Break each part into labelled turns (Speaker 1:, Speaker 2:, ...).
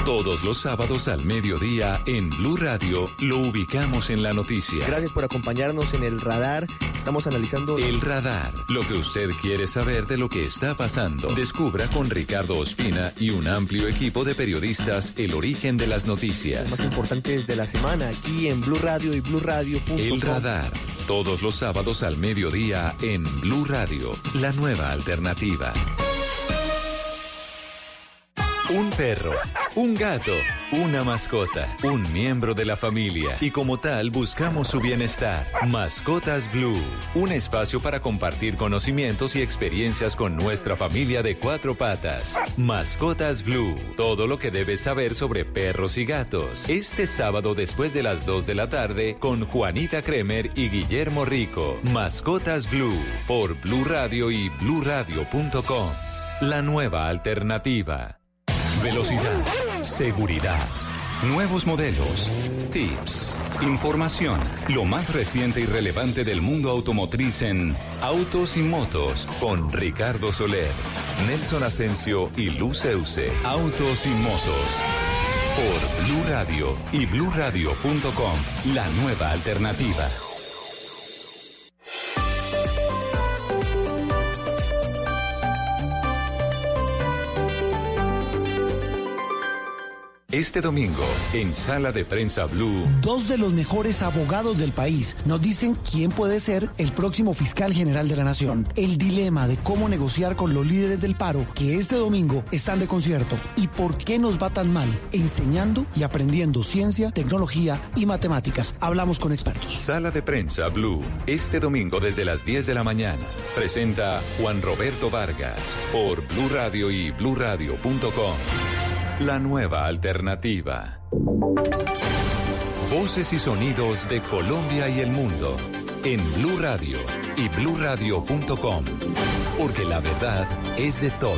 Speaker 1: Todos los sábados al mediodía en Blue Radio lo ubicamos en la noticia.
Speaker 2: Gracias por acompañarnos en El Radar. Estamos analizando...
Speaker 1: El Radar, lo que usted quiere saber de lo que está pasando. Descubra con Ricardo Ospina y un amplio equipo de periodistas el origen de las noticias.
Speaker 2: Los más importantes de la semana aquí en Blue Radio y BlueRadio.com.
Speaker 1: El Radar, todos los sábados al mediodía en Blue Radio, la nueva alternativa. Un perro, un gato, una mascota, un miembro de la familia y como tal buscamos su bienestar. Mascotas Blue, un espacio para compartir conocimientos y experiencias con nuestra familia de 4 patas. Mascotas Blue, todo lo que debes saber sobre perros y gatos. Este sábado después de las 2 de la tarde con Juanita Kremer y Guillermo Rico. Mascotas Blue por Blue Radio y BlueRadio.com. La nueva alternativa. Velocidad, seguridad, nuevos modelos, tips, información, lo más reciente y relevante del mundo automotriz en Autos y Motos con Ricardo Soler, Nelson Asensio y Luz Euse. Autos y Motos por Blue Radio y BlueRadio.com, la nueva alternativa. Este domingo, en Sala de Prensa Blue,
Speaker 3: 2 de los mejores abogados del país nos dicen quién puede ser el próximo fiscal general de la nación. El dilema de cómo negociar con los líderes del paro que este domingo están de concierto y por qué nos va tan mal enseñando y aprendiendo ciencia, tecnología y matemáticas. Hablamos con expertos.
Speaker 1: Sala de Prensa Blue, este domingo desde las 10 de la mañana. Presenta Juan Roberto Vargas por Blue Radio y BlueRadio.com. La nueva alternativa. Voces y sonidos de Colombia y el mundo en Blue Radio y BlueRadio.com, porque la verdad es de todos.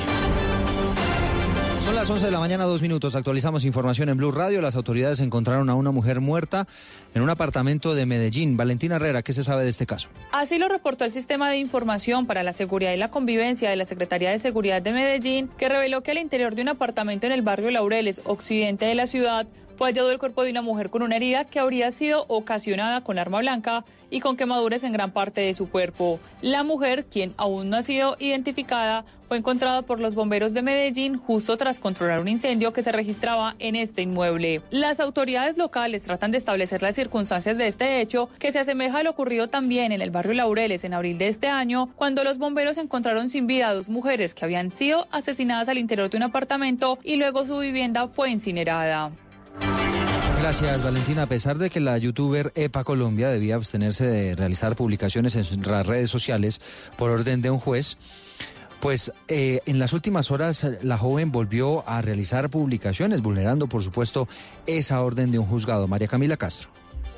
Speaker 4: Son las 11 de la mañana, 2 minutos. Actualizamos información en Blue Radio. Las autoridades encontraron a una mujer muerta en un apartamento de Medellín. Valentina Herrera, ¿qué se sabe de este caso?
Speaker 5: Así lo reportó el Sistema de Información para la Seguridad y la Convivencia de la Secretaría de Seguridad de Medellín, que reveló que al interior de un apartamento en el barrio Laureles, occidente de la ciudad, fue hallado el cuerpo de una mujer con una herida que habría sido ocasionada con arma blanca y con quemaduras en gran parte de su cuerpo. La mujer, quien aún no ha sido identificada, fue encontrada por los bomberos de Medellín justo tras controlar un incendio que se registraba en este inmueble. Las autoridades locales tratan de establecer las circunstancias de este hecho, que se asemeja a lo ocurrido también en el barrio Laureles en abril de este año, cuando los bomberos encontraron sin vida a 2 mujeres que habían sido asesinadas al interior de un apartamento y luego su vivienda fue incinerada.
Speaker 4: Gracias, Valentina. A pesar de que la youtuber EPA Colombia debía abstenerse de realizar publicaciones en las redes sociales por orden de un juez, pues en las últimas horas la joven volvió a realizar publicaciones, vulnerando, por supuesto, esa orden de un juzgado. María Camila Castro.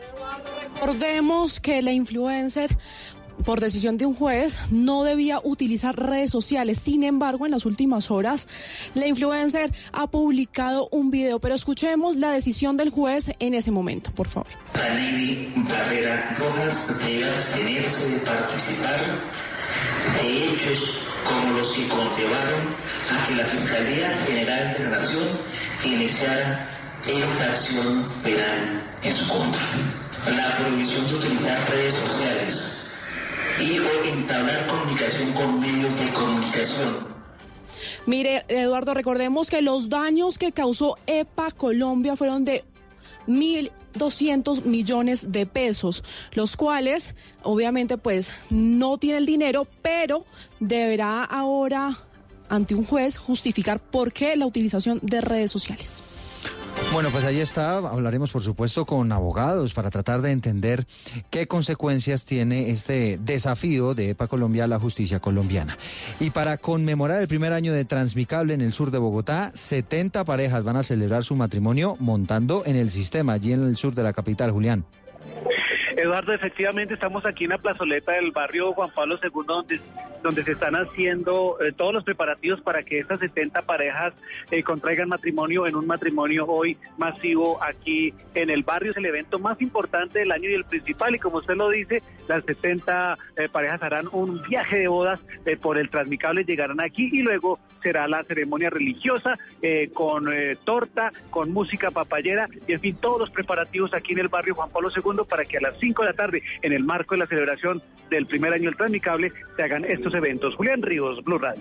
Speaker 6: Recordemos que la influencer, por decisión de un juez, no debía utilizar redes sociales. Sin embargo, en las últimas horas, la influencer ha publicado un video. Pero escuchemos la decisión del juez en ese momento, por favor.
Speaker 7: Alivi Barrera Rojas debe abstenerse de participar de hechos como los que conllevaron a que la Fiscalía General de la Nación iniciara esta acción penal en su contra. La prohibición de utilizar redes sociales y o entablar comunicación con medios de comunicación.
Speaker 6: Mire, Eduardo, recordemos que los daños que causó EPA Colombia fueron de 1.200 millones de pesos, los cuales obviamente pues no tiene el dinero, pero deberá ahora ante un juez justificar por qué la utilización de redes sociales.
Speaker 4: Bueno, pues ahí está. Hablaremos, por supuesto, con abogados para tratar de entender qué consecuencias tiene este desafío de EPA Colombia a la justicia colombiana. Y para conmemorar el primer año de Transmicable en el sur de Bogotá, 70 parejas van a celebrar su matrimonio montando en el sistema, allí en el sur de la capital. Julián.
Speaker 8: Eduardo, efectivamente estamos aquí en la plazoleta del barrio Juan Pablo II, donde donde se están haciendo todos los preparativos para que estas 70 parejas contraigan matrimonio en un matrimonio hoy masivo aquí en el barrio. Es el evento más importante del año y el principal, y como usted lo dice, las 70 parejas harán un viaje de bodas por el Transmicable, llegarán aquí y luego será la ceremonia religiosa con torta, con música papayera y en fin, todos los preparativos aquí en el barrio Juan Pablo II para que a las 5 de la tarde, en el marco de la celebración del primer año del Transmicable, se hagan estos eventos. Julián Ríos, Blue Radio.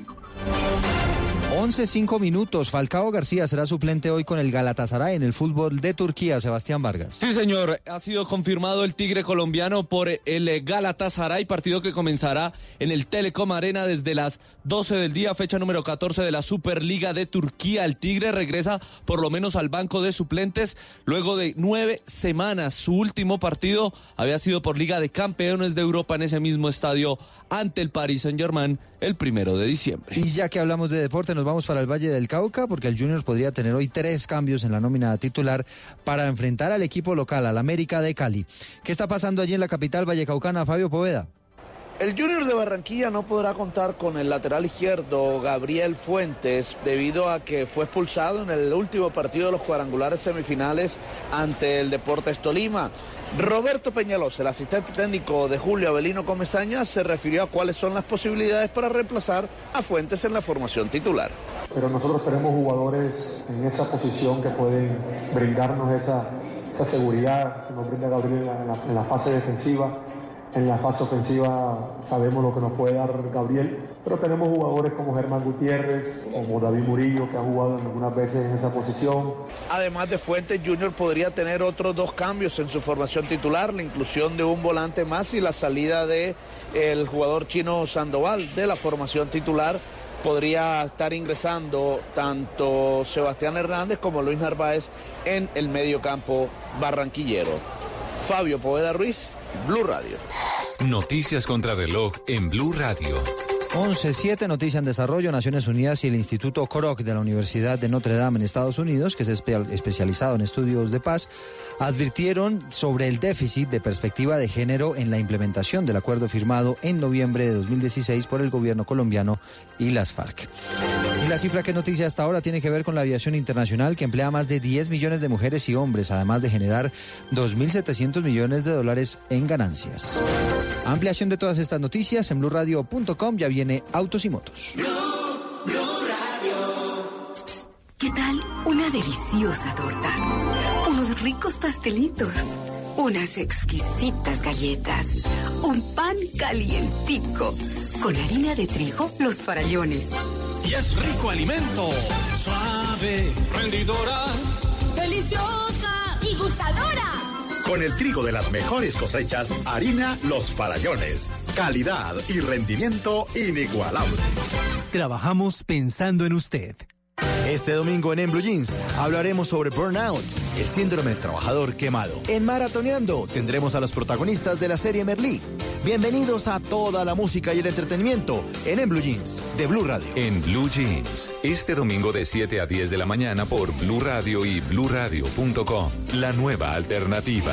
Speaker 4: 11:05. Falcao García será suplente hoy con el Galatasaray en el fútbol de Turquía. Sebastián Vargas.
Speaker 9: Sí, señor. Ha sido confirmado el Tigre colombiano por el Galatasaray, partido que comenzará en el Telecom Arena desde las 12 del día, fecha número 14 de la Superliga de Turquía. El Tigre regresa por lo menos al banco de suplentes luego de 9 semanas. Su último partido había sido por Liga de Campeones de Europa en ese mismo estadio ante el Paris Saint-Germain el 1 de diciembre.
Speaker 4: Y ya que hablamos de deporte, nos vamos para el Valle del Cauca, porque el Junior podría tener hoy 3 cambios en la nómina titular para enfrentar al equipo local, al América de Cali. ¿Qué está pasando allí en la capital vallecaucana, Fabio Poveda?
Speaker 10: El Junior de Barranquilla no podrá contar con el lateral izquierdo Gabriel Fuentes debido a que fue expulsado en el último partido de los cuadrangulares semifinales ante el Deportes Tolima. Roberto Peñalosa, el asistente técnico de Julio Avelino Comesaña, se refirió a cuáles son las posibilidades para reemplazar a Fuentes en la formación titular.
Speaker 11: Pero nosotros tenemos jugadores en esa posición que pueden brindarnos esa seguridad que nos brinda Gabriel en la fase defensiva. En la fase ofensiva sabemos lo que nos puede dar Gabriel, pero tenemos jugadores como Germán Gutiérrez, como David Murillo, que ha jugado algunas veces en esa posición.
Speaker 10: Además de Fuentes, Junior podría tener otros 2 cambios en su formación titular, la inclusión de un volante más y la salida de el jugador chino Sandoval de la formación titular. Podría estar ingresando tanto Sebastián Hernández como Luis Narváez en el medio campo barranquillero. Fabio Poveda Ruiz, Blue Radio.
Speaker 1: Noticias contra reloj en Blue Radio.
Speaker 4: 11:07, noticia en desarrollo. Naciones Unidas y el Instituto Kroc de la Universidad de Notre Dame en Estados Unidos, que es especializado en estudios de paz, advirtieron sobre el déficit de perspectiva de género en la implementación del acuerdo firmado en noviembre de 2016 por el gobierno colombiano y las FARC. Y la cifra que noticia hasta ahora tiene que ver con la aviación internacional, que emplea más de 10 millones de mujeres y hombres, además de generar 2.700 millones de dólares en ganancias. Ampliación de todas estas noticias en BluRadio.com. Ya viene Autos y Motos.
Speaker 12: Blue Radio. ¿Qué tal una deliciosa torta? Unos ricos pastelitos, unas exquisitas galletas, un pan calientico, con harina de trigo, Los Farallones.
Speaker 13: Y es rico alimento, suave, rendidora,
Speaker 12: deliciosa y gustadora.
Speaker 14: Con el trigo de las mejores cosechas, harina Los Farallones. Calidad y rendimiento inigualable.
Speaker 2: Trabajamos pensando en usted. Este domingo en Blue Jeans hablaremos sobre burnout, el síndrome del trabajador quemado. En Maratoneando tendremos a los protagonistas de la serie Merlí. Bienvenidos a toda la música y el entretenimiento en Blue Jeans de Blue Radio.
Speaker 1: En Blue Jeans, este domingo de 7 a 10 de la mañana por Blue Radio y BluRadio.com. La nueva alternativa.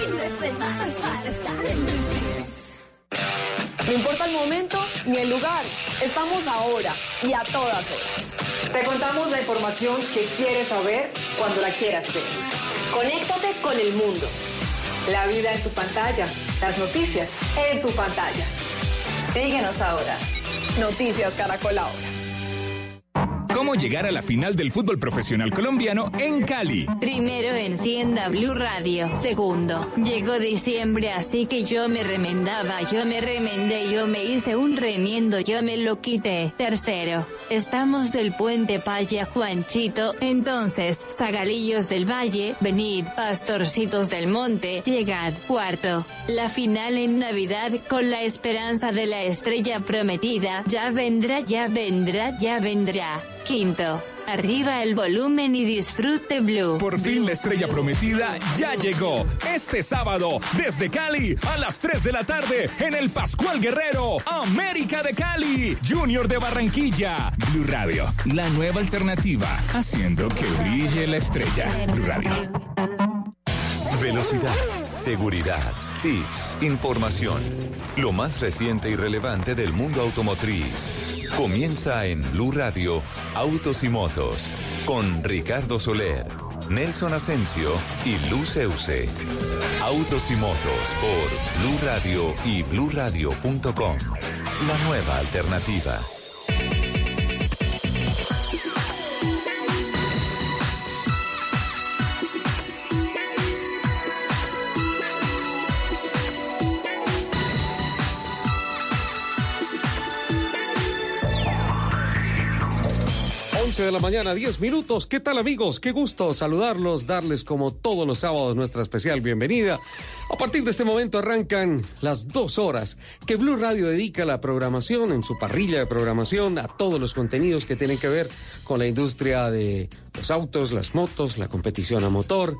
Speaker 15: No importa el momento ni el lugar, estamos ahora y a todas horas. Te contamos la información que quieres saber cuando la quieras ver. Conéctate con el mundo. La vida en tu pantalla, las noticias en tu pantalla. Síguenos ahora. Noticias Caracol Ahora.
Speaker 16: ¿Cómo llegar a la final del fútbol profesional colombiano en Cali?
Speaker 17: Primero, encienda Blue Radio. Segundo, llegó diciembre, así que yo me remendaba, yo me remendé, yo me hice un remiendo, yo me lo quité. Tercero, estamos del Puente Paya Juanchito, entonces, Zagalillos del Valle, venid, Pastorcitos del Monte, llegad. Cuarto, la final en Navidad con la esperanza de la estrella prometida, ya vendrá, ya vendrá, ya vendrá. Quinto, arriba el volumen y disfrute Blue.
Speaker 16: Por fin la estrella prometida ya llegó. Este sábado, desde Cali, a las 3 de la tarde, en el Pascual Guerrero, América de Cali, Junior de Barranquilla. Blue Radio, la nueva alternativa, haciendo que brille la estrella. Blue Radio.
Speaker 1: Velocidad, seguridad, tips, información, lo más reciente y relevante del mundo automotriz. Comienza en Blue Radio, Autos y Motos, con Ricardo Soler, Nelson Asensio y Luz Euse. Autos y Motos por Blue Radio y bluradio.com. La nueva alternativa.
Speaker 18: De la mañana, 10 minutos. ¿Qué tal, amigos? Qué gusto saludarlos, darles como todos los sábados nuestra especial bienvenida. A partir de este momento arrancan las 2 horas que Blue Radio dedica a la programación, en su parrilla de programación, a todos los contenidos que tienen que ver con la industria de los autos, las motos, la competición a motor,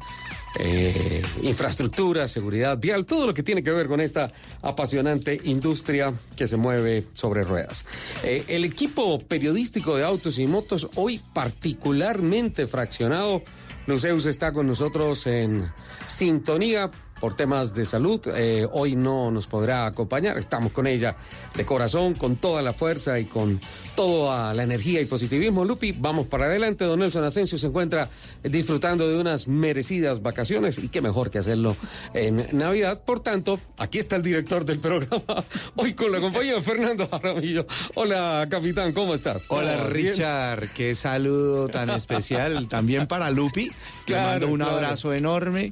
Speaker 18: infraestructura, seguridad vial, todo lo que tiene que ver con esta apasionante industria que se mueve sobre ruedas. El equipo periodístico de Autos y Motos, hoy particularmente fraccionado. Luceus está con nosotros en sintonía por temas de salud. Hoy no nos podrá acompañar. Estamos con ella de corazón, con toda la fuerza y con toda la energía y positivismo. Lupi, vamos para adelante. Don Nelson Asensio se encuentra disfrutando de unas merecidas vacaciones y qué mejor que hacerlo en Navidad. Por tanto, aquí está el director del programa, hoy con la compañía de Fernando Jaramillo. Hola, capitán, ¿cómo estás?
Speaker 4: Hola, Richard, qué saludo tan especial también para Lupi. Le mando un abrazo enorme.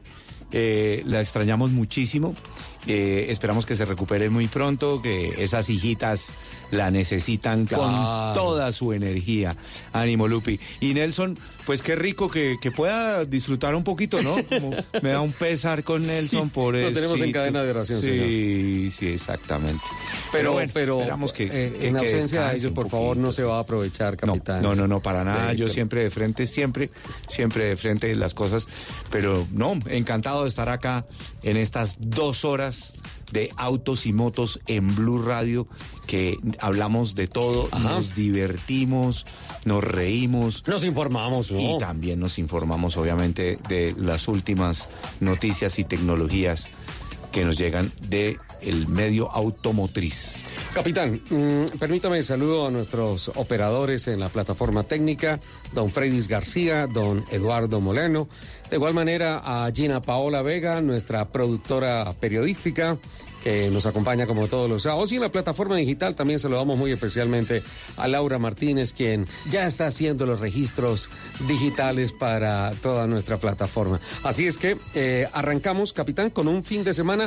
Speaker 4: La extrañamos muchísimo. Esperamos que se recupere muy pronto, que esas hijitas la necesitan con toda su energía. Ánimo, Lupi. Y Nelson, pues qué rico que pueda disfrutar un poquito, ¿no? Como me da un pesar con Nelson por eso.
Speaker 18: Lo tenemos en cadena de oración, señor.
Speaker 4: Sí, exactamente. Pero bueno, esperamos que
Speaker 18: en ausencia de ellos, por
Speaker 4: poquito.
Speaker 18: favor, no se va a aprovechar, capitán.
Speaker 4: No, para nada. Yo siempre de frente, siempre de frente de las cosas. Pero no, encantado de estar acá en estas 2 horas de Autos y Motos en Blue Radio, que hablamos de todo, nos divertimos, nos reímos.
Speaker 18: Nos informamos, ¿no?
Speaker 4: Y también nos informamos, obviamente, de las últimas noticias y tecnologías que nos llegan del medio automotriz.
Speaker 18: Capitán, permítame saludo a nuestros operadores en la plataforma técnica, don Freydis García, don Eduardo Molano, de igual manera a Gina Paola Vega, nuestra productora periodística, que nos acompaña como todos los sábados, y en la plataforma digital también saludamos muy especialmente a Laura Martínez, quien ya está haciendo los registros digitales para toda nuestra plataforma. Así es que arrancamos, capitán, con un fin de semana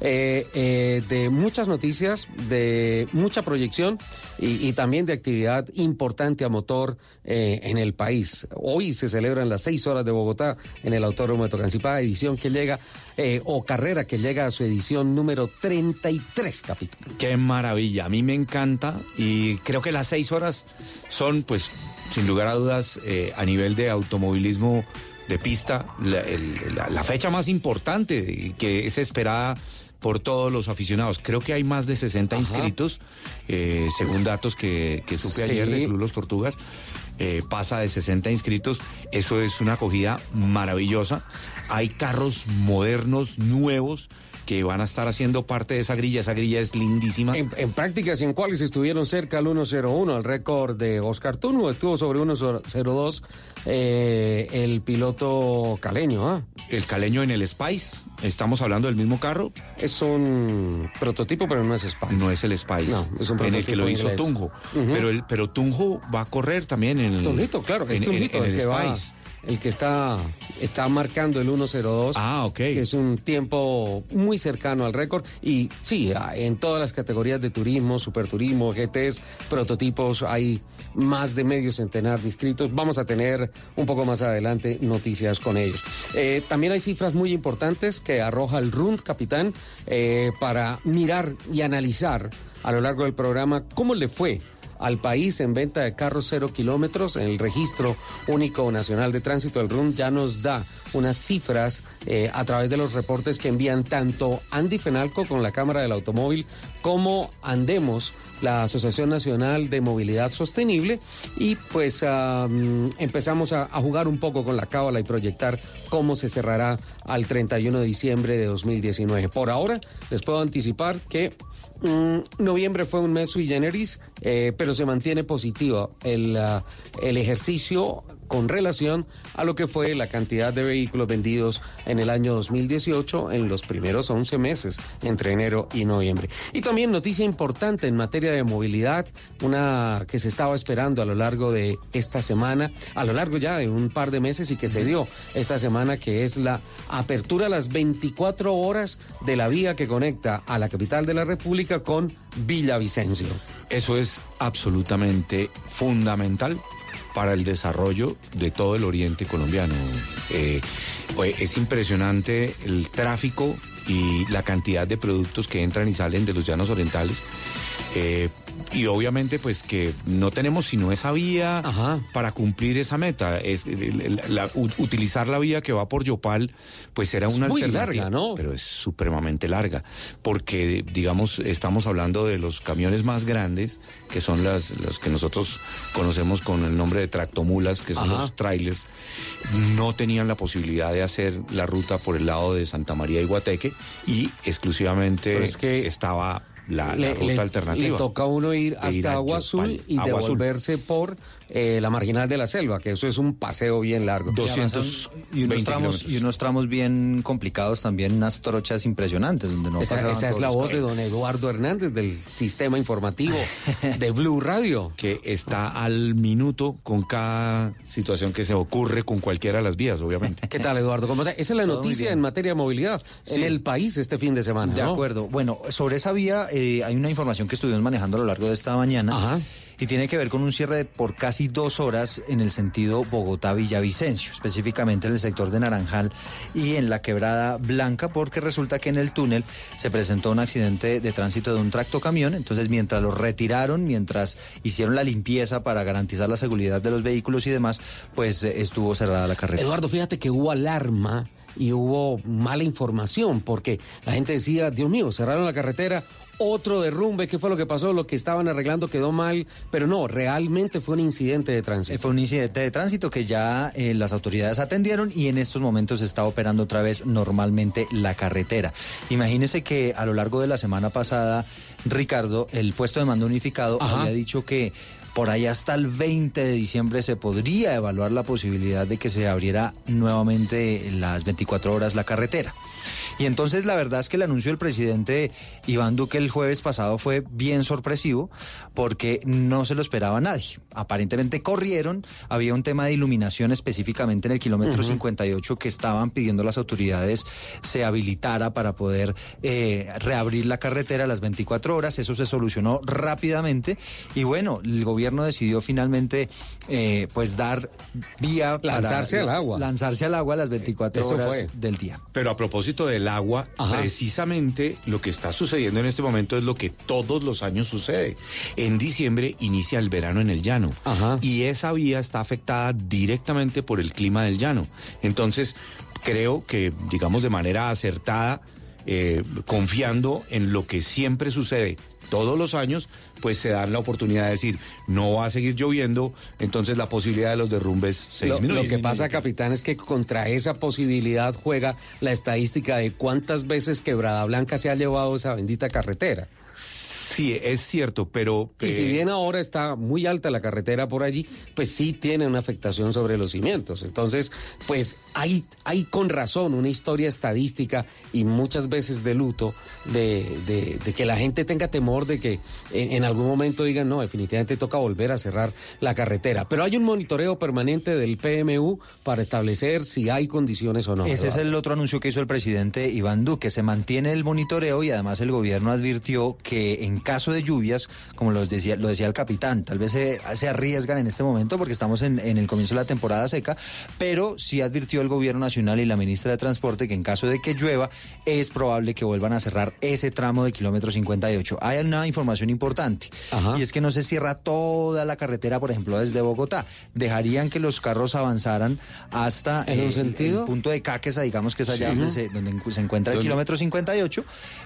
Speaker 18: de muchas noticias, de mucha proyección y también de actividad importante a motor en el país. Hoy se celebran las 6 horas de Bogotá en el Autódromo de Tocancipá, edición que llega carrera que llega a su edición número 33, capitán.
Speaker 4: Qué maravilla, a mí me encanta y creo que las 6 horas son, pues, sin lugar a dudas, a nivel de automovilismo de pista, la fecha más importante que es esperada por todos los aficionados. Creo que hay más de 60 inscritos, según datos que supe ayer de Club Los Tortugas. Pasa de 60 inscritos, eso es una acogida maravillosa. Hay carros modernos, nuevos, que van a estar haciendo parte de esa grilla es lindísima.
Speaker 18: En prácticas y en cuales estuvieron cerca al 1.01, el récord de Oscar Tunjo, estuvo sobre 1.02 el piloto caleño. El
Speaker 4: caleño en el Spice, estamos hablando del mismo carro.
Speaker 18: Es un prototipo, pero no es Spice.
Speaker 4: No es el Spice,
Speaker 18: no, es un prototipo
Speaker 4: en el que lo hizo
Speaker 18: inglés.
Speaker 4: Tunjo. Pero Tunjo va a correr también en el...
Speaker 18: Tunjito, claro, es Tunjito
Speaker 4: en el
Speaker 18: que
Speaker 4: Spice.
Speaker 18: El que está marcando el 1.02, que es un tiempo muy cercano al récord. Y sí, en todas las categorías de turismo, superturismo, GTs, prototipos, hay más de medio centenar de inscritos. Vamos a tener un poco más adelante noticias con ellos. También hay cifras muy importantes que arroja el RUND, capitán, para mirar y analizar a lo largo del programa cómo le fue al país en venta de carros 0 kilómetros. En el Registro Único Nacional de Tránsito, el RUN, ya nos da unas cifras a través de los reportes que envían tanto Andy Fenalco con la Cámara del Automóvil como Andemos, la Asociación Nacional de Movilidad Sostenible, y pues empezamos a jugar un poco con la cábala y proyectar cómo se cerrará al 31 de diciembre de 2019. Por ahora les puedo anticipar que noviembre fue un mes sui generis, pero se mantiene positivo el ejercicio con relación a lo que fue la cantidad de vehículos vendidos en el año 2018 en los primeros 11 meses, entre enero y noviembre. Y también noticia importante en materia de movilidad, una que se estaba esperando a lo largo de esta semana, a lo largo ya de un par de meses y que se dio esta semana, que es la apertura a las 24 horas de la vía que conecta a la capital de la República con Villavicencio.
Speaker 19: Eso es absolutamente fundamental para el desarrollo de todo el oriente colombiano. Pues es impresionante el tráfico y la cantidad de productos que entran y salen de los llanos orientales. Y obviamente pues que no tenemos sino esa vía para cumplir esa meta. Utilizar la vía que va por Yopal pues era una alternativa, muy larga, ¿no? Pero es supremamente larga, porque digamos estamos hablando de los camiones más grandes, que son los que nosotros conocemos con el nombre de tractomulas, que son los trailers. No tenían la posibilidad de hacer la ruta por el lado de Santa María y Guateque, y exclusivamente estaba la ruta alternativa.
Speaker 18: Le toca a uno ir hasta Agua Azul y devolverse por la Marginal de la Selva, que eso es un paseo bien largo.
Speaker 4: 220 y unos tramos bien complicados también, unas trochas impresionantes donde no
Speaker 18: esa es la voz de don Eduardo Hernández del sistema informativo de Blue Radio,
Speaker 19: que está al minuto con cada situación que se ocurre con cualquiera de las vías, obviamente.
Speaker 18: ¿Qué tal, Eduardo? ¿Cómo está? Esa es la noticia en materia de movilidad en el país este fin de semana,
Speaker 4: ¿no? De acuerdo. Bueno, sobre esa vía hay una información que estuvimos manejando a lo largo de esta mañana. Y tiene que ver con un cierre por casi 2 horas en el sentido Bogotá-Villavicencio, específicamente en el sector de Naranjal y en la Quebrada Blanca, porque resulta que en el túnel se presentó un accidente de tránsito de un tractocamión. Entonces, mientras lo retiraron, mientras hicieron la limpieza para garantizar la seguridad de los vehículos y demás, pues estuvo cerrada la carretera.
Speaker 18: Eduardo, fíjate que hubo alarma y hubo mala información, porque la gente decía, Dios mío, cerraron la carretera, otro derrumbe, ¿qué fue lo que pasó? Lo que estaban arreglando quedó mal, pero no, realmente fue un incidente de tránsito.
Speaker 4: Fue un incidente de tránsito que ya las autoridades atendieron y en estos momentos está operando otra vez normalmente la carretera. Imagínese que a lo largo de la semana pasada, Ricardo, el puesto de mando unificado había dicho que por ahí hasta el 20 de diciembre se podría evaluar la posibilidad de que se abriera nuevamente las 24 horas la carretera. Y entonces la verdad es que el anuncio del presidente Iván Duque el jueves pasado fue bien sorpresivo, porque no se lo esperaba nadie. Aparentemente corrieron, había un tema de iluminación específicamente en el kilómetro 58 que estaban pidiendo las autoridades se habilitara para poder reabrir la carretera a las 24 horas. Eso se solucionó rápidamente y bueno, el gobierno decidió finalmente pues dar vía
Speaker 18: lanzarse al agua
Speaker 4: a las 24 horas del día.
Speaker 19: Pero a propósito del agua, precisamente lo que está sucediendo en este momento es lo que todos los años sucede. En diciembre inicia el verano en el llano y esa vía está afectada directamente por el clima del llano. Entonces, creo que, digamos, de manera acertada, confiando en lo que siempre sucede todos los años, pues se dan la oportunidad de decir, no va a seguir lloviendo, entonces la posibilidad de los derrumbes se disminuye.
Speaker 18: Lo que pasa, capitán, es que contra esa posibilidad juega la estadística de cuántas veces Quebrada Blanca se ha llevado esa bendita carretera.
Speaker 19: Sí, es cierto, pero...
Speaker 18: Y si bien ahora está muy alta la carretera por allí, pues sí tiene una afectación sobre los cimientos. Entonces, pues hay con razón una historia estadística y muchas veces de luto de que la gente tenga temor de que en algún momento digan, no, definitivamente toca volver a cerrar la carretera. Pero hay un monitoreo permanente del PMU para establecer si hay condiciones o no.
Speaker 4: Ese es el otro anuncio que hizo el presidente Iván Duque. Se mantiene el monitoreo y además el gobierno advirtió que en caso de lluvias, como lo decía el capitán, tal vez se arriesgan en este momento porque estamos en el comienzo de la temporada seca, pero sí advirtió el gobierno nacional y la ministra de Transporte que en caso de que llueva es probable que vuelvan a cerrar ese tramo de kilómetro 58. Hay una información importante. Ajá. Y es que no se cierra toda la carretera, por ejemplo, desde Bogotá. Dejarían que los carros avanzaran hasta el punto de Caquesa, digamos que es allá donde se encuentra el kilómetro 58,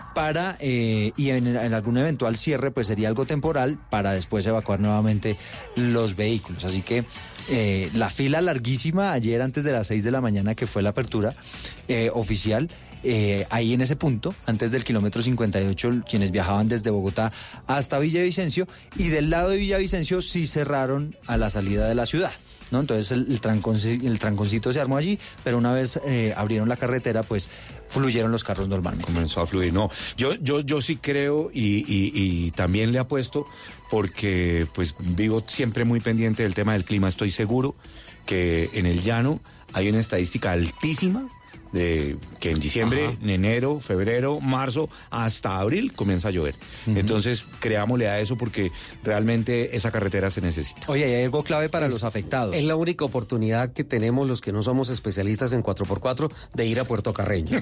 Speaker 4: y en algún eventual cierre pues sería algo temporal para después evacuar nuevamente los vehículos. Así que la fila larguísima ayer antes de las 6 de la mañana, que fue la apertura oficial, ahí en ese punto, antes del kilómetro 58, quienes viajaban desde Bogotá hasta Villavicencio, y del lado de Villavicencio sí cerraron a la salida de la ciudad, ¿no? Entonces el tranconcito se armó allí, pero una vez abrieron la carretera, pues fluyeron los carros normalmente.
Speaker 19: Comenzó a fluir. No, yo sí creo y también le apuesto, porque pues vivo siempre muy pendiente del tema del clima. Estoy seguro que en el llano hay una estadística altísima de que en diciembre, en enero, febrero, marzo, hasta abril comienza a llover. Entonces, creámosle a eso porque realmente esa carretera se necesita.
Speaker 4: Oye, hay algo clave para los afectados.
Speaker 18: Es la única oportunidad que tenemos los que no somos especialistas en 4x4 de ir a Puerto Carreño.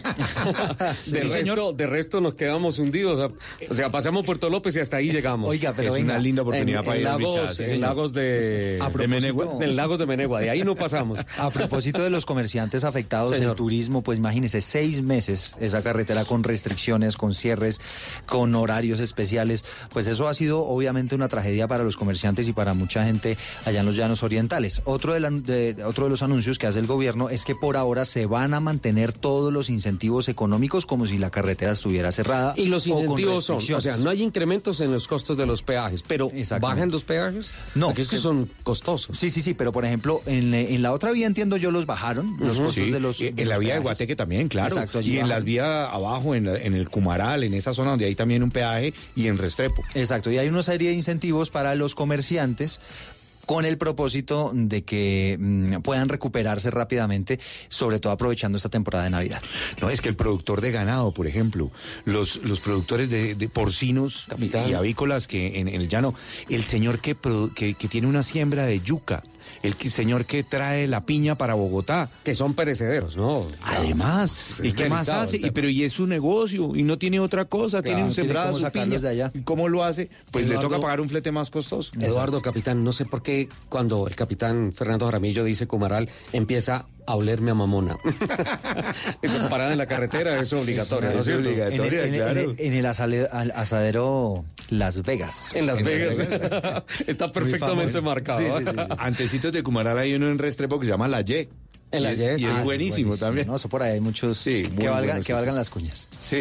Speaker 18: De resto nos quedamos hundidos. O sea, pasamos Puerto López y hasta ahí llegamos.
Speaker 4: Oiga, pero
Speaker 19: es una linda oportunidad para ir a Bichas.
Speaker 18: En Lagos de Menegua. En Lagos de Menegua, de ahí no pasamos.
Speaker 4: A propósito de los comerciantes afectados, el turismo, pues imagínese, 6 meses esa carretera con restricciones, con cierres, con horarios especiales, pues eso ha sido obviamente una tragedia para los comerciantes y para mucha gente allá en los llanos orientales. Otro de los anuncios que hace el gobierno es que por ahora se van a mantener todos los incentivos económicos como si la carretera estuviera cerrada.
Speaker 18: Y los incentivos son, o sea, no hay incrementos en los costos de los peajes, pero ¿bajan los peajes?
Speaker 4: No.
Speaker 18: Porque es que son costosos.
Speaker 4: Sí, pero por ejemplo, en la otra vía entiendo yo los bajaron, los costos de los
Speaker 19: en la vía de Guateque también, claro.
Speaker 4: Exacto,
Speaker 19: y en las vías abajo, en el Cumaral, en esa zona donde hay también un peaje, y en Restrepo.
Speaker 4: Exacto, y hay una serie de incentivos para los comerciantes con el propósito de que puedan recuperarse rápidamente, sobre todo aprovechando esta temporada de Navidad.
Speaker 19: No, es que el productor de ganado, por ejemplo, los productores de porcinos y avícolas que en el llano, el señor que tiene una siembra de yuca, el señor que trae la piña para Bogotá.
Speaker 18: Que son perecederos, ¿no?
Speaker 19: Además, ¿y qué más hace? Pero y es su negocio, y no tiene otra cosa, tiene un sembrado su piña. De allá. ¿Y cómo lo hace? Pues Eduardo, le toca pagar un flete más costoso.
Speaker 18: Eduardo, capitán, no sé por qué cuando el capitán Fernando Jaramillo dice Cumaral, empieza a olerme a mamona. Esa parada en la carretera es obligatoria, ¿no es cierto?
Speaker 19: Claro.
Speaker 4: En el asadero Las Vegas.
Speaker 18: En Las Vegas. Está perfectamente marcado.
Speaker 19: Sí. Antecitos de Cumaral hay uno en Restrepo que se llama La Y.
Speaker 18: En la
Speaker 19: y es buenísimo también.
Speaker 4: No, eso por ahí hay muchos que valgan las cuñas.
Speaker 19: Sí.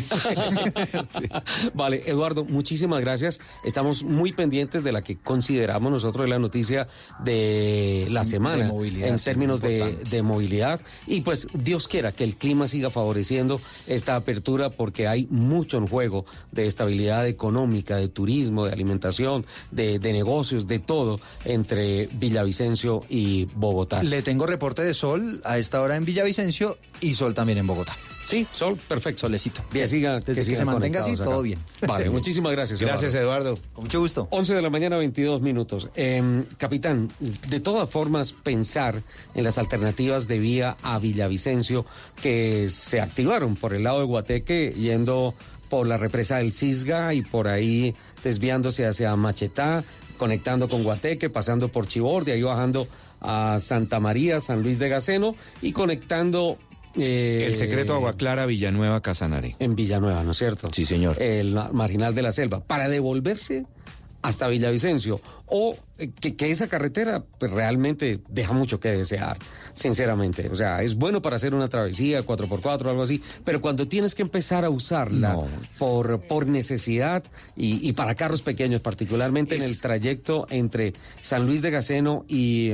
Speaker 18: Vale, Eduardo, muchísimas gracias. Estamos muy pendientes de la que consideramos nosotros la noticia de la semana en términos de movilidad. Y pues Dios quiera que el clima siga favoreciendo esta apertura, porque hay mucho en juego de estabilidad económica, de turismo, de alimentación, de negocios, de todo entre Villavicencio y Bogotá.
Speaker 4: Le tengo reporte de sol a esta hora en Villavicencio y sol también en Bogotá.
Speaker 18: Sí, sol, perfecto.
Speaker 4: Solecito.
Speaker 18: Bien.
Speaker 4: Desde que se mantenga así,
Speaker 18: acá.
Speaker 4: Todo bien.
Speaker 18: Vale, muchísimas gracias.
Speaker 19: Gracias, Eduardo.
Speaker 4: Con mucho gusto.
Speaker 18: 11 de la mañana, 22 minutos. Capitán, de todas formas, pensar en las alternativas de vía a Villavicencio que se activaron por el lado de Guateque, yendo por la represa del Cisga y por ahí desviándose hacia Machetá, conectando con Guateque, pasando por Chibor, de ahí bajando a Santa María, San Luis de Gaceno y conectando...
Speaker 19: el Secreto, Agua Clara, Villanueva, Casanare.
Speaker 18: En Villanueva, ¿no es cierto?
Speaker 19: Sí, señor.
Speaker 18: El Marginal de la Selva, para devolverse hasta Villavicencio, o que esa carretera pues, realmente deja mucho que desear, sinceramente. O sea, es bueno para hacer una travesía, 4x4 o algo así, pero cuando tienes que empezar a usarla por necesidad y para carros pequeños, particularmente en el trayecto entre San Luis de Gaceno y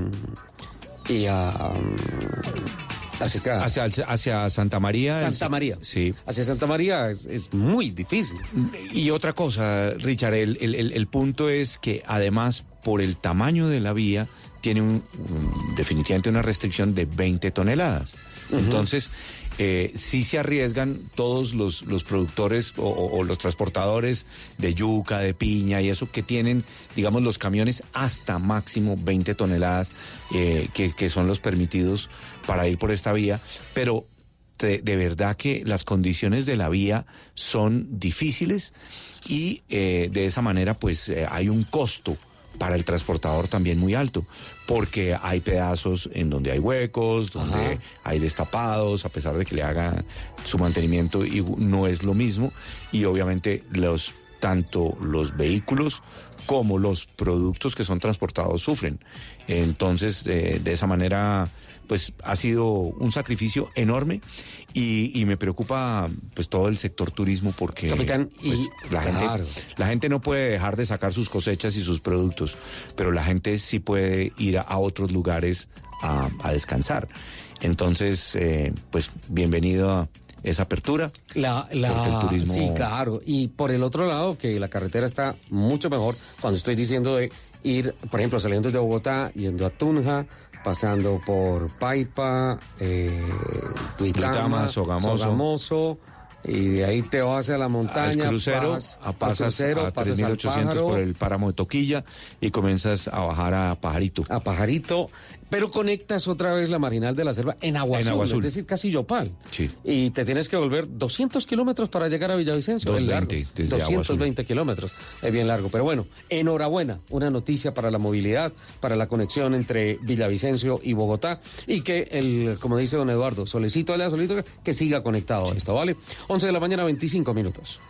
Speaker 19: hacia Santa María.
Speaker 18: Santa María.
Speaker 19: Sí.
Speaker 18: Hacia Santa María es muy difícil.
Speaker 19: Y otra cosa, Richard, el punto es que además por el tamaño de la vía, tiene definitivamente una restricción de 20 toneladas. Entonces, sí se arriesgan todos los productores o los transportadores de yuca, de piña y eso, que tienen, digamos, los camiones hasta máximo 20 toneladas, que son los permitidos para ir por esta vía, pero de verdad que las condiciones de la vía son difíciles y de esa manera pues hay un costo para el transportador también muy alto, porque hay pedazos en donde hay huecos, donde hay destapados, a pesar de que le haga su mantenimiento y no es lo mismo, y obviamente tanto los vehículos como los productos que son transportados sufren. Entonces, de esa manera, pues ha sido un sacrificio enorme y me preocupa pues todo el sector turismo, porque
Speaker 18: Capitán,
Speaker 19: pues, la gente no puede dejar de sacar sus cosechas y sus productos, pero la gente sí puede ir a otros lugares a descansar. Entonces, pues bienvenido a esa apertura. Porque el turismo...
Speaker 18: Sí, claro. Y por el otro lado, que la carretera está mucho mejor, cuando estoy diciendo de ir, por ejemplo, saliendo desde Bogotá, yendo a Tunja, pasando por Paipa, Tuitama, Sogamoso, y de ahí te vas a la montaña.
Speaker 19: Al crucero, pasas a 3.800 por el páramo de Toquilla y comienzas a bajar a Pajarito.
Speaker 18: A Pajarito, pero conectas otra vez la Marginal de la Selva en Agua Azul, es decir, casi Yopal.
Speaker 19: Sí.
Speaker 18: Y te tienes que volver 200 kilómetros para llegar a Villavicencio. 220 kilómetros, es bien largo. Pero bueno, enhorabuena, una noticia para la movilidad, para la conexión entre Villavicencio y Bogotá, y que, como dice don Eduardo, solecito, que siga conectado a esto, ¿vale? 11 de la mañana, 25 minutos.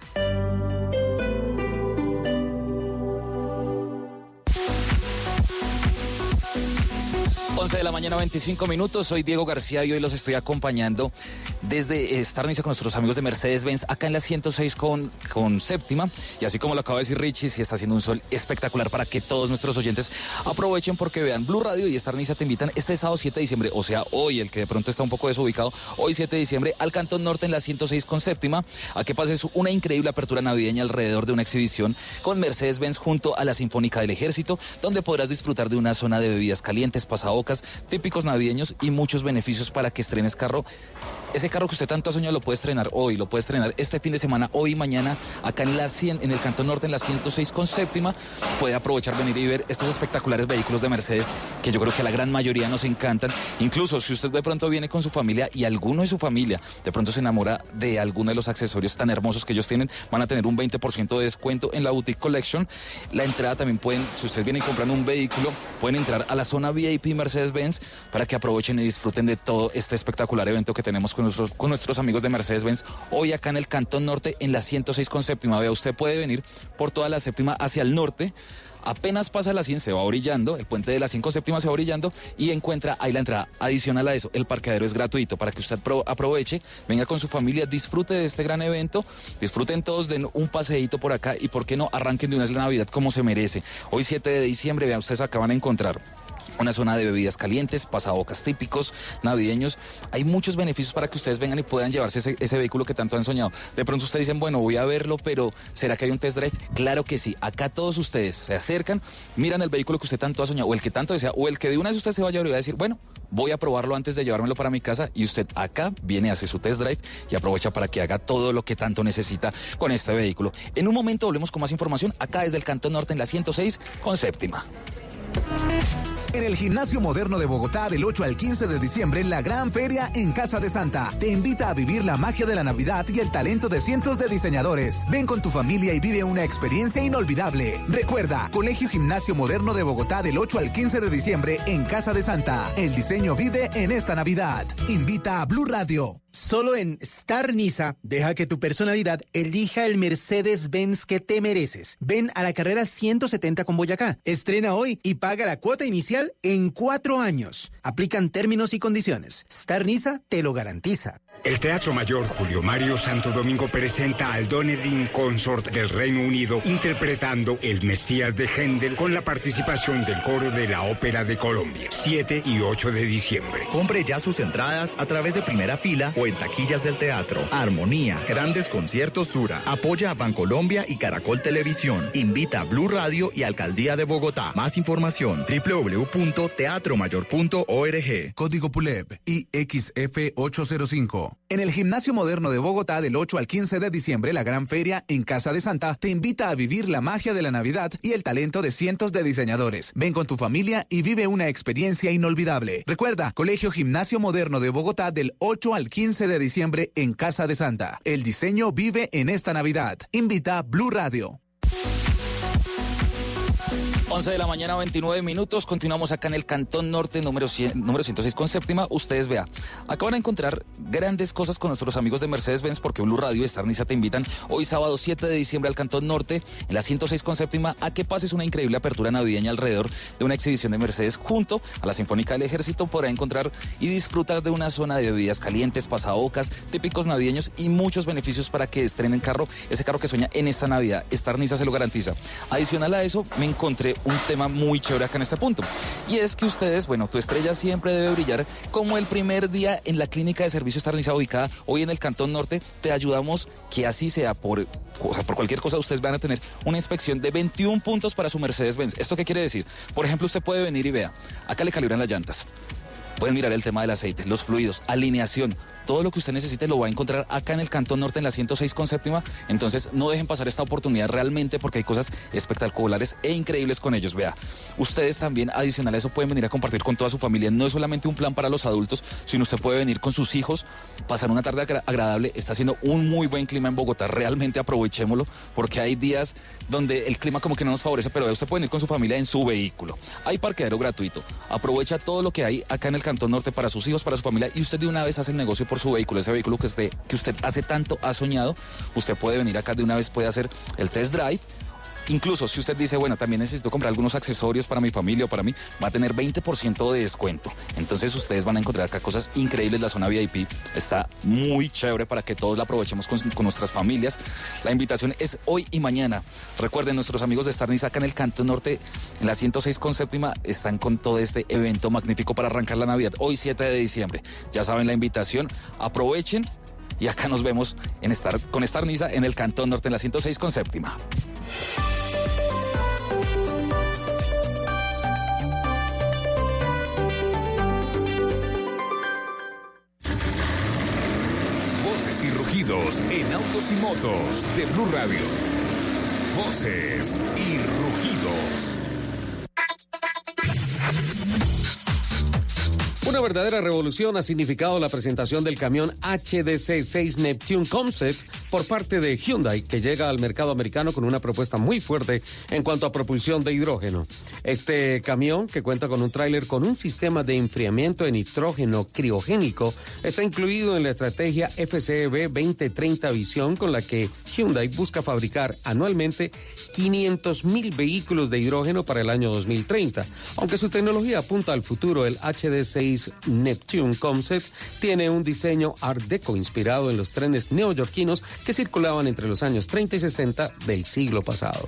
Speaker 20: 11 de la mañana, 25 minutos. Soy Diego García y hoy los estoy acompañando desde Starniza con nuestros amigos de Mercedes-Benz, acá en la 106 con séptima. Y así como lo acaba de decir Richie, sí está haciendo un sol espectacular para que todos nuestros oyentes aprovechen, porque vean, Blue Radio y Starniza te invitan este sábado 7 de diciembre, o sea, hoy, el que de pronto está un poco desubicado, hoy 7 de diciembre, al Cantón Norte en la 106 con séptima, a que pases una increíble apertura navideña alrededor de una exhibición con Mercedes-Benz junto a la Sinfónica del Ejército, donde podrás disfrutar de una zona de bebidas calientes, pasabocas, típicos navideños y muchos beneficios para que estrenes carro. Ese carro que usted tanto ha soñado lo puede estrenar hoy, lo puede estrenar este fin de semana, hoy y mañana, acá en en el Cantón Norte, en la 106 con séptima. Puede aprovechar, venir y ver estos espectaculares vehículos de Mercedes, que yo creo que a la gran mayoría nos encantan. Incluso si usted de pronto viene con su familia y alguno de su familia de pronto se enamora de alguno de los accesorios tan hermosos que ellos tienen, van a tener un 20% de descuento en la Boutique Collection. La entrada también pueden, si ustedes vienen comprando un vehículo, pueden entrar a la zona VIP Mercedes-Benz para que aprovechen y disfruten de todo este espectacular evento que tenemos con nuestros amigos de Mercedes-Benz hoy acá en el Cantón Norte en la 106 con séptima. Vea, usted puede venir por toda la séptima hacia el norte. Apenas pasa la 100, se va orillando, el puente de la 5 séptima se va orillando y encuentra ahí la entrada. Adicional a eso, el parqueadero es gratuito para que usted aproveche, venga con su familia, disfrute de este gran evento, disfruten todos, den un paseíto por acá y por qué no, arranquen de una vez la Navidad como se merece. Hoy 7 de diciembre, vean, ustedes acaban de encontrar una zona de bebidas calientes, pasabocas típicos, navideños. Hay muchos beneficios para que ustedes vengan y puedan llevarse ese vehículo que tanto han soñado. De pronto ustedes dicen, bueno, voy a verlo, pero ¿será que hay un test drive? Claro que sí. Acá todos ustedes se acercan, miran el vehículo que usted tanto ha soñado, o el que tanto desea, o el que de una vez usted se vaya a llevar y va a decir, bueno, voy a probarlo antes de llevármelo para mi casa, y usted acá viene, hace su test drive y aprovecha para que haga todo lo que tanto necesita con este vehículo. En un momento volvemos con más información acá desde el Cantón Norte en la 106 con séptima.
Speaker 21: En el Gimnasio Moderno de Bogotá, del 8 al 15 de diciembre, la gran feria en Casa de Santa te invita a vivir la magia de la Navidad y el talento de cientos de diseñadores. Ven con tu familia y vive una experiencia inolvidable. Recuerda, Colegio Gimnasio Moderno de Bogotá, del 8 al 15 de diciembre en Casa de Santa. El diseño vive en esta Navidad. Invita a Blue Radio.
Speaker 22: Solo en Starniza, deja que tu personalidad elija el Mercedes-Benz que te mereces. Ven a la carrera 170 con Boyacá. Estrena hoy y paga la cuota inicial en 4 años. Aplican términos y condiciones. Starniza te lo garantiza.
Speaker 3: El Teatro Mayor Julio Mario Santo Domingo presenta al Donedin Consort del Reino Unido interpretando El Mesías de Händel con la participación del Coro de la Ópera de Colombia, 7 y 8 de diciembre.
Speaker 5: Compre ya sus entradas a través de Primera Fila o en taquillas del teatro. Armonía, Grandes Conciertos Sura. Apoya a Bancolombia y Caracol Televisión. Invita a Blue Radio y Alcaldía de Bogotá. Más información www.teatromayor.org.
Speaker 21: Código PULEP IXF 805. En el Gimnasio Moderno de Bogotá del 8 al 15 de diciembre, la gran feria en Casa de Santa te invita a vivir la magia de la Navidad y el talento de cientos de diseñadores. Ven con tu familia y vive una experiencia inolvidable. Recuerda, Colegio Gimnasio Moderno de Bogotá del 8 al 15 de diciembre en Casa de Santa. El diseño vive en esta Navidad. Invita Blue Radio.
Speaker 20: 11 de la mañana, 29 minutos. Continuamos acá en el Cantón Norte, número 106 con séptima. Ustedes vean, acá van a encontrar grandes cosas con nuestros amigos de Mercedes-Benz, porque Blue Radio y Star Niza te invitan hoy sábado 7 de diciembre al Cantón Norte, en la 106 con séptima, a que pases una increíble apertura navideña alrededor de una exhibición de Mercedes junto a la Sinfónica del Ejército. Podrá encontrar y disfrutar de una zona de bebidas calientes, pasabocas, típicos navideños y muchos beneficios para que estrenen ese carro que sueña en esta Navidad. Star Niza se lo garantiza. Adicional a eso, me encontré un tema muy chévere acá en este punto, y es que ustedes, bueno, tu estrella siempre debe brillar como el primer día en la clínica de servicio Star Niza ubicada hoy en el Cantón Norte. Te ayudamos que así sea, por cualquier cosa. Ustedes van a tener una inspección de 21 puntos para su Mercedes-Benz. ¿Esto qué quiere decir? Por ejemplo, usted puede venir y vea, acá le calibran las llantas, pueden mirar el tema del aceite, los fluidos, alineación. Todo lo que usted necesite lo va a encontrar acá en el Cantón Norte, en la 106 con séptima. Entonces no dejen pasar esta oportunidad realmente, porque hay cosas espectaculares e increíbles con ellos. Vea, ustedes también, adicional a eso, pueden venir a compartir con toda su familia. No es solamente un plan para los adultos, sino usted puede venir con sus hijos, pasar una tarde agradable. Está haciendo un muy buen clima en Bogotá, realmente aprovechémoslo, porque hay días donde el clima como que no nos favorece, pero usted puede venir con su familia en su vehículo. Hay parqueadero gratuito. Aprovecha todo lo que hay acá en el Cantón Norte para sus hijos, para su familia, y usted de una vez hace el negocio por su vehículo, ese vehículo que usted hace tanto ha soñado. Usted puede venir acá de una vez, puede hacer el test drive. Incluso si usted dice, bueno, también necesito comprar algunos accesorios para mi familia o para mí, va a tener 20% de descuento. Entonces ustedes van a encontrar acá cosas increíbles. La zona VIP está muy chévere para que todos la aprovechemos con nuestras familias. La invitación es hoy y mañana. Recuerden, nuestros amigos de Star Niza acá en el Cantón Norte, en la 106 con séptima, están con todo este evento magnífico para arrancar la Navidad. Hoy 7 de diciembre. Ya saben la invitación. Aprovechen y acá nos vemos con Star Niza en el Cantón Norte, en la 106 con séptima.
Speaker 16: Voces y rugidos en autos y motos de Blue Radio. Voces y rugidos.
Speaker 18: Una verdadera revolución ha significado la presentación del camión HDC6 Neptune Concept por parte de Hyundai, que llega al mercado americano con una propuesta muy fuerte en cuanto a propulsión de hidrógeno. Este camión, que cuenta con un tráiler con un sistema de enfriamiento de nitrógeno criogénico, está incluido en la estrategia FCEV 2030 Visión, con la que Hyundai busca fabricar anualmente 500,000 vehículos de hidrógeno para el año 2030. Aunque su tecnología apunta al futuro, el HD6 Neptune Concept tiene un diseño Art Deco inspirado en los trenes neoyorquinos que circulaban entre los años 30 y 60 del siglo pasado.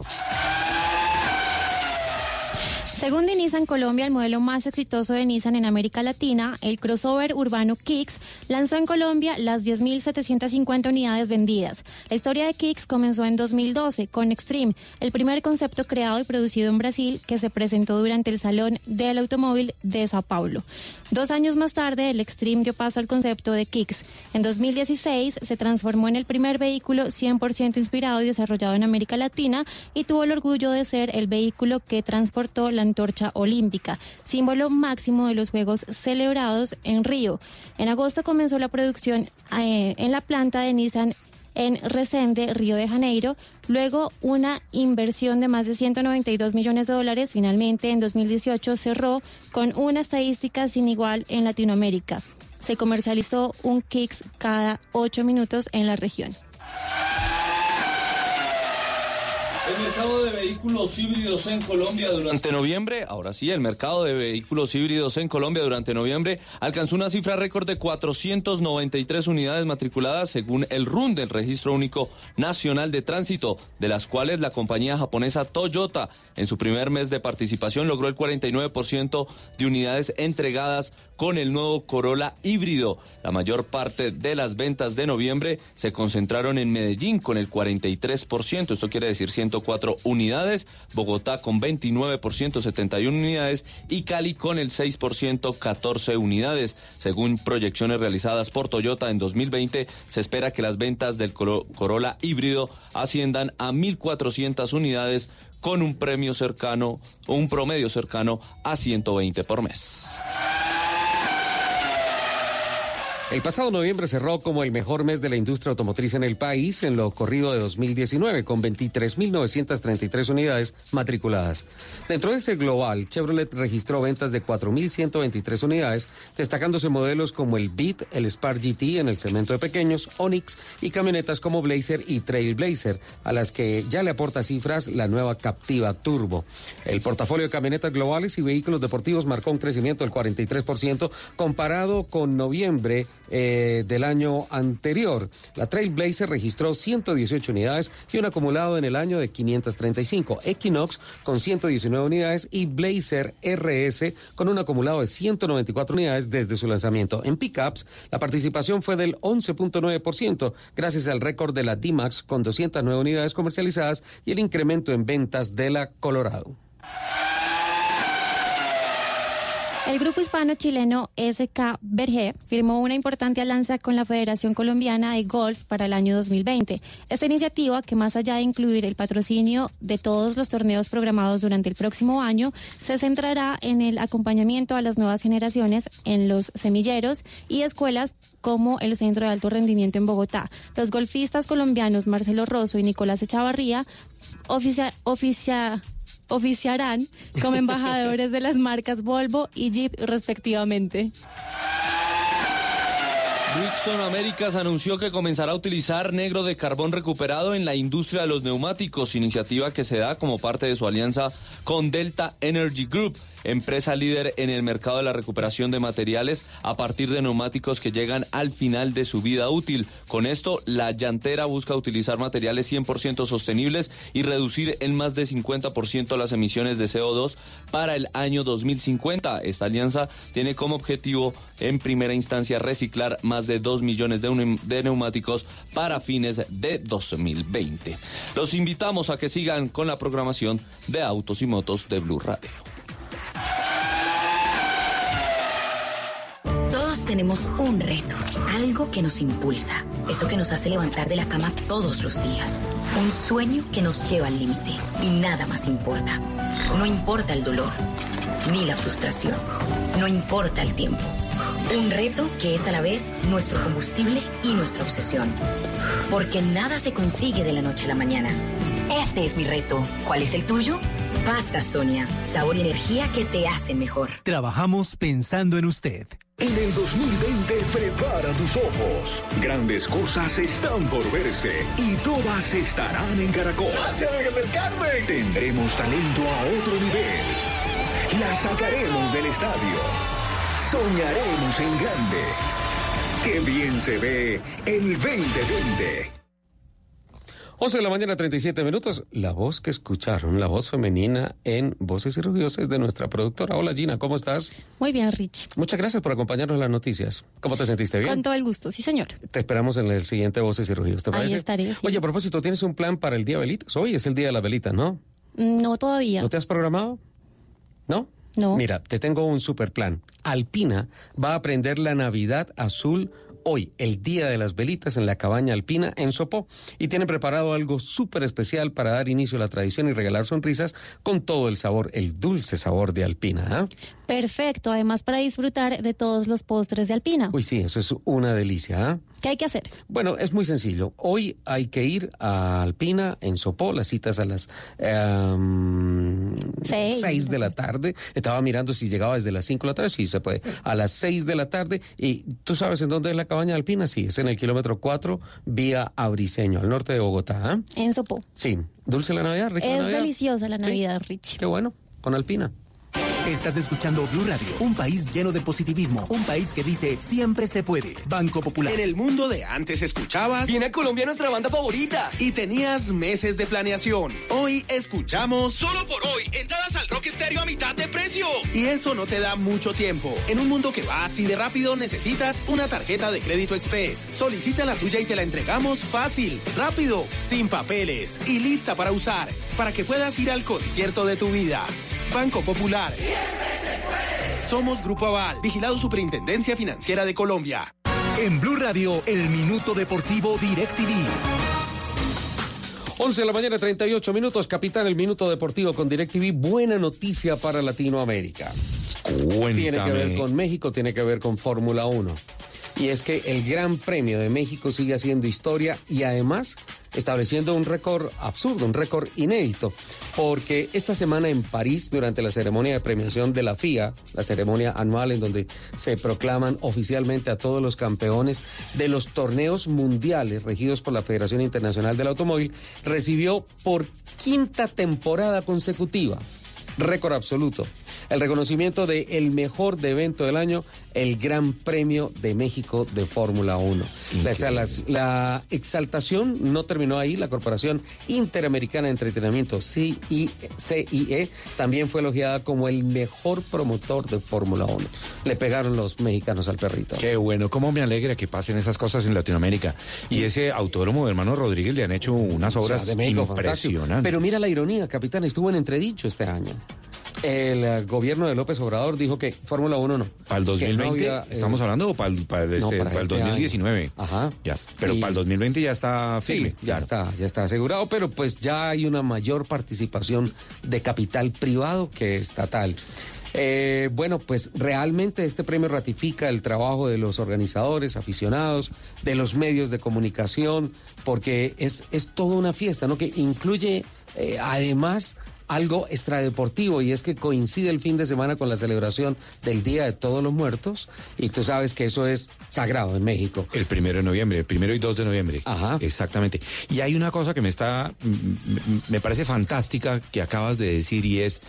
Speaker 23: Según Nissan Colombia, el modelo más exitoso de Nissan en América Latina, el crossover urbano Kicks, lanzó en Colombia las 10.750 unidades vendidas. La historia de Kicks comenzó en 2012 con Extreme, el primer concepto creado y producido en Brasil, que se presentó durante el Salón del Automóvil de Sao Paulo. 2 años más tarde, el Extreme dio paso al concepto de Kicks. En 2016 se transformó en el primer vehículo 100% inspirado y desarrollado en América Latina, y tuvo el orgullo de ser el vehículo que transportó la antorcha olímpica, símbolo máximo de los Juegos celebrados en Río. En agosto comenzó la producción en la planta de Nissan en Resende, Río de Janeiro. Luego una inversión de más de $192 millones. Finalmente, en 2018 cerró con una estadística sin igual en Latinoamérica. Se comercializó un Kicks cada 8 minutos en la región.
Speaker 9: El mercado de vehículos híbridos en Colombia durante noviembre, ahora sí, el mercado de vehículos híbridos en Colombia durante noviembre alcanzó una cifra récord de 493 unidades matriculadas según el RUN del Registro Único Nacional de Tránsito, de las cuales la compañía japonesa Toyota en su primer mes de participación logró el 49% de unidades entregadas con el nuevo Corolla híbrido. La mayor parte de las ventas de noviembre se concentraron en Medellín con el 43%, esto quiere decir 104 unidades, Bogotá con 29%, 71 unidades y Cali con el 6%, 14 unidades. Según proyecciones realizadas por Toyota en 2020, se espera que las ventas del Corolla híbrido asciendan a 1.400 unidades con un promedio cercano a 120 por mes.
Speaker 18: El pasado noviembre cerró como el mejor mes de la industria automotriz en el país en lo corrido de 2019, con 23.933 unidades matriculadas. Dentro de ese global, Chevrolet registró ventas de 4.123 unidades, destacándose modelos como el Beat, el Spark GT en el segmento de pequeños, Onix y camionetas como Blazer y Trailblazer, a las que ya le aporta cifras la nueva Captiva Turbo. El portafolio de camionetas globales y vehículos deportivos marcó un crecimiento del 43% comparado con noviembre del año anterior. La Trailblazer registró 118 unidades y un acumulado en el año de 535. Equinox con 119 unidades y Blazer RS con un acumulado de 194 unidades desde su lanzamiento. En pickups, la participación fue del 11.9%, gracias al récord de la D-Max con 209 unidades comercializadas y el incremento en ventas de la Colorado.
Speaker 23: El grupo hispano-chileno SKBRG firmó una importante alianza con la Federación Colombiana de Golf para el año 2020. Esta iniciativa, que más allá de incluir el patrocinio de todos los torneos programados durante el próximo año, se centrará en el acompañamiento a las nuevas generaciones en los semilleros y escuelas como el Centro de Alto Rendimiento en Bogotá. Los golfistas colombianos Marcelo Rosso y Nicolás Echavarría oficiarán como embajadores de las marcas Volvo y Jeep respectivamente.
Speaker 9: Bridgestone Americas anunció que comenzará a utilizar negro de carbón recuperado en la industria de los neumáticos, iniciativa que se da como parte de su alianza con Delta Energy Group, empresa líder en el mercado de la recuperación de materiales a partir de neumáticos que llegan al final de su vida útil. Con esto, la llantera busca utilizar materiales 100% sostenibles y reducir en más de 50% las emisiones de CO2 para el año 2050. Esta alianza tiene como objetivo, en primera instancia, reciclar más de 2 millones de neumáticos para fines de 2020. Los invitamos a que sigan con la programación de Autos y Motos de Blue Radio.
Speaker 6: Todos tenemos un reto, algo que nos impulsa, eso que nos hace levantar de la cama todos los días, un sueño que nos lleva al límite y nada más importa. No importa el dolor, ni la frustración, no importa el tiempo. Un reto que es a la vez nuestro combustible y nuestra obsesión. Porque nada se consigue de la noche a la mañana. Este es mi reto. ¿Cuál es el tuyo? Pasta Sonia, sabor y energía que te hacen mejor.
Speaker 21: Trabajamos pensando en usted.
Speaker 14: En el 2020 prepara tus ojos. Grandes cosas están por verse y todas estarán en Caracol. ¡Gracias, Virgen del Carmen! Tendremos talento a otro nivel. La sacaremos del estadio. Soñaremos en grande. ¡Qué bien se ve el 2020!
Speaker 18: 11 de la mañana, 37 minutos. La voz que escucharon, la voz femenina en Voces y Rugios es de nuestra productora. Hola Gina, ¿cómo estás?
Speaker 23: Muy bien, Rich.
Speaker 18: Muchas gracias por acompañarnos en las noticias. ¿Cómo te sentiste? ¿Bien?
Speaker 23: Con todo el gusto, sí señor.
Speaker 18: Te esperamos en el siguiente Voces y Rugios, ¿te parece?
Speaker 23: Ahí estaré. Sí.
Speaker 18: Oye, a propósito, ¿tienes un plan para el Día de Velitas? Hoy es el Día de las Velitas, ¿no?
Speaker 23: No todavía.
Speaker 18: ¿No te has programado? ¿No?
Speaker 23: No.
Speaker 18: Mira, te tengo un super plan. Alpina va a prender la Navidad azul hoy, el Día de las Velitas, en la cabaña Alpina en Sopó, y tienen preparado algo súper especial para dar inicio a la tradición y regalar sonrisas con todo el sabor, el dulce sabor de Alpina. ¿Eh?
Speaker 23: Perfecto, además para disfrutar de todos los postres de Alpina.
Speaker 18: Uy, sí, eso es una delicia. ¿Eh?
Speaker 23: ¿Qué hay que hacer?
Speaker 18: Bueno, es muy sencillo. Hoy hay que ir a Alpina en Sopó, las citas a las 6 de la tarde. Estaba mirando si llegaba desde las 5 de la tarde, sí se puede. A las 6 de la tarde, y ¿tú sabes en dónde es la cabaña alpina? Sí, es en el kilómetro 4, vía a Briceño, al norte de Bogotá.
Speaker 23: En Sopó.
Speaker 18: Sí. ¿Dulce la Navidad? ¿Rica la Navidad?
Speaker 23: Es deliciosa la Navidad, sí. Richie.
Speaker 18: Qué bueno, con alpina.
Speaker 21: Estás escuchando Blue Radio, un país lleno de positivismo, un país que dice siempre se puede. Banco Popular.
Speaker 7: En el mundo de antes escuchabas Viene a Colombia nuestra banda favorita y tenías meses de planeación. Hoy escuchamos
Speaker 8: Solo por hoy, entradas al Rock Estéreo a mitad de precio.
Speaker 7: Y eso no te da mucho tiempo. En un mundo que va así de rápido necesitas una tarjeta de crédito express. Solicita la tuya y te la entregamos fácil, rápido, sin papeles y lista para usar, para que puedas ir al concierto de tu vida. Banco Popular.
Speaker 8: Siempre se puede.
Speaker 7: Somos Grupo Aval, vigilado Superintendencia Financiera de Colombia.
Speaker 21: En Blue Radio, el Minuto Deportivo DirecTV.
Speaker 18: 11 de la mañana, 38 minutos, capitán, el Minuto Deportivo con DirecTV. Buena noticia para Latinoamérica.
Speaker 19: Cuéntame.
Speaker 18: Tiene que ver con México, tiene que ver con Fórmula 1. Y es que el Gran Premio de México sigue haciendo historia y además estableciendo un récord absurdo, un récord inédito, porque esta semana en París, durante la ceremonia de premiación de la FIA, la ceremonia anual en donde se proclaman oficialmente a todos los campeones de los torneos mundiales regidos por la Federación Internacional del Automóvil, recibió por quinta temporada consecutiva, récord absoluto, el reconocimiento de el mejor de evento del año, el Gran Premio de México de Fórmula 1. La exaltación no terminó ahí. La Corporación Interamericana de Entretenimiento, CIE, también fue elogiada como el mejor promotor de Fórmula 1. Le pegaron los mexicanos al perrito.
Speaker 19: Qué bueno, cómo me alegra que pasen esas cosas en Latinoamérica. Y ese autódromo de Hermano Rodríguez le han hecho unas obras impresionantes.
Speaker 18: Pero mira la ironía, capitán, estuvo en entredicho este año. El gobierno de López Obrador dijo que Fórmula 1 no.
Speaker 19: ¿Para el 2020 no había, estamos hablando o para el 2019?
Speaker 18: Año. Ajá.
Speaker 19: Ya, pero para el 2020 ya está firme.
Speaker 18: Sí, ya está asegurado, pero pues ya hay una mayor participación de capital privado que estatal. Bueno, pues realmente este premio ratifica el trabajo de los organizadores, aficionados, de los medios de comunicación, porque es toda una fiesta, ¿no? Que incluye además algo extradeportivo, y es que coincide el fin de semana con la celebración del Día de Todos los Muertos, y tú sabes que eso es sagrado en México.
Speaker 19: El 1 de noviembre, el 1 y 2 de noviembre.
Speaker 18: Ajá.
Speaker 19: Exactamente. Y hay una cosa que me parece fantástica que acabas de decir, y es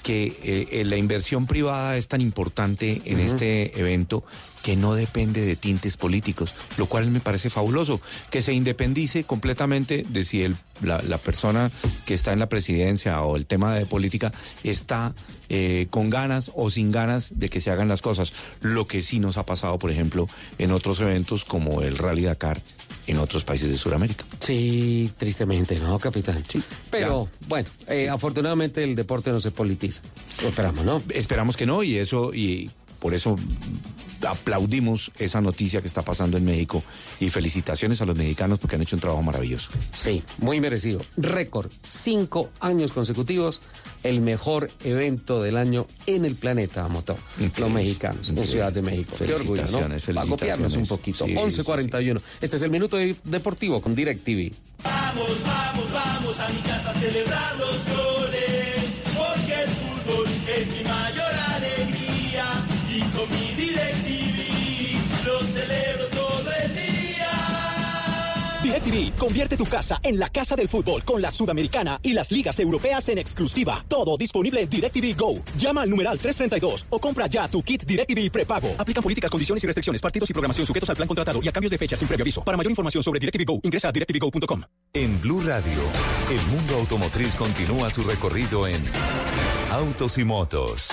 Speaker 19: que la inversión privada es tan importante en este evento que no depende de tintes políticos, lo cual me parece fabuloso, que se independice completamente de si la persona que está en la presidencia o el tema de política está con ganas o sin ganas de que se hagan las cosas. Lo que sí nos ha pasado, por ejemplo, en otros eventos como el Rally Dakar en otros países de Sudamérica.
Speaker 18: Sí, tristemente, ¿no, capitán?
Speaker 19: Sí.
Speaker 18: Pero, bueno, afortunadamente el deporte no se politiza. Lo esperamos, ¿no?
Speaker 19: Esperamos que no, y por eso aplaudimos esa noticia que está pasando en México, y felicitaciones a los mexicanos porque han hecho un trabajo maravilloso.
Speaker 18: Sí, muy merecido. Récord, 5 años consecutivos, el mejor evento del año en el planeta motor. Los mexicanos, en Ciudad de México. Qué orgullo, ¿no? Para copiarnos un poquito. Sí, 11:41. Sí. Este es el Minuto Deportivo con DirecTV.
Speaker 8: Vamos, vamos, vamos a mi casa a celebrar los goles, porque el fútbol es mi mayor alegría, y con mi DirecTV lo celebro todo el día.
Speaker 11: DirecTV convierte tu casa en la casa del fútbol con la Sudamericana y las ligas europeas en exclusiva. Todo disponible en DirecTV Go. Llama al numeral 332 o compra ya tu kit DirecTV prepago. Aplican políticas, condiciones y restricciones, partidos y programación sujetos al plan contratado y a cambios de fecha sin previo aviso. Para mayor información sobre DirecTV Go, ingresa a directvgo.com.
Speaker 1: En Blue Radio, el mundo automotriz continúa su recorrido en Autos y Motos.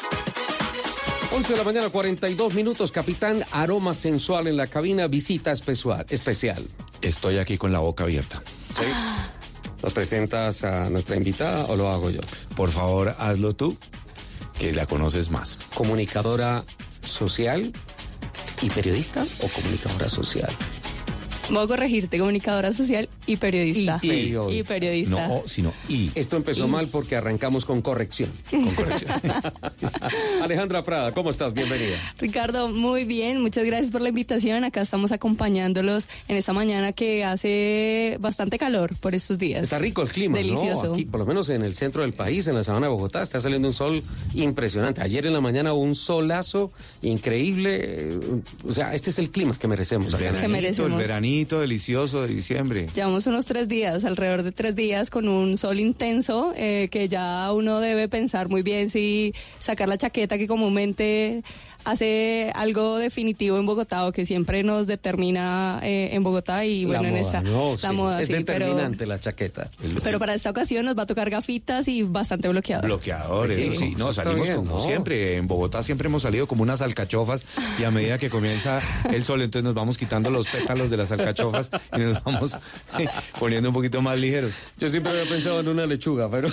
Speaker 18: 11 de la mañana, 42 minutos, capitán. Aroma sensual en la cabina, visita especial.
Speaker 19: Estoy aquí con la boca abierta.
Speaker 18: ¿Sí? ¿Nos presentas a nuestra invitada o lo hago yo?
Speaker 19: Por favor, hazlo tú, que la conoces más.
Speaker 18: ¿Comunicadora social y periodista o comunicadora social?
Speaker 24: Voy a corregirte, comunicadora social
Speaker 10: Y periodista.
Speaker 19: Y
Speaker 10: periodista.
Speaker 19: No, sino y.
Speaker 18: Esto empezó mal porque arrancamos con corrección. Con corrección. Alejandra Prada, ¿cómo estás? Bienvenida.
Speaker 10: Ricardo, muy bien. Muchas gracias por la invitación. Acá estamos acompañándolos en esta mañana que hace bastante calor por estos días.
Speaker 18: Está rico el clima,
Speaker 10: delicioso.
Speaker 18: ¿no? Aquí, por lo menos en el centro del país, en la sabana de Bogotá, está saliendo un sol impresionante. Ayer en la mañana hubo un solazo increíble. O sea, este es el clima que merecemos.
Speaker 19: El veranito delicioso de diciembre.
Speaker 10: Llevamos unos 3 días, alrededor de 3 días, con un sol intenso, que ya uno debe pensar muy bien si sacar la chaqueta que comúnmente hace algo definitivo en Bogotá o que siempre nos determina en Bogotá y bueno,
Speaker 18: la moda,
Speaker 10: en esta
Speaker 18: la moda,
Speaker 10: es
Speaker 18: determinante la chaqueta.
Speaker 10: Pero para esta ocasión nos va a tocar gafitas y bastante bloqueador.
Speaker 19: Bloqueador, eso sí. No, salimos bien, como siempre. En Bogotá siempre hemos salido como unas alcachofas y a medida que comienza el sol, entonces nos vamos quitando los pétalos de las alcachofas y nos vamos poniendo un poquito más ligeros.
Speaker 18: Yo siempre había pensado en una lechuga, pero...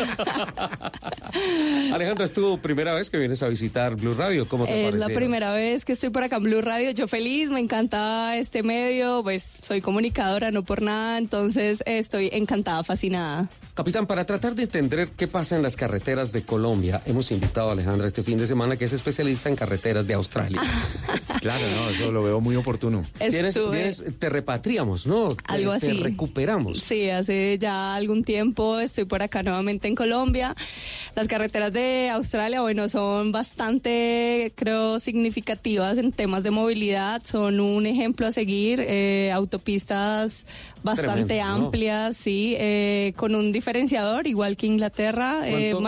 Speaker 18: Alejandra, ¿es tu primera vez que vienes a visitar Blue Radio? ¿Cómo te
Speaker 10: Es la primera vez que estoy por acá en Blue Radio. Yo feliz, me encanta este medio, pues soy comunicadora, no por nada, entonces estoy encantada, fascinada.
Speaker 18: Capitán, para tratar de entender qué pasa en las carreteras de Colombia, hemos invitado a Alejandra este fin de semana, que es especialista en carreteras de Australia.
Speaker 19: Claro, no, eso lo veo muy oportuno.
Speaker 18: Te repatriamos, ¿no?
Speaker 10: Algo así.
Speaker 18: Te recuperamos.
Speaker 10: Sí, hace ya algún tiempo estoy por acá nuevamente en Colombia. Las carreteras de Australia, bueno, son bastante, creo, significativas en temas de movilidad. Son un ejemplo a seguir. Autopistas bastante tremendo, amplias, ¿no? Sí, con un diferenciador, igual que Inglaterra.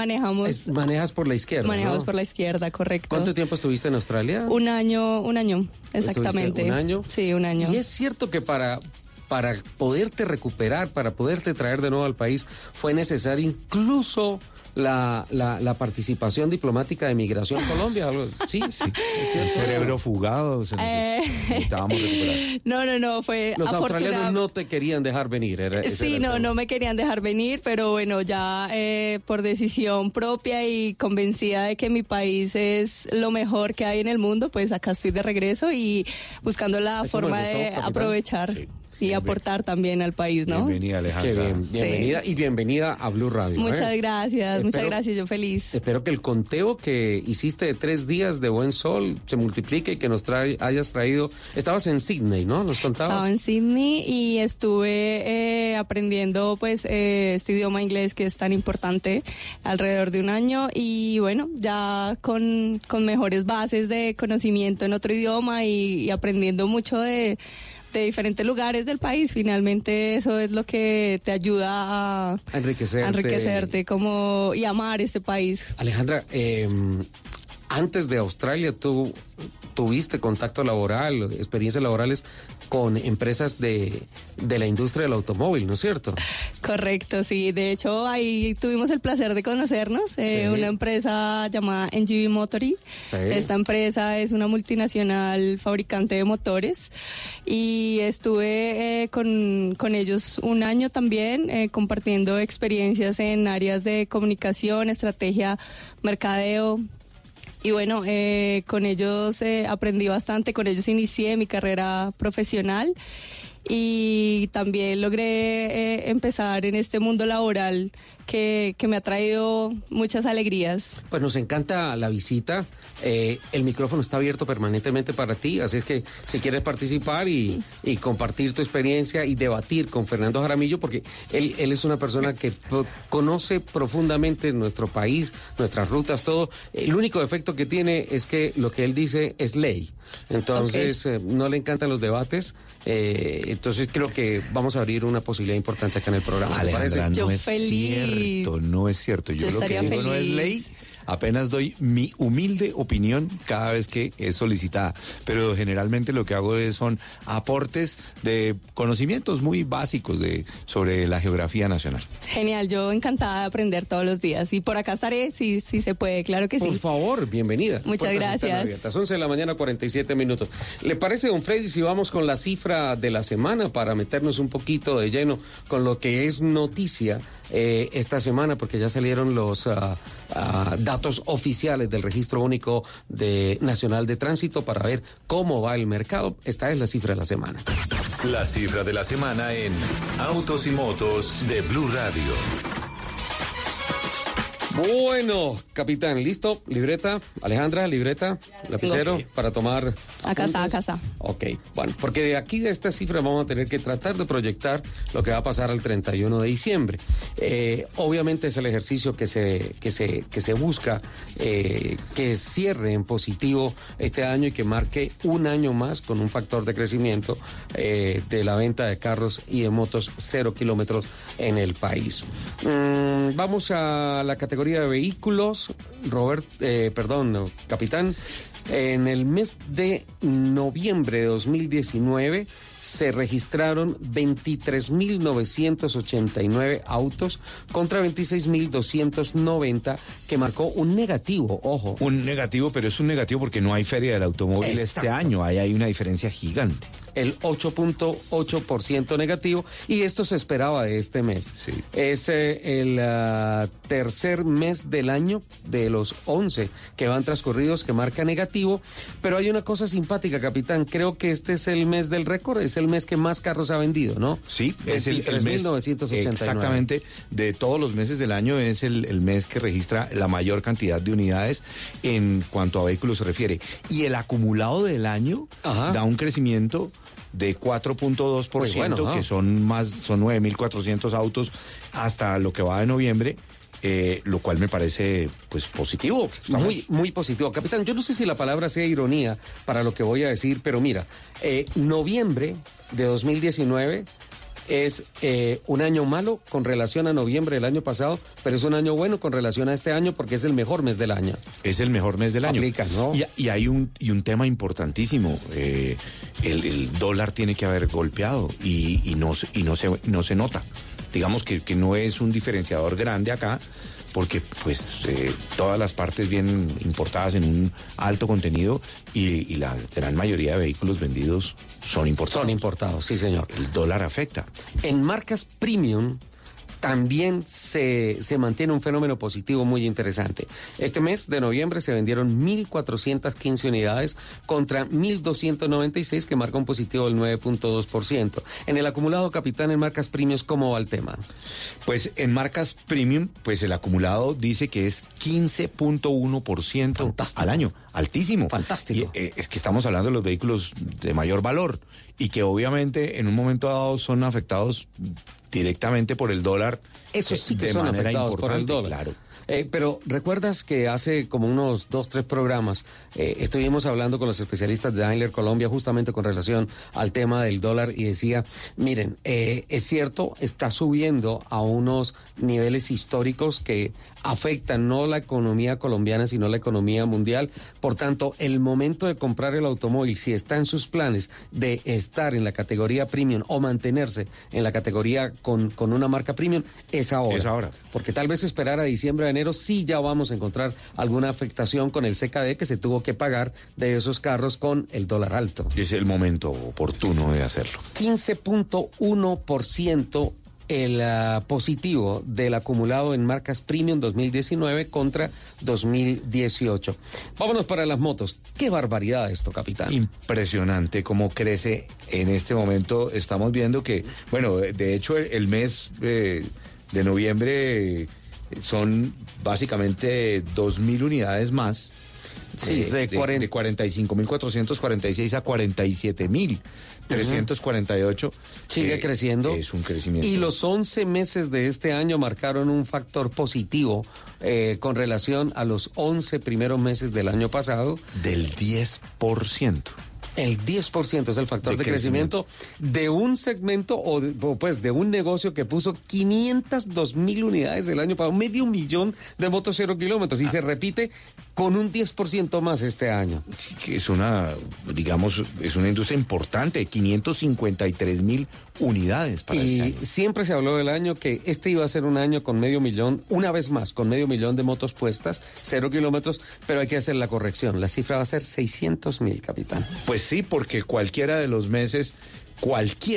Speaker 18: Manejas por la izquierda,
Speaker 10: Manejamos, ¿no?
Speaker 18: Por
Speaker 10: la izquierda, correcto.
Speaker 18: ¿Cuánto tiempo estuviste en Australia?
Speaker 10: Un año, exactamente.
Speaker 18: ¿Un año?
Speaker 10: Sí, un año.
Speaker 18: Y es cierto que para poderte recuperar, para poderte traer de nuevo al país, fue necesario incluso la participación diplomática de Migración Colombia. Sí, es cierto.
Speaker 19: Cerebro fugado. Necesitábamos recuperar.
Speaker 10: No, fue
Speaker 18: los australianos no te querían dejar venir.
Speaker 10: Sí, no me querían dejar venir, pero bueno, ya por decisión propia y convencida de que mi país es lo mejor que hay en el mundo, pues acá estoy de regreso y buscando la forma de aprovechar. Sí. Y aportar también al país, ¿no?
Speaker 19: Bienvenida, Alejandra.
Speaker 18: Qué bien, bienvenida, sí. Y bienvenida a Blue Radio.
Speaker 10: Muchas gracias, yo feliz.
Speaker 18: Espero que el conteo que hiciste de 3 días de buen sol se multiplique y que nos hayas traído... Estabas en Sydney, ¿no? ¿Nos contabas?
Speaker 10: Estaba en Sydney y estuve aprendiendo pues este idioma inglés que es tan importante alrededor de un año y bueno, ya con mejores bases de conocimiento en otro idioma y aprendiendo mucho de diferentes lugares del país. Finalmente eso es lo que te ayuda a enriquecerte y amar este país.
Speaker 18: Alejandra, antes de Australia tú tuviste contacto laboral, experiencias laborales con empresas de la industria del automóvil, ¿no es cierto?
Speaker 10: Correcto, sí. De hecho, ahí tuvimos el placer de conocernos. Sí. Una empresa llamada NGV Motory. Sí. Esta empresa es una multinacional fabricante de motores y estuve con ellos un año también compartiendo experiencias en áreas de comunicación, estrategia, mercadeo. Y bueno, con ellos aprendí bastante, con ellos inicié mi carrera profesional y también logré empezar en este mundo laboral que me ha traído muchas alegrías.
Speaker 18: Pues nos encanta la visita, el micrófono está abierto permanentemente para ti, así es que si quieres participar y compartir tu experiencia y debatir con Fernando Jaramillo, porque él es una persona que conoce profundamente nuestro país, nuestras rutas, todo. El único defecto que tiene es que lo que él dice es ley, entonces no le encantan los debates, entonces creo que vamos a abrir una posibilidad importante acá en el programa.
Speaker 19: Alejandra, no
Speaker 10: yo
Speaker 19: es
Speaker 10: feliz.
Speaker 19: No es cierto. Yo lo que digo
Speaker 10: feliz.
Speaker 19: No es ley. Apenas doy mi humilde opinión cada vez que es solicitada, pero generalmente lo que hago son aportes de conocimientos muy básicos sobre la geografía nacional.
Speaker 10: Genial, yo encantada de aprender todos los días y por acá estaré si se puede, claro que sí.
Speaker 18: Por favor, bienvenida.
Speaker 10: Muchas gracias.
Speaker 18: 11 de la mañana, 47 minutos. ¿Le parece, don Freddy, si vamos con la cifra de la semana para meternos un poquito de lleno con lo que es noticia esta semana porque ya salieron los datos oficiales del Registro Único Nacional de Tránsito para ver cómo va el mercado. Esta es la cifra de la semana.
Speaker 1: La cifra de la semana en Autos y Motos de Blue Radio.
Speaker 18: Bueno, capitán, ¿listo? Libreta, Alejandra, libreta, lapicero, para tomar...
Speaker 10: Acá está.
Speaker 18: Ok, bueno, porque de aquí de esta cifra vamos a tener que tratar de proyectar lo que va a pasar al 31 de diciembre. Obviamente es el ejercicio que se busca que cierre en positivo este año y que marque un año más con un factor de crecimiento de la venta de carros y de motos 0 kilómetros en el país. Vamos a la categoría de vehículos, capitán. En el mes de noviembre de 2019 se registraron 23.989 autos contra 26.290, que marcó un negativo, ojo.
Speaker 19: Un negativo, pero es un negativo porque no hay feria del automóvil. Exacto. Este año. Ahí hay una diferencia gigante.
Speaker 18: El 8.8% negativo, y esto se esperaba de este mes.
Speaker 19: Sí.
Speaker 18: Es el tercer mes del año de los 11 que van transcurridos que marca negativo, pero hay una cosa simpática, capitán. Creo que este es el mes del récord, es el mes que más carros ha vendido, ¿no?
Speaker 19: Sí, es el mes,
Speaker 18: 3.989.
Speaker 19: Exactamente, de todos los meses del año es el mes que registra la mayor cantidad de unidades en cuanto a vehículos se refiere. Y el acumulado del año da un crecimiento de 4.2%, bueno, que son 9.400 autos hasta lo que va de noviembre, lo cual me parece pues positivo.
Speaker 18: Muy positivo. Capitán, yo no sé si la palabra sea ironía para lo que voy a decir, pero mira, noviembre de 2019 es un año malo con relación a noviembre del año pasado, pero es un año bueno con relación a este año porque es el mejor mes del año.
Speaker 19: Es el mejor mes del año.
Speaker 18: Aplica, ¿no?
Speaker 19: Y hay un tema importantísimo. El dólar tiene que haber golpeado y no se nota. Digamos que no es un diferenciador grande acá, porque pues todas las partes vienen importadas en un alto contenido y la gran mayoría de vehículos vendidos son importados.
Speaker 18: Son importados, sí, señor.
Speaker 19: El dólar afecta.
Speaker 18: En marcas premium también se mantiene un fenómeno positivo muy interesante. Este mes de noviembre se vendieron 1.415 unidades contra 1.296, que marca un positivo del 9.2%. En el acumulado, capitán, en marcas premium, ¿cómo va el tema?
Speaker 19: Pues en marcas premium, pues el acumulado dice que es 15.1% al año. Altísimo.
Speaker 18: Fantástico.
Speaker 19: Y, es que estamos hablando de los vehículos de mayor valor y que obviamente en un momento dado son afectados directamente por el dólar.
Speaker 18: Eso sí que son afectados por el dólar.
Speaker 19: Claro.
Speaker 18: Pero ¿recuerdas que hace como unos 2-3 programas estuvimos hablando con los especialistas de Daimler Colombia justamente con relación al tema del dólar y decía, miren, es cierto, está subiendo a unos niveles históricos que afectan no la economía colombiana sino la economía mundial? Por tanto, el momento de comprar el automóvil, si está en sus planes de estar en la categoría premium o mantenerse en la categoría con una marca premium, es ahora.
Speaker 19: Es ahora.
Speaker 18: Porque tal vez esperar a diciembre, a enero, sí ya vamos a encontrar alguna afectación con el CKD que se tuvo que pagar de esos carros con el dólar alto.
Speaker 19: Es el momento oportuno de hacerlo.
Speaker 18: 15.1% el positivo del acumulado en marcas premium 2019 contra 2018. Vámonos para las motos. Qué barbaridad esto, capitán.
Speaker 19: Impresionante cómo crece en este momento. Estamos viendo que, bueno, de hecho el mes de noviembre son básicamente 2.000 unidades más.
Speaker 18: Sí,
Speaker 19: de 45.446 a 47.348.
Speaker 18: Sigue creciendo.
Speaker 19: Es un crecimiento.
Speaker 18: Y los 11 meses de este año marcaron un factor positivo con relación a los 11 primeros meses del año pasado.
Speaker 19: Del 10%.
Speaker 18: El 10% es el factor de crecimiento de un segmento pues de un negocio que puso 502.000 unidades el año pasado, 500.000 de motos 0 kilómetros, y se repite con un 10% más este año.
Speaker 19: Que es una industria importante, 553.000 unidades para este año.
Speaker 18: Y siempre se habló del año que este iba a ser un año con 500.000, una vez más, con 500.000 de motos puestas, 0 kilómetros, pero hay que hacer la corrección. La cifra va a ser 600.000, capitán.
Speaker 19: Pues sí, porque cualquiera de los meses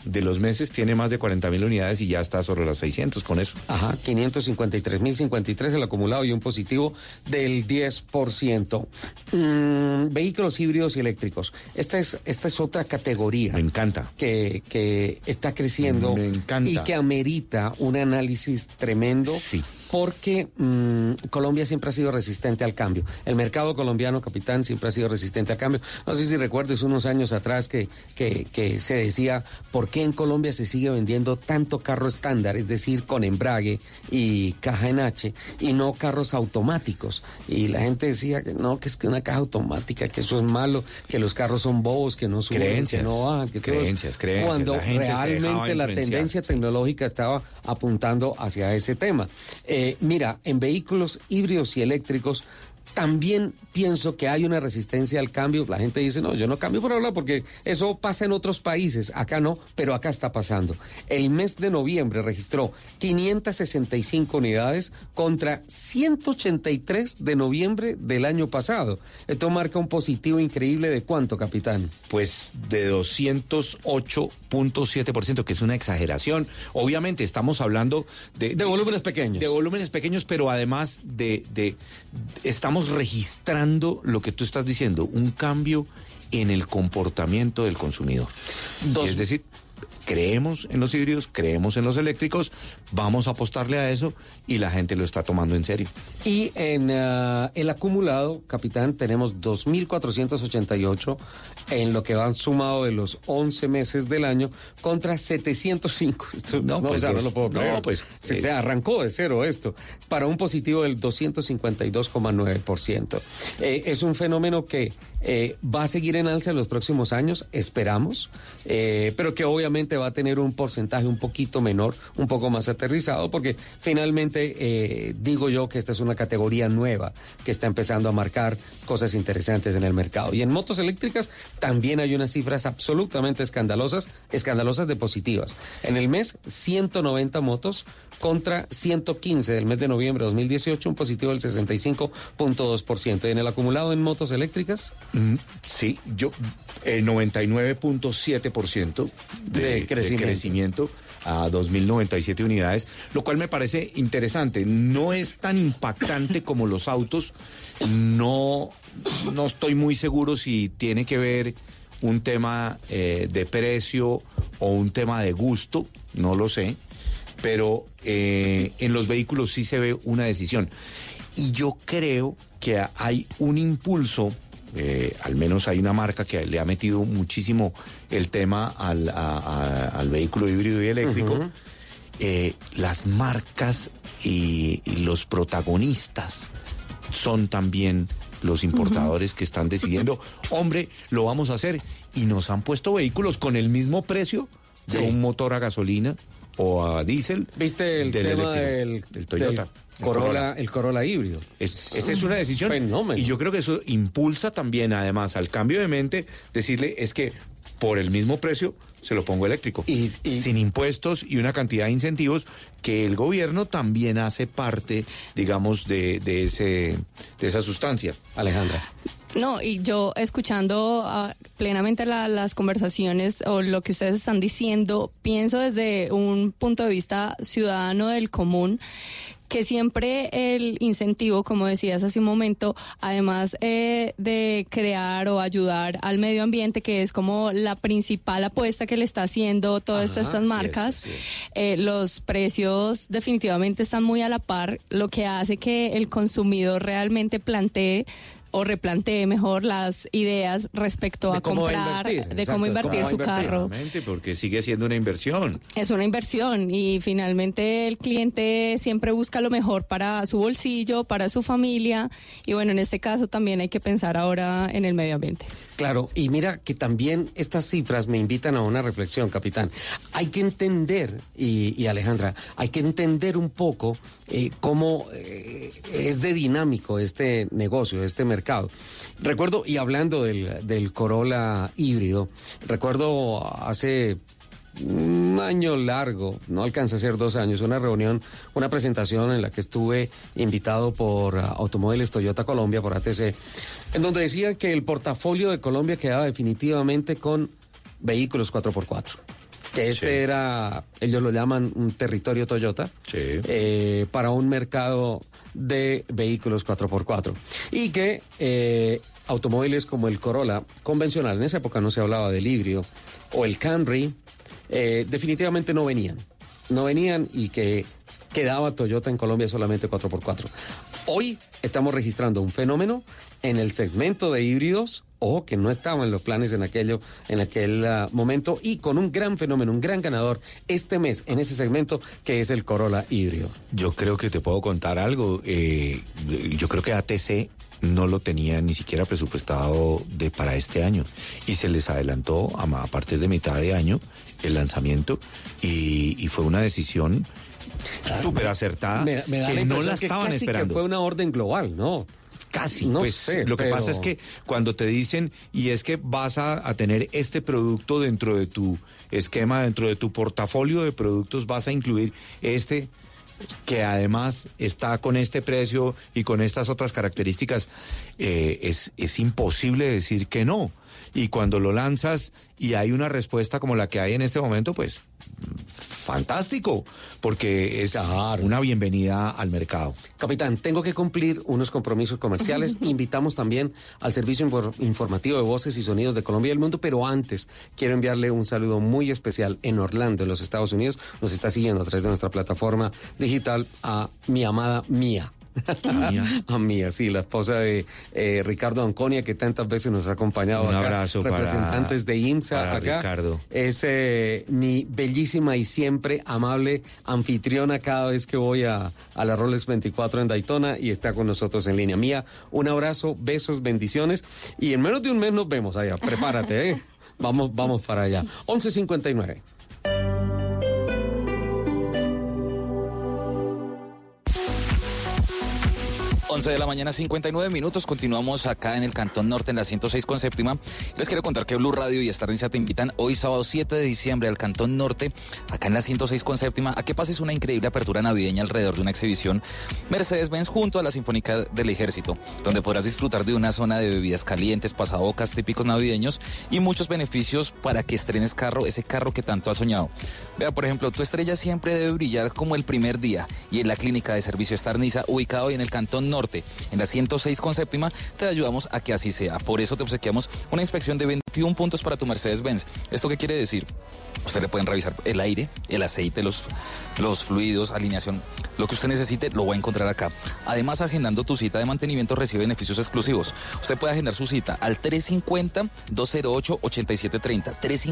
Speaker 19: de los meses tiene más de 40.000 unidades y ya está sobre las 600 con eso.
Speaker 18: Ajá, 553.053 el acumulado y un positivo del 10%. Vehículos híbridos y eléctricos. Esta es otra categoría.
Speaker 19: Me encanta.
Speaker 18: Que está creciendo.
Speaker 19: Me encanta.
Speaker 18: Y que amerita un análisis tremendo.
Speaker 19: Sí.
Speaker 18: Porque Colombia siempre ha sido resistente al cambio. El mercado colombiano, capitán, siempre ha sido resistente al cambio. No sé si recuerdes unos años atrás que se decía ¿por qué en Colombia se sigue vendiendo tanto carro estándar? Es decir, con embrague y caja en H y no carros automáticos. Y la gente decía que no, que es que una caja automática, que eso es malo, que los carros son bobos, que no suben,
Speaker 19: creencias,
Speaker 18: que no bajan.
Speaker 19: Creencias.
Speaker 18: Cuando
Speaker 19: la gente
Speaker 18: realmente la tendencia tecnológica estaba apuntando hacia ese tema. Mira, en vehículos híbridos y eléctricos también pienso que hay una resistencia al cambio. La gente dice, no, yo no cambio por hablar porque eso pasa en otros países. Acá no, pero acá está pasando. El mes de noviembre registró 565 unidades contra 183 de noviembre del año pasado. Esto marca un positivo increíble de ¿cuánto, capitán?
Speaker 19: Pues de 208.7%, que es una exageración. Obviamente estamos hablando de
Speaker 18: volúmenes pequeños.
Speaker 19: De volúmenes pequeños, pero además estamos registrando lo que tú estás diciendo, un cambio en el comportamiento del consumidor. Es decir, creemos en los híbridos, creemos en los eléctricos, vamos a apostarle a eso y la gente lo está tomando en serio.
Speaker 18: Y en el acumulado, capitán, tenemos 2.488 en lo que van sumado de los 11 meses del año contra 705. Esto, no lo puedo creer.
Speaker 19: No, pues
Speaker 18: se arrancó de cero esto, para un positivo del 252,9%. Es un fenómeno que va a seguir en alza en los próximos años, esperamos, pero que obviamente va a tener un porcentaje un poquito menor, un poco más aterrizado, porque finalmente digo yo que esta es una categoría nueva que está empezando a marcar cosas interesantes en el mercado. Y en motos eléctricas también hay unas cifras absolutamente escandalosas de positivas. En el mes, 190 motos contra 115 del mes de noviembre de 2018, un positivo del 65.2%. ¿Y en el acumulado en motos eléctricas?
Speaker 19: Sí, yo 99.7% de crecimiento a 2.097 unidades, lo cual me parece interesante. No es tan impactante como los autos. No estoy muy seguro si tiene que ver un tema de precio o un tema de gusto, no lo sé, pero en los vehículos sí se ve una decisión. Y yo creo que hay un impulso, al menos hay una marca que le ha metido muchísimo el tema al vehículo híbrido y eléctrico. Las marcas y los protagonistas son también los importadores que están decidiendo, hombre, lo vamos a hacer, y nos han puesto vehículos con el mismo precio de un motor a gasolina o a diésel.
Speaker 18: ¿Viste el tema del
Speaker 19: Toyota?
Speaker 18: El Corolla híbrido.
Speaker 19: Esa es una decisión.
Speaker 18: Fenómeno.
Speaker 19: Y yo creo que eso impulsa también, además, al cambio de mente, decirle, es que por el mismo precio se lo pongo eléctrico. Y sin impuestos y una cantidad de incentivos que el gobierno también hace parte, digamos, de esa sustancia.
Speaker 18: Alejandra.
Speaker 10: No, y yo escuchando plenamente las conversaciones o lo que ustedes están diciendo, pienso desde un punto de vista ciudadano del común, que siempre el incentivo, como decías hace un momento, además de crear o ayudar al medio ambiente, que es como la principal apuesta que le está haciendo todas estas marcas, los precios definitivamente están muy a la par, lo que hace que el consumidor realmente plantee o replantee mejor las ideas respecto a comprar, de cómo invertir su carro.
Speaker 19: Porque sigue siendo una inversión.
Speaker 10: Es una inversión y finalmente el cliente siempre busca lo mejor para su bolsillo, para su familia, y bueno, en este caso también hay que pensar ahora en el medio ambiente.
Speaker 18: Claro, y mira que también estas cifras me invitan a una reflexión, capitán. Hay que entender, y Alejandra, hay que entender un poco cómo es de dinámico este negocio, este mercado. Recuerdo, y hablando del Corolla híbrido, recuerdo hace un año largo, no alcanza a ser 2 años, una reunión, una presentación en la que estuve invitado por Automóviles Toyota Colombia, por ATC, en donde decían que el portafolio de Colombia quedaba definitivamente con vehículos 4x4. que era, ellos lo llaman un territorio Toyota, para un mercado de vehículos 4x4. Y que automóviles como el Corolla convencional, en esa época no se hablaba del híbrido, o el Camry, definitivamente no venían y que quedaba Toyota en Colombia solamente 4x4. Hoy estamos registrando un fenómeno en el segmento de híbridos, ojo, que no estaba en los planes en aquel momento, y con un gran fenómeno, un gran ganador este mes en ese segmento, que es el Corolla híbrido.
Speaker 19: Yo creo que te puedo contar algo. Yo creo que ATC no lo tenía ni siquiera presupuestado para este año, y se les adelantó a partir de mitad de año el lanzamiento, y fue una decisión súper acertada, que no la estaban esperando.
Speaker 18: Que fue una orden global, ¿no?
Speaker 19: Casi, no sé, lo que pasa es que cuando te dicen, y es que vas a tener este producto dentro de tu esquema, dentro de tu portafolio de productos, vas a incluir este, que además está con este precio y con estas otras características, es imposible decir que no. Y cuando lo lanzas y hay una respuesta como la que hay en este momento, pues fantástico, porque es una bienvenida al mercado.
Speaker 18: Capitán, tengo que cumplir unos compromisos comerciales. Invitamos también al servicio informativo de voces y sonidos de Colombia y el mundo, pero antes quiero enviarle un saludo muy especial en Orlando, en los Estados Unidos. Nos está siguiendo a través de nuestra plataforma digital a mi amada Mía. A Mía, sí, la esposa de Ricardo Anconia, que tantas veces nos ha acompañado.
Speaker 19: Un
Speaker 18: acá,
Speaker 19: abrazo
Speaker 18: representantes de IMSA acá.
Speaker 19: Ricardo.
Speaker 18: Es mi bellísima y siempre amable anfitriona cada vez que voy a la Rolex 24 en Daytona, y está con nosotros en línea. Mía, un abrazo, besos, bendiciones, y en menos de un mes nos vemos allá. Prepárate, Vamos para allá. 11:59.
Speaker 20: 11 de la mañana, 59 minutos. Continuamos acá en el Cantón Norte, en la 106 con séptima. Les quiero contar que Blue Radio y Star Niza te invitan hoy sábado 7 de diciembre al Cantón Norte, acá en la 106 con séptima, a que pases una increíble apertura navideña alrededor de una exhibición Mercedes-Benz junto a la Sinfónica del Ejército, donde podrás disfrutar de una zona de bebidas calientes, pasabocas típicos navideños y muchos beneficios para que estrenes ese carro que tanto has soñado. Vea, por ejemplo, tu estrella siempre debe brillar como el primer día, y en la clínica de servicio Star Niza, ubicado hoy en el Cantón Norte, en la 106 con séptima, te ayudamos a que así sea. Por eso te obsequiamos una inspección de 21 puntos para tu Mercedes-Benz. ¿Esto qué quiere decir? Usted le pueden revisar el aire, el aceite, los fluidos, alineación, lo que usted necesite lo va a encontrar acá. Además, agendando tu cita de mantenimiento recibe beneficios exclusivos. Usted puede agendar su cita al 350-208-8730,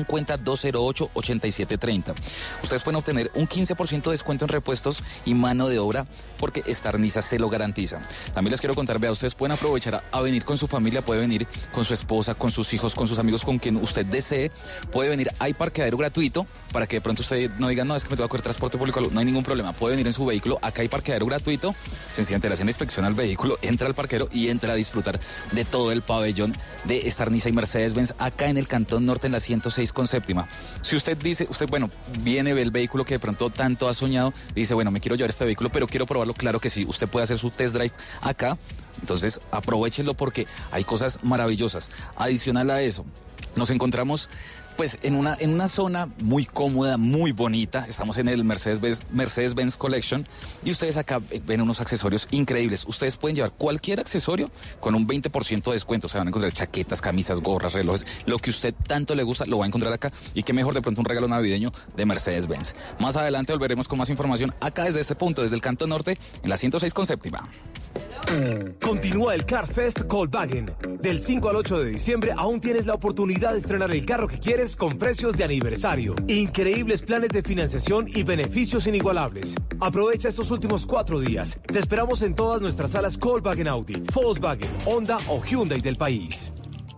Speaker 20: 350-208-8730. Ustedes pueden obtener un 15% de descuento en repuestos y mano de obra, porque Star Niza se lo garantiza. También les quiero contar, vea, ustedes pueden aprovechar a venir con su familia, puede venir con su esposa, con sus hijos, con sus amigos, con quien usted desee, puede venir. Hay parqueadero gratuito para que de pronto usted no diga, no, es que me tengo que coger transporte público, no hay ningún problema, puede venir en su vehículo, acá hay parqueadero gratuito, sencillamente le hacen la inspección al vehículo, entra al parqueadero y entra a disfrutar de todo el pabellón de Star Niza y Mercedes-Benz acá en el Cantón Norte, en la 106 con séptima. Si usted dice, bueno, viene, ve el vehículo que de pronto tanto ha soñado, dice, bueno, me quiero llevar este vehículo, pero quiero probarlo, claro que sí, usted puede hacer su test drive acá. Entonces aprovechenlo porque hay cosas maravillosas. Adicional a eso, nos encontramos pues en una zona muy cómoda, muy bonita. Estamos en el Mercedes-Benz Collection, y ustedes acá ven unos accesorios increíbles. Ustedes pueden llevar cualquier accesorio con un 20% de descuento. O sea, van a encontrar chaquetas, camisas, gorras, relojes, lo que usted tanto le gusta lo va a encontrar acá, y qué mejor de pronto un regalo navideño de Mercedes-Benz. Más adelante volveremos con más información acá desde este punto, desde el Cantón Norte, en la 106 con séptima.
Speaker 2: Continúa el Car Fest Volkswagen. Del 5 al 8 de diciembre aún tienes la oportunidad de estrenar el carro que quieres con precios de aniversario. Increíbles planes de financiación y beneficios inigualables. Aprovecha estos últimos 4 días. Te esperamos en todas nuestras salas Volkswagen Audi, Volkswagen, Honda o Hyundai del país.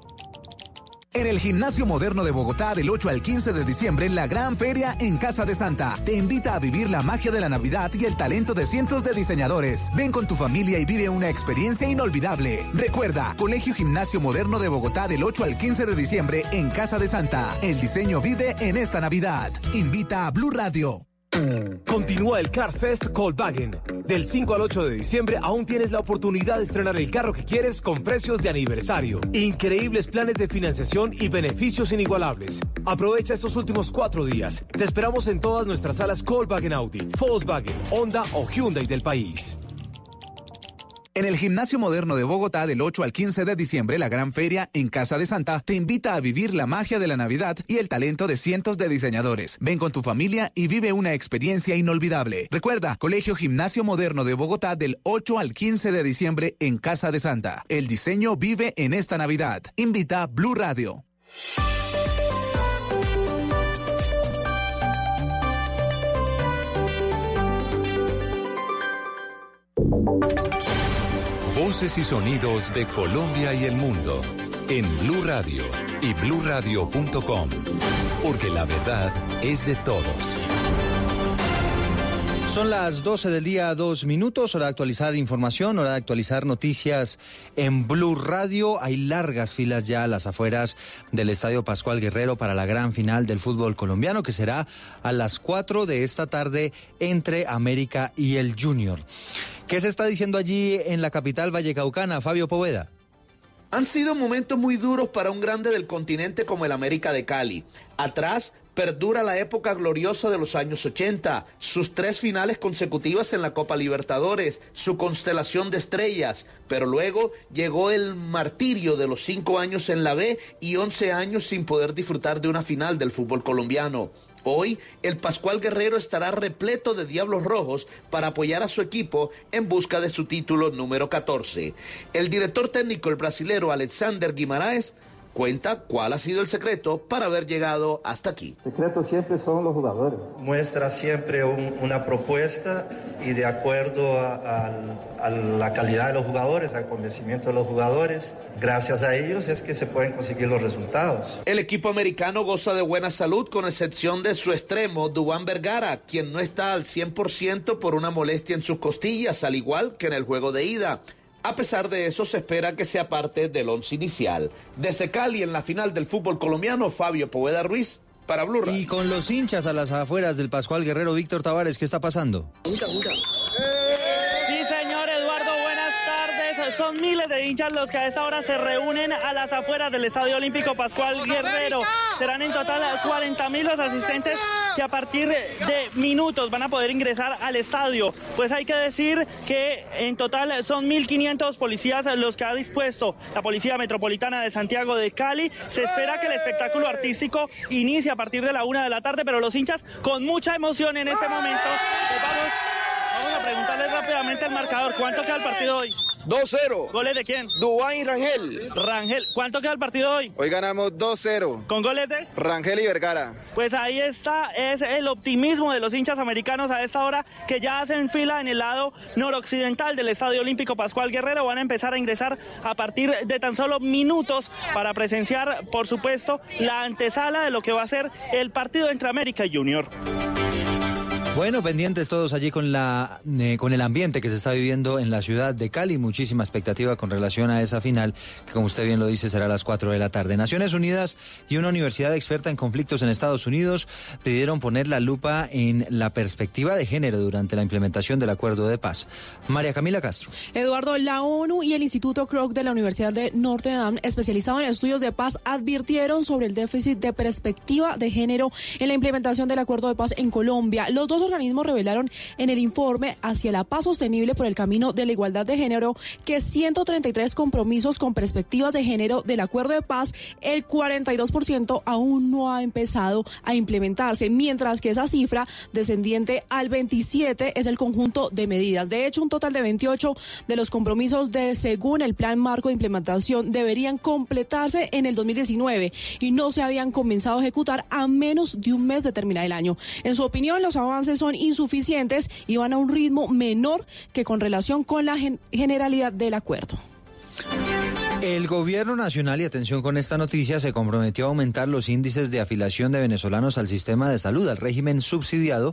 Speaker 21: En el Gimnasio Moderno de Bogotá, del 8 al 15 de diciembre, la gran feria en Casa de Santa te invita a vivir la magia de la Navidad y el talento de cientos de diseñadores. Ven con tu familia y vive una experiencia inolvidable. Recuerda, Colegio Gimnasio Moderno de Bogotá, del 8 al 15 de diciembre en Casa de Santa. El diseño vive en esta Navidad. Invita a Blue Radio.
Speaker 2: Continúa el Car Fest Volkswagen. Del 5 al 8 de diciembre aún tienes la oportunidad de estrenar el carro que quieres con precios de aniversario. Increíbles planes de financiación y beneficios inigualables. Aprovecha estos últimos 4 días. Te esperamos en todas nuestras salas Volkswagen Audi, Volkswagen, Honda o Hyundai del país.
Speaker 21: En el Gimnasio Moderno de Bogotá, del 8 al 15 de diciembre, la gran feria en Casa de Santa te invita a vivir la magia de la Navidad y el talento de cientos de diseñadores. Ven con tu familia y vive una experiencia inolvidable. Recuerda, Colegio Gimnasio Moderno de Bogotá, del 8 al 15 de diciembre en Casa de Santa. El diseño vive en esta Navidad. Invita Blue Radio.
Speaker 1: Voces y sonidos de Colombia y el mundo en Blue Radio y bluradio.com, porque la verdad es de todos.
Speaker 4: Son las 12 del día, 2 minutos, hora de actualizar información, hora de actualizar noticias en Blue Radio. Hay largas filas ya a las afueras del Estadio Pascual Guerrero para la gran final del fútbol colombiano, que será a las 4 de esta tarde entre América y el Junior. ¿Qué se está diciendo allí en la capital vallecaucana, Fabio Poveda?
Speaker 12: Han sido momentos muy duros para un grande del continente como el América de Cali. Atrás perdura la época gloriosa de los años 80, sus 3 finales consecutivas en la Copa Libertadores, su constelación de estrellas, pero luego llegó el martirio de los 5 años en la B y 11 años sin poder disfrutar de una final del fútbol colombiano. Hoy, el Pascual Guerrero estará repleto de diablos rojos para apoyar a su equipo en busca de su título número 14. El director técnico, el brasilero Alexander Guimaraes, cuenta cuál ha sido el secreto para haber llegado hasta aquí.
Speaker 13: El secreto siempre son los jugadores. Muestra siempre una propuesta y de acuerdo a la calidad de los jugadores, al convencimiento de los jugadores, gracias a ellos es que se pueden conseguir los resultados.
Speaker 12: El equipo americano goza de buena salud con excepción de su extremo, Duván Vergara, quien no está al 100% por una molestia en sus costillas, al igual que en el juego de ida. A pesar de eso, se espera que sea parte del once inicial. Desde Cali, en la final del fútbol colombiano, Fabio Poveda Ruiz, para Blue Radio.
Speaker 4: Y con los hinchas a las afueras del Pascual Guerrero, Víctor Tavares, ¿qué está pasando?
Speaker 15: Sí, señor Eduardo, buenas tardes. Son miles de hinchas los que a esta hora se reúnen a las afueras del Estadio Olímpico Pascual Guerrero. Serán en total 40.000 los asistentes que a partir de minutos van a poder ingresar al estadio. Pues hay que decir que en total son 1.500 policías los que ha dispuesto la Policía Metropolitana de Santiago de Cali. Se espera que el espectáculo artístico inicie a partir de la 1 de la tarde, pero los hinchas con mucha emoción en este momento. Pues vamos a preguntarles rápidamente el marcador. ¿Cuánto queda el partido hoy?
Speaker 24: 2-0.
Speaker 15: ¿Goles de quién?
Speaker 24: Duván y Rangel.
Speaker 15: Rangel. ¿Cuánto queda el partido hoy?
Speaker 24: Hoy ganamos 2-0.
Speaker 15: ¿Con goles de?
Speaker 24: Rangel y Vergara.
Speaker 15: Pues ahí está, es el optimismo de los hinchas americanos a esta hora, que ya hacen fila en el lado noroccidental del Estadio Olímpico Pascual Guerrero. Van a empezar a ingresar a partir de tan solo minutos para presenciar, por supuesto, la antesala de lo que va a ser el partido entre América y Junior.
Speaker 4: Bueno, pendientes todos allí con el ambiente que se está viviendo en la ciudad de Cali. Muchísima expectativa con relación a esa final, que como usted bien lo dice, será a las 4 de la tarde. Naciones Unidas y una universidad experta en conflictos en Estados Unidos pidieron poner la lupa en la perspectiva de género durante la implementación del acuerdo de paz. María Camila Castro.
Speaker 25: Eduardo, la ONU y el Instituto Kroc de la Universidad de Notre Dame, especializado en estudios de paz, advirtieron sobre el déficit de perspectiva de género en la implementación del acuerdo de paz en Colombia. Los dos organismos revelaron en el informe Hacia la Paz Sostenible por el Camino de la Igualdad de Género que 133 compromisos con perspectivas de género del acuerdo de paz, el 42% aún no ha empezado a implementarse, mientras que esa cifra descendiente al 27% es el conjunto de medidas. De hecho, un total de 28 de los compromisos según el Plan Marco de Implementación deberían completarse en el 2019 y no se habían comenzado a ejecutar a menos de un mes de terminar el año. En su opinión, los avances son insuficientes y van a un ritmo menor que con relación con la generalidad del acuerdo.
Speaker 4: El gobierno nacional, y atención con esta noticia, se comprometió a aumentar los índices de afiliación de venezolanos al sistema de salud, al régimen subsidiado,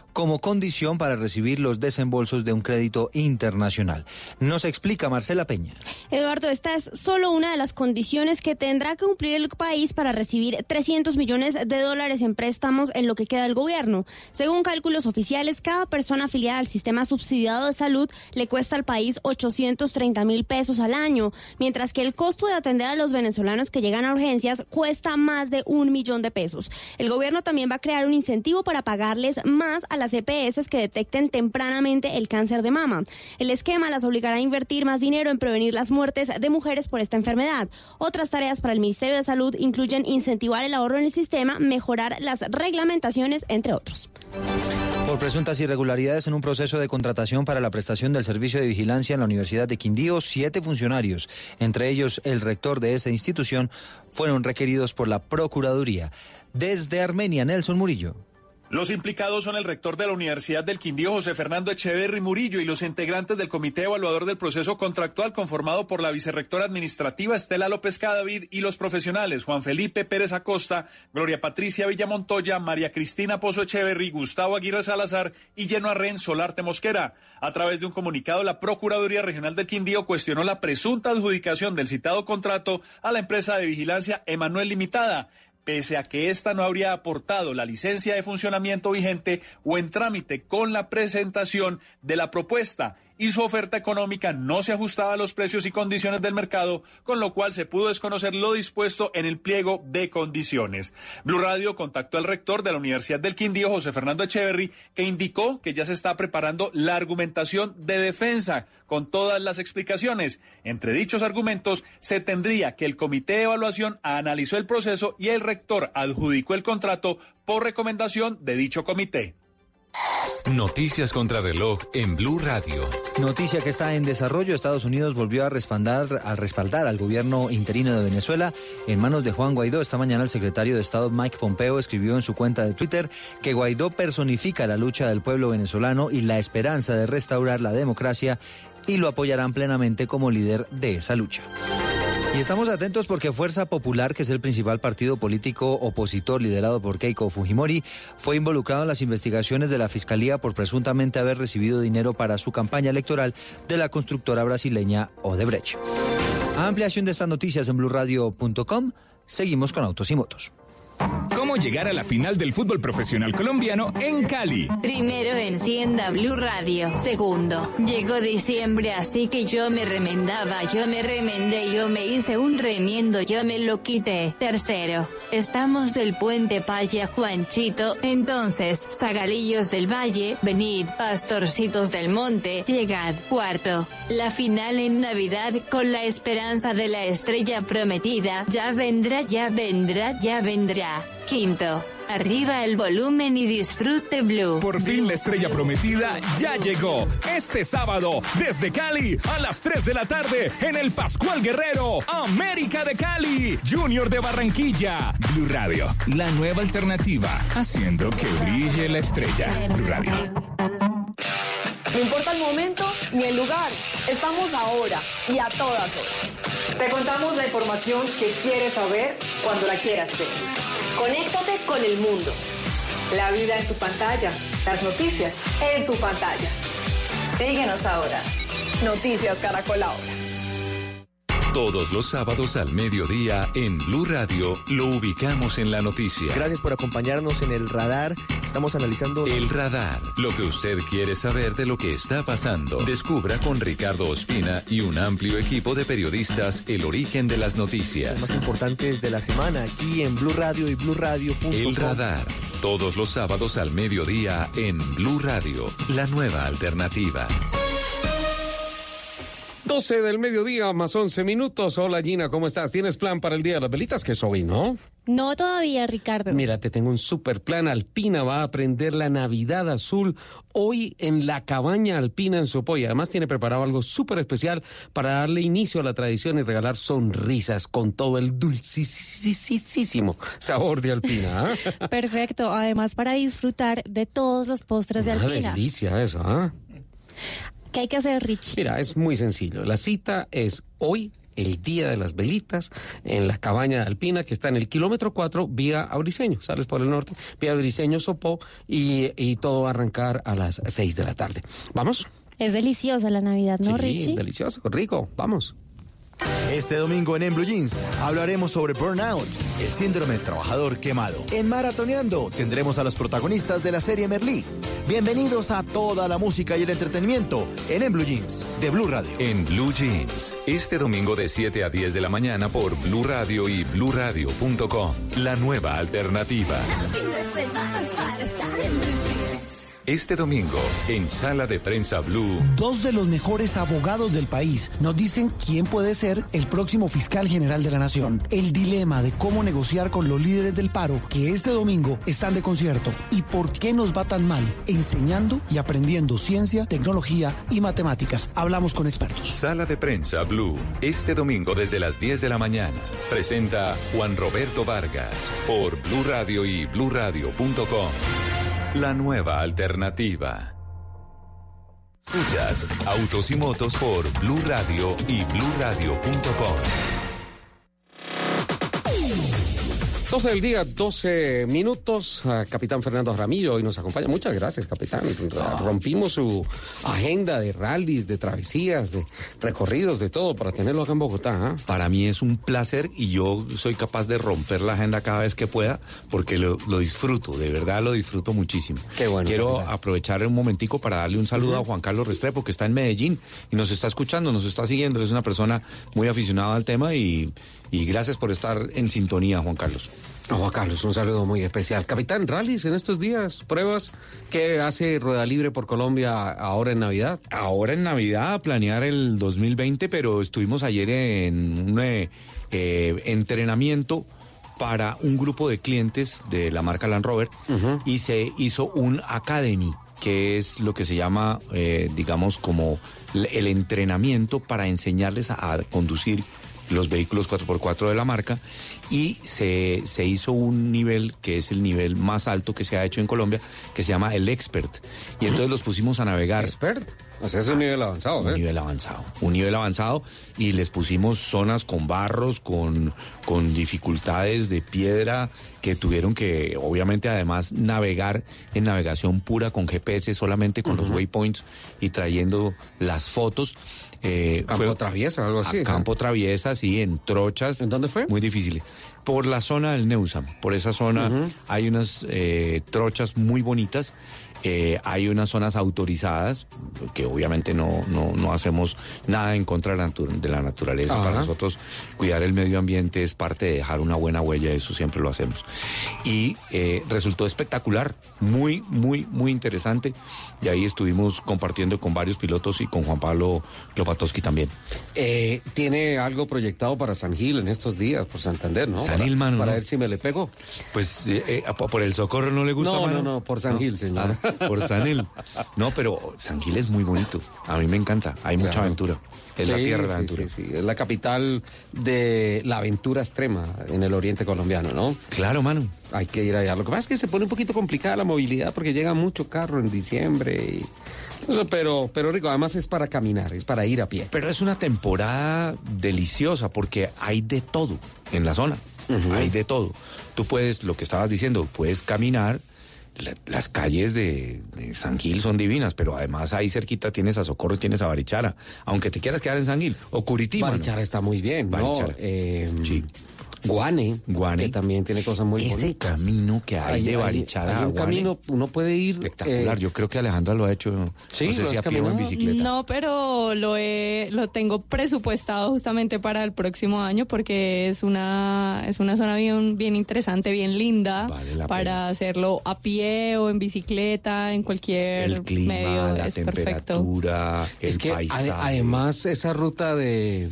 Speaker 4: como condición para recibir los desembolsos de un crédito internacional. Nos explica Marcela Peña.
Speaker 3: Eduardo, esta es solo una de las condiciones que tendrá que cumplir el país para recibir $300 millones en préstamos en lo que queda del gobierno. Según cálculos oficiales, cada persona afiliada al sistema subsidiado de salud le cuesta al país 830,000 pesos al año, mientras que el costo de atender a los venezolanos que llegan a urgencias cuesta más de $1 millón. El gobierno también va a crear un incentivo para pagarles más a las EPS que detecten tempranamente el cáncer de mama. El esquema las obligará a invertir más dinero en prevenir las muertes de mujeres por esta enfermedad. Otras tareas para el Ministerio de Salud incluyen incentivar el ahorro en el sistema, mejorar las reglamentaciones, entre otros.
Speaker 4: Por presuntas irregularidades en un proceso de contratación para la prestación del servicio de vigilancia en la Universidad de Quindío, 7 funcionarios, entre ellos el rector de esa institución, fueron requeridos por la Procuraduría. Desde Armenia, Nelson Murillo.
Speaker 5: Los implicados son el rector de la Universidad del Quindío, José Fernando Echeverry Murillo, y los integrantes del comité evaluador del proceso contractual conformado por la vicerrectora administrativa Estela López Cadavid y los profesionales Juan Felipe Pérez Acosta, Gloria Patricia Villamontoya, María Cristina Pozo Echeverry, Gustavo Aguirre Salazar y Lleno Arren Solarte Mosquera. A través de un comunicado, la Procuraduría Regional del Quindío cuestionó la presunta adjudicación del citado contrato a la empresa de vigilancia Emanuel Limitada, pese a que ésta no habría aportado la licencia de funcionamiento vigente o en trámite con la presentación de la propuesta, y su oferta económica no se ajustaba a los precios y condiciones del mercado, con lo cual se pudo desconocer lo dispuesto en el pliego de condiciones. Blue Radio contactó al rector de la Universidad del Quindío, José Fernando Echeverry, que indicó que ya se está preparando la argumentación de defensa con todas las explicaciones. Entre dichos argumentos se tendría que el comité de evaluación analizó el proceso y el rector adjudicó el contrato por recomendación de dicho comité.
Speaker 1: Noticias contra reloj en Blue Radio.
Speaker 4: Noticia que está en desarrollo. Estados Unidos volvió a respaldar al gobierno interino de Venezuela en manos de Juan Guaidó. Esta mañana el secretario de Estado Mike Pompeo escribió en su cuenta de Twitter que Guaidó personifica la lucha del pueblo venezolano y la esperanza de restaurar la democracia, y lo apoyarán plenamente como líder de esa lucha. Y estamos atentos porque Fuerza Popular, que es el principal partido político opositor liderado por Keiko Fujimori, fue involucrado en las investigaciones de la Fiscalía por presuntamente haber recibido dinero para su campaña electoral de la constructora brasileña Odebrecht. Ampliación de estas noticias en blurradio.com. Seguimos con Autos y Motos.
Speaker 16: ¿Cómo llegar a la final del fútbol profesional colombiano en Cali?
Speaker 17: Primero, encienda Blue Radio. Segundo, llegó diciembre, así que yo me remendaba, yo me remendé, yo me hice un remiendo, yo me lo quité. Tercero, estamos del Puente Paya Juanchito, entonces, Zagalillos del Valle, venid, Pastorcitos del Monte, llegad. Cuarto, la final en Navidad con la esperanza de la estrella prometida, ya vendrá, ya vendrá, ya vendrá. Quinto, arriba el volumen y disfrute Blue.
Speaker 16: Por fin la estrella prometida ya llegó. Este sábado, desde Cali, a las 3 de la tarde, en el Pascual Guerrero, América de Cali, Junior de Barranquilla. Blue Radio, la nueva alternativa, haciendo que brille la estrella. Blue Radio.
Speaker 25: No importa el momento ni el lugar, estamos ahora y a todas horas.
Speaker 22: Te contamos la información que quieres saber cuando la quieras ver. Conéctate con el mundo. La vida en tu pantalla, las noticias en tu pantalla. Síguenos ahora.
Speaker 25: Noticias Caracol ahora.
Speaker 1: Todos los sábados al mediodía en Blue Radio lo ubicamos en la noticia.
Speaker 26: Gracias por acompañarnos en El Radar. Estamos analizando...
Speaker 1: El Radar, lo que usted quiere saber de lo que está pasando. Descubra con Ricardo Ospina y un amplio equipo de periodistas el origen de las noticias.
Speaker 26: Los más importantes de la semana aquí en Blue Radio y BlueRadio.com.
Speaker 1: El Radar, todos los sábados al mediodía en Blue Radio, la nueva alternativa.
Speaker 18: 12 del mediodía, más 11 minutos. Hola Gina, ¿cómo estás? ¿Tienes plan para el Día de las Velitas, que es hoy, no?
Speaker 23: No todavía, Ricardo.
Speaker 18: Mira, te tengo un super plan. Alpina va a prender la Navidad Azul hoy en la cabaña Alpina en Sopoy. Además tiene preparado algo súper especial para darle inicio a la tradición y regalar sonrisas con todo el dulcisísimo sabor de Alpina. ¿Eh?
Speaker 23: Perfecto. Además para disfrutar de todos los postres de Alpina.
Speaker 18: Una delicia eso, ¿ah?
Speaker 23: ¿Qué hay que hacer, Richie?
Speaker 18: Mira, es muy sencillo. La cita es hoy el Día de las Velitas, en la cabaña alpina que está en el kilómetro 4, vía Briceño. Sales por el norte, vía Briceño, Sopó, y todo va a arrancar a las 6 de la tarde. ¿Vamos?
Speaker 23: Es deliciosa la Navidad, ¿no, Richie?
Speaker 18: Sí, delicioso, rico. Vamos.
Speaker 26: Este domingo en Blue Jeans hablaremos sobre burnout, el síndrome del trabajador quemado. En Maratoneando tendremos a los protagonistas de la serie Merlí. Bienvenidos a toda la música y el entretenimiento en Blue Jeans de Blue Radio.
Speaker 1: En Blue Jeans, este domingo de 7 a 10 de la mañana por Blue Radio y bluradio.com. La nueva alternativa. Este domingo, en Sala de Prensa Blue.
Speaker 6: Dos de los mejores abogados del país nos dicen quién puede ser el próximo fiscal general de la nación. El dilema de cómo negociar con los líderes del paro que este domingo están de concierto. Y por qué nos va tan mal enseñando y aprendiendo ciencia, tecnología y matemáticas. Hablamos con expertos.
Speaker 1: Sala de Prensa Blue. Este domingo desde las 10 de la mañana. Presenta Juan Roberto Vargas por Blue Radio y bluradio.com. La nueva alternativa. Escuchas Autos y Motos por Blue Radio y bluradio.com.
Speaker 18: 12 del día, 12 minutos. Capitán Fernando Jaramillo hoy nos acompaña. Muchas gracias, capitán. Rompimos su agenda de rallies, de travesías, de recorridos, de todo, para tenerlo acá en Bogotá.
Speaker 19: Para mí es un placer y yo soy capaz de romper la agenda cada vez que pueda porque lo disfruto, de verdad lo disfruto muchísimo.
Speaker 18: Qué bueno.
Speaker 19: Quiero aprovechar un momentico para darle un saludo a Juan Carlos Restrepo, que está en Medellín y nos está escuchando, nos está siguiendo. Es una persona muy aficionada al tema y gracias por estar en sintonía, Juan Carlos.
Speaker 18: Juan Carlos, un saludo muy especial. Capitán, rallies en estos días, pruebas. ¿Qué hace Rueda Libre por Colombia ahora en Navidad?
Speaker 19: Ahora en Navidad, a planear el 2020, pero estuvimos ayer en un entrenamiento para un grupo de clientes de la marca Land Rover y se hizo un Academy, que es lo que se llama, digamos, como el entrenamiento para enseñarles a conducir los vehículos 4x4 de la marca, y se hizo un nivel que es el nivel más alto que se ha hecho en Colombia, que se llama el Expert, y entonces los pusimos a navegar.
Speaker 18: ¿Expert? O sea, es un nivel avanzado,
Speaker 19: Un nivel avanzado, y les pusimos zonas con barros, con dificultades de piedra, que tuvieron que, obviamente, además, navegar en navegación pura con GPS, solamente con los waypoints y trayendo las fotos.
Speaker 18: Campo Traviesa, algo así.
Speaker 19: Campo Traviesa, sí, en trochas.
Speaker 18: ¿En dónde fue?
Speaker 19: Muy difíciles. Por la zona del Neusam, por esa zona hay unas trochas muy bonitas. Hay unas zonas autorizadas, que obviamente no hacemos nada en contra de la naturaleza. Para nosotros cuidar el medio ambiente es parte de dejar una buena huella, eso siempre lo hacemos. Y resultó espectacular, muy, muy, muy interesante. Y ahí estuvimos compartiendo con varios pilotos y con Juan Pablo Klopatowski también.
Speaker 18: ¿Tiene algo proyectado para San Gil en estos días, por Santander, no?
Speaker 19: San Gil, mano.
Speaker 18: Para ver si me le pego.
Speaker 19: Pues, ¿por el Socorro no le gusta, mano?
Speaker 18: No, por San Gil, señor.
Speaker 19: Por San Gil. No, pero San Gil es muy bonito. A mí me encanta. Hay mucha aventura. Es la tierra de la aventura.
Speaker 18: Sí. Es la capital de la aventura extrema en el oriente colombiano, ¿no?
Speaker 19: Claro, mano.
Speaker 18: Hay que ir allá. Lo que pasa es que se pone un poquito complicada la movilidad porque llega mucho carro en diciembre. Pero rico, además es para caminar, es para ir a pie.
Speaker 19: Pero es una temporada deliciosa porque hay de todo en la zona. Hay de todo. Tú puedes, lo que estabas diciendo, puedes caminar. Las calles de San Gil son divinas, pero además ahí cerquita tienes a Socorro y tienes a Barichara, aunque te quieras quedar en San Gil, o Curitiba.
Speaker 18: Barichara está muy bien,
Speaker 19: Barichara.
Speaker 18: Sí. Guane, que también tiene cosas muy bonitas.
Speaker 19: Ese camino que hay de Barichara
Speaker 18: a Guane,
Speaker 19: camino,
Speaker 18: uno puede ir...
Speaker 19: Espectacular, yo creo que Alejandra lo ha hecho,
Speaker 18: ¿sí?
Speaker 19: No sé si a pie o en bicicleta.
Speaker 10: No, pero lo tengo presupuestado justamente para el próximo año porque es una zona bien interesante, bien linda, para hacerlo a pie o en bicicleta, en cualquier
Speaker 19: el clima,
Speaker 10: medio,
Speaker 19: la
Speaker 10: es
Speaker 19: temperatura,
Speaker 10: perfecto.
Speaker 19: el paisaje.
Speaker 18: Además, esa ruta de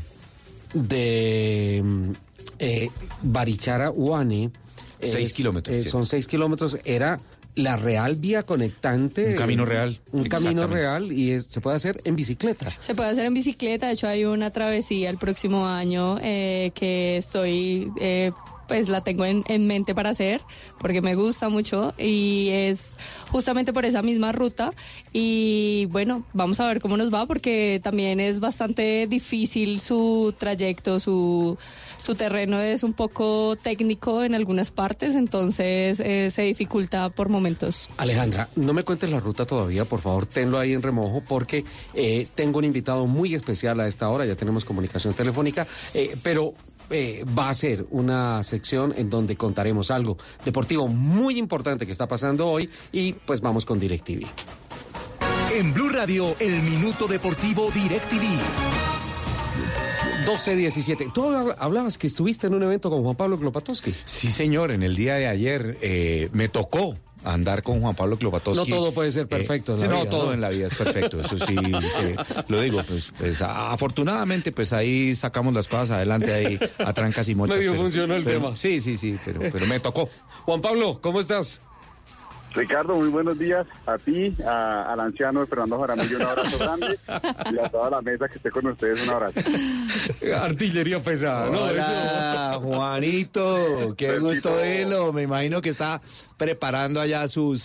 Speaker 18: Barichara-Guane...
Speaker 19: 6 kilómetros.
Speaker 18: Son 6 kilómetros. Era la real vía conectante.
Speaker 19: Un camino real.
Speaker 18: Un camino real y se puede hacer en bicicleta.
Speaker 10: Se puede hacer en bicicleta. De hecho, hay una travesía el próximo año que estoy pues la tengo en mente para hacer, porque me gusta mucho y es justamente por esa misma ruta. Y bueno, vamos a ver cómo nos va, porque también es bastante difícil su trayecto, su terreno es un poco técnico en algunas partes, entonces se dificulta por momentos.
Speaker 18: Alejandra, no me cuentes la ruta todavía, por favor, tenlo ahí en remojo, porque tengo un invitado muy especial a esta hora, ya tenemos comunicación telefónica, pero va a ser una sección en donde contaremos algo deportivo muy importante que está pasando hoy y pues vamos con DirecTV.
Speaker 21: En Blue Radio, el Minuto Deportivo DirecTV.
Speaker 18: 12:17. Tú hablabas que estuviste en un evento con Juan Pablo Klopatowski.
Speaker 19: Sí, señor. En el día de ayer me tocó andar con Juan Pablo Klopatowski.
Speaker 18: No todo puede ser perfecto en la vida.
Speaker 19: No, todo en la vida es perfecto. Eso sí, lo digo. Pues afortunadamente, pues ahí sacamos las cosas adelante ahí a trancas y mochas.
Speaker 18: Medio funcionó el tema.
Speaker 19: Sí, pero me tocó.
Speaker 18: Juan Pablo, ¿cómo estás?
Speaker 7: Ricardo, muy buenos días a ti, al anciano de Fernando Jaramillo, un abrazo grande, y a toda la mesa que esté con ustedes, un abrazo.
Speaker 18: Artillería pesada.
Speaker 19: Hola, Juanito, qué gusto verlo. Me imagino que está preparando allá su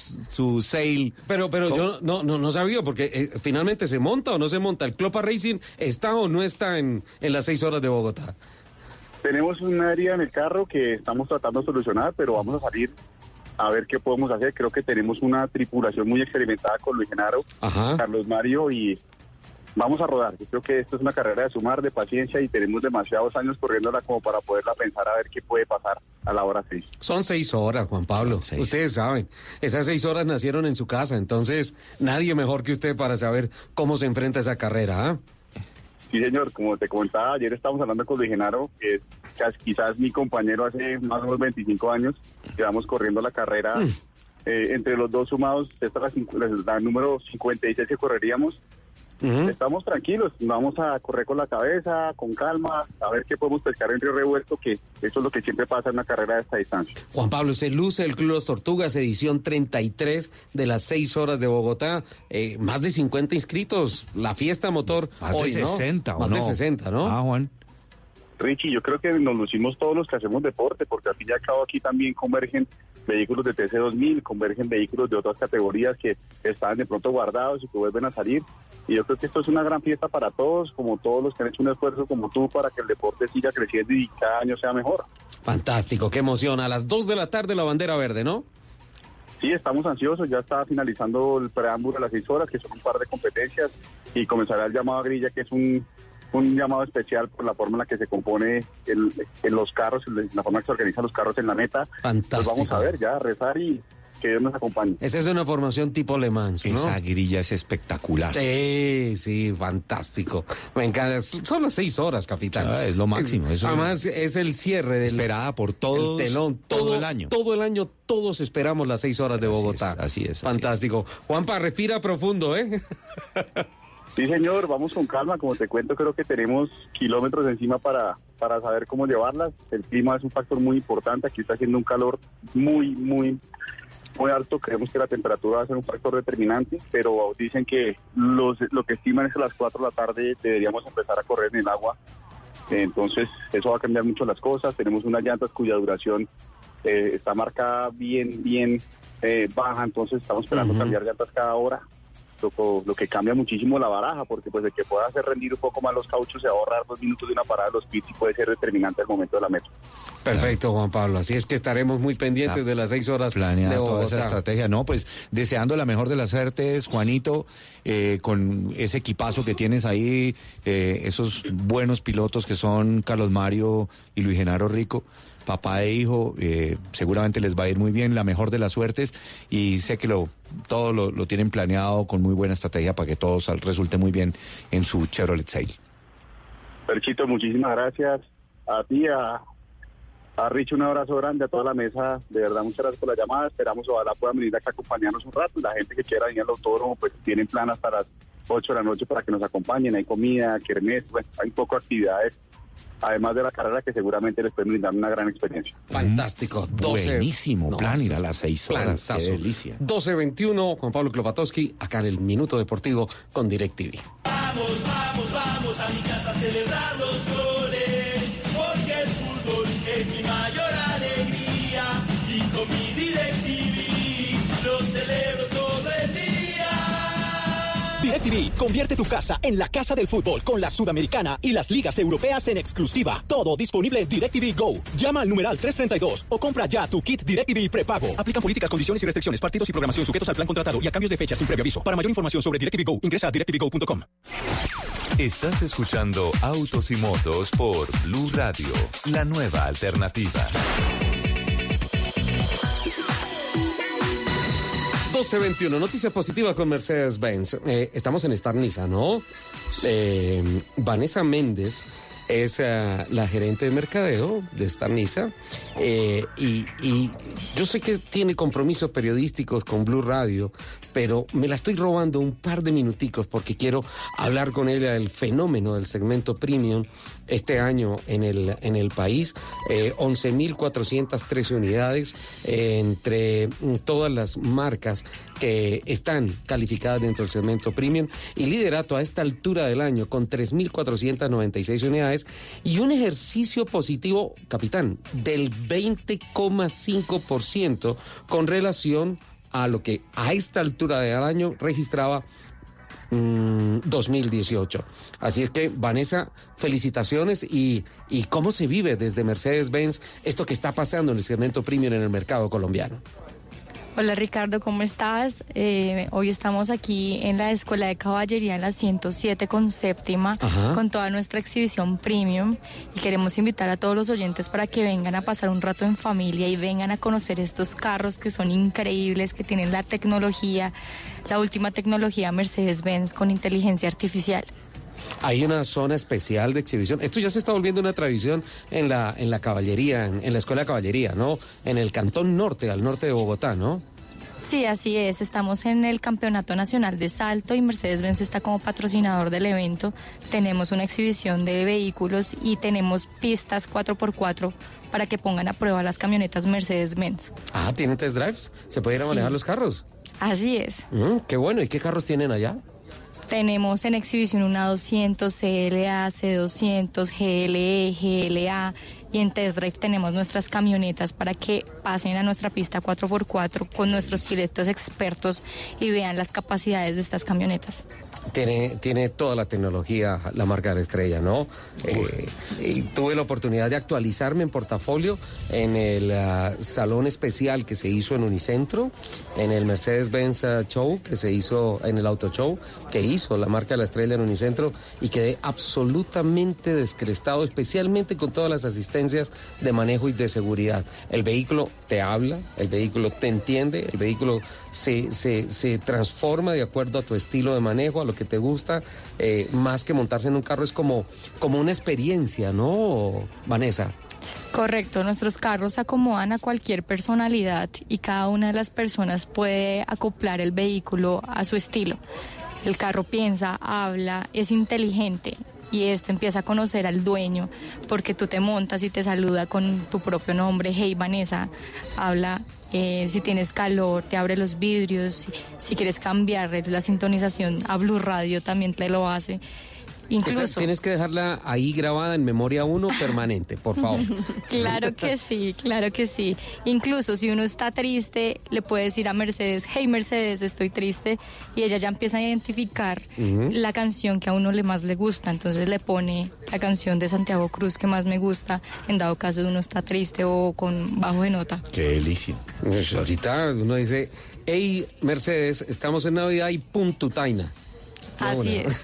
Speaker 19: sale.
Speaker 18: Pero yo no sabía, porque finalmente ¿se monta o no se monta? ¿El Clopa Racing está o no está en las 6 horas de Bogotá?
Speaker 7: Tenemos una herida en el carro que estamos tratando de solucionar, pero vamos a salir a ver qué podemos hacer. Creo que tenemos una tripulación muy experimentada con Luis Genaro, Carlos Mario, y vamos a rodar. Yo creo que esto es una carrera de sumar, de paciencia, y tenemos demasiados años corriéndola como para poderla pensar a ver qué puede pasar a la hora 6.
Speaker 18: Son 6 horas, Juan Pablo. Ustedes saben, esas 6 horas nacieron en su casa, entonces nadie mejor que usted para saber cómo se enfrenta esa carrera, ¿ah?
Speaker 7: Sí, señor, como te comentaba, ayer estábamos hablando con Luis Genaro, que es quizás mi compañero hace más o menos 25 años, llevamos corriendo la carrera, entre los dos sumados, esta es la número 56 que correríamos. Estamos tranquilos, vamos a correr con la cabeza, con calma, a ver qué podemos pescar en río revuelto, que eso es lo que siempre pasa en una carrera de esta distancia.
Speaker 18: Juan Pablo, se luce el Club Los Tortugas, edición 33 de las 6 horas de Bogotá, más de 50 inscritos, la fiesta motor
Speaker 19: más
Speaker 18: hoy,
Speaker 19: de 60,
Speaker 18: ¿no? Más de 60, ¿no?
Speaker 19: Juan.
Speaker 7: Richie, yo creo que nos lucimos todos los que hacemos deporte, porque al fin y al cabo aquí también convergen vehículos de TC2000, convergen vehículos de otras categorías que estaban de pronto guardados y que vuelven a salir. Y yo creo que esto es una gran fiesta para todos, como todos los que han hecho un esfuerzo como tú para que el deporte siga creciendo y cada año sea mejor.
Speaker 18: Fantástico, qué emoción. A las 2 de la tarde la bandera verde, ¿no?
Speaker 7: Sí, estamos ansiosos, ya está finalizando el preámbulo de las 6 horas, que son un par de competencias, y comenzará el llamado a grilla, que es un llamado especial por la forma en la que se compone en los carros, la forma en que se organizan los carros en la meta.
Speaker 18: Fantástico.
Speaker 7: Pues vamos a ver, ya, rezar y que Dios nos acompañe.
Speaker 18: Esa es una formación tipo Le Mans, ¿no?
Speaker 19: Esa grilla es espectacular.
Speaker 18: Sí, fantástico. Me encanta. Son las 6 horas, capitán.
Speaker 19: Es lo máximo.
Speaker 18: Además, es el cierre del...
Speaker 19: Esperada por todos.
Speaker 18: El telón.
Speaker 19: Todo el año.
Speaker 18: Todo el año, todos esperamos las 6 horas de Bogotá.
Speaker 19: Así es.
Speaker 18: Fantástico. Juanpa, respira profundo, ¿eh?
Speaker 7: Sí, señor, vamos con calma. Como te cuento, creo que tenemos kilómetros encima para saber cómo llevarlas. El clima es un factor muy importante. Aquí está haciendo un calor muy alto. Creemos que la temperatura va a ser un factor determinante, pero dicen que lo que estiman es que a las 4 de la tarde deberíamos empezar a correr en el agua. Entonces, eso va a cambiar mucho las cosas. Tenemos unas llantas cuya duración está marcada bien baja, entonces estamos esperando cambiar llantas cada hora. Lo que cambia muchísimo la baraja, porque pues el que pueda hacer rendir un poco más los cauchos se va a ahorrar 2 minutos de una parada de los pits y puede ser determinante al momento de la meta.
Speaker 18: Perfecto, Juan Pablo, así es que estaremos muy pendientes de las 6 horas
Speaker 19: planeada
Speaker 18: de Bogotá.
Speaker 19: Toda esa estrategia. No, pues deseando la mejor de las suertes, Juanito, con ese equipazo que tienes ahí, esos buenos pilotos que son Carlos Mario y Luis Genaro Rico, papá e hijo, seguramente les va a ir muy bien, la mejor de las suertes, y sé que todo lo tienen planeado con muy buena estrategia para que todo resulte muy bien en su Chevrolet Sail.
Speaker 7: Perchito, muchísimas gracias a ti, a Rich, un abrazo grande, a toda la mesa, de verdad muchas gracias por la llamada, esperamos ojalá puedan venir acá a acompañarnos un rato, la gente que quiera venir al autódromo pues tienen plan hasta las 8 de la noche para que nos acompañen, hay comida, kermés, bueno, hay un poco de actividades, además de la carrera que seguramente les pueden brindar una gran experiencia.
Speaker 18: Fantástico.
Speaker 19: Buenísimo plan, ir a las 6 horas.
Speaker 18: Planzazo.
Speaker 19: Qué delicia.
Speaker 18: 12:21, Juan Pablo Klopatowski, acá en el Minuto Deportivo con DirecTV.
Speaker 8: Vamos a mi casa a celebrar los goles, porque el fútbol es mi mayor alegría.
Speaker 2: DirecTV, convierte tu casa en la casa del fútbol con la Sudamericana y las ligas europeas en exclusiva. Todo disponible en DirecTV Go. Llama al numeral 332 o compra ya tu kit DirecTV prepago. Aplican políticas, condiciones y restricciones, partidos y programación sujetos al plan contratado y a cambios de fecha sin previo aviso. Para mayor información sobre DirecTV Go, ingresa a directvgo.com.
Speaker 1: Estás escuchando Autos y Motos por Blue Radio, la nueva alternativa.
Speaker 18: 12:21, noticia positiva con Mercedes-Benz. Estamos en Star Niza, ¿no? Vanessa Méndez es la gerente de mercadeo de Star Niza, y yo sé que tiene compromisos periodísticos con Blue Radio, pero me la estoy robando un par de minuticos porque quiero hablar con ella del fenómeno del segmento premium este año en el país. 11.413 unidades entre todas las marcas que están calificadas dentro del segmento premium, y liderato a esta altura del año con 3.496 unidades y un ejercicio positivo, capitán, del 20,5% con relación a lo que a esta altura del año registraba 2018. Así es que, Vanessa, felicitaciones. Y ¿cómo se vive desde Mercedes-Benz esto que está pasando en el segmento premium en el mercado colombiano?
Speaker 9: Hola Ricardo, ¿cómo estás? Hoy estamos aquí en la Escuela de Caballería en la 107 con séptima, con toda nuestra exhibición premium, y queremos invitar a todos los oyentes para que vengan a pasar un rato en familia y vengan a conocer estos carros que son increíbles, que tienen la tecnología, la última tecnología Mercedes-Benz con inteligencia artificial.
Speaker 18: Hay una zona especial de exhibición. Esto ya se está volviendo una tradición en la caballería, en la Escuela de Caballería, ¿no? En el Cantón Norte, al norte de Bogotá, ¿no?
Speaker 9: Sí, así es. Estamos en el Campeonato Nacional de Salto y Mercedes-Benz está como patrocinador del evento. Tenemos una exhibición de vehículos y tenemos pistas 4x4 para que pongan a prueba las camionetas Mercedes-Benz.
Speaker 18: Ah, ¿tienen test drives? ¿Se puede ir a manejar los carros?
Speaker 9: Así es.
Speaker 18: Qué bueno. ¿Y qué carros tienen allá?
Speaker 9: Tenemos en exhibición una 200, CLA, C200, GLE, GLA, y en test drive tenemos nuestras camionetas para que pasen a nuestra pista 4x4 con nuestros pilotos expertos y vean las capacidades de estas camionetas.
Speaker 18: Tiene toda la tecnología, la marca de la estrella, ¿no? Y tuve la oportunidad de actualizarme en portafolio en el salón especial que se hizo en Unicentro, en el Mercedes-Benz Show que se hizo, en el Auto Show que hizo la marca de la estrella en Unicentro, y quedé absolutamente descrestado, especialmente con todas las asistencias de manejo y de seguridad. El vehículo te habla, el vehículo te entiende, el vehículo se transforma de acuerdo a tu estilo de manejo, a lo que te gusta. Más que montarse en un carro, es como una experiencia, ¿no, Vanessa?
Speaker 9: Correcto, nuestros carros se acomodan a cualquier personalidad y cada una de las personas puede acoplar el vehículo a su estilo. El carro piensa, habla, es inteligente. Y empieza a conocer al dueño, porque tú te montas y te saluda con tu propio nombre. Hey, Vanessa, habla. Si tienes calor, te abre los vidrios. Si quieres cambiar la sintonización a Blue Radio, también te lo hace. Incluso
Speaker 18: tienes que dejarla ahí grabada en memoria 1 permanente, por favor.
Speaker 9: Claro que sí, claro que sí. Incluso si uno está triste, le puede decir a Mercedes, hey Mercedes, estoy triste, y ella ya empieza a identificar la canción que a uno más le gusta. Entonces le pone la canción de Santiago Cruz que más me gusta, en dado caso de uno está triste o con bajo de nota.
Speaker 19: Qué delicia.
Speaker 18: Pues ahorita uno dice, hey Mercedes, estamos en Navidad y puntutaina.
Speaker 9: Así es.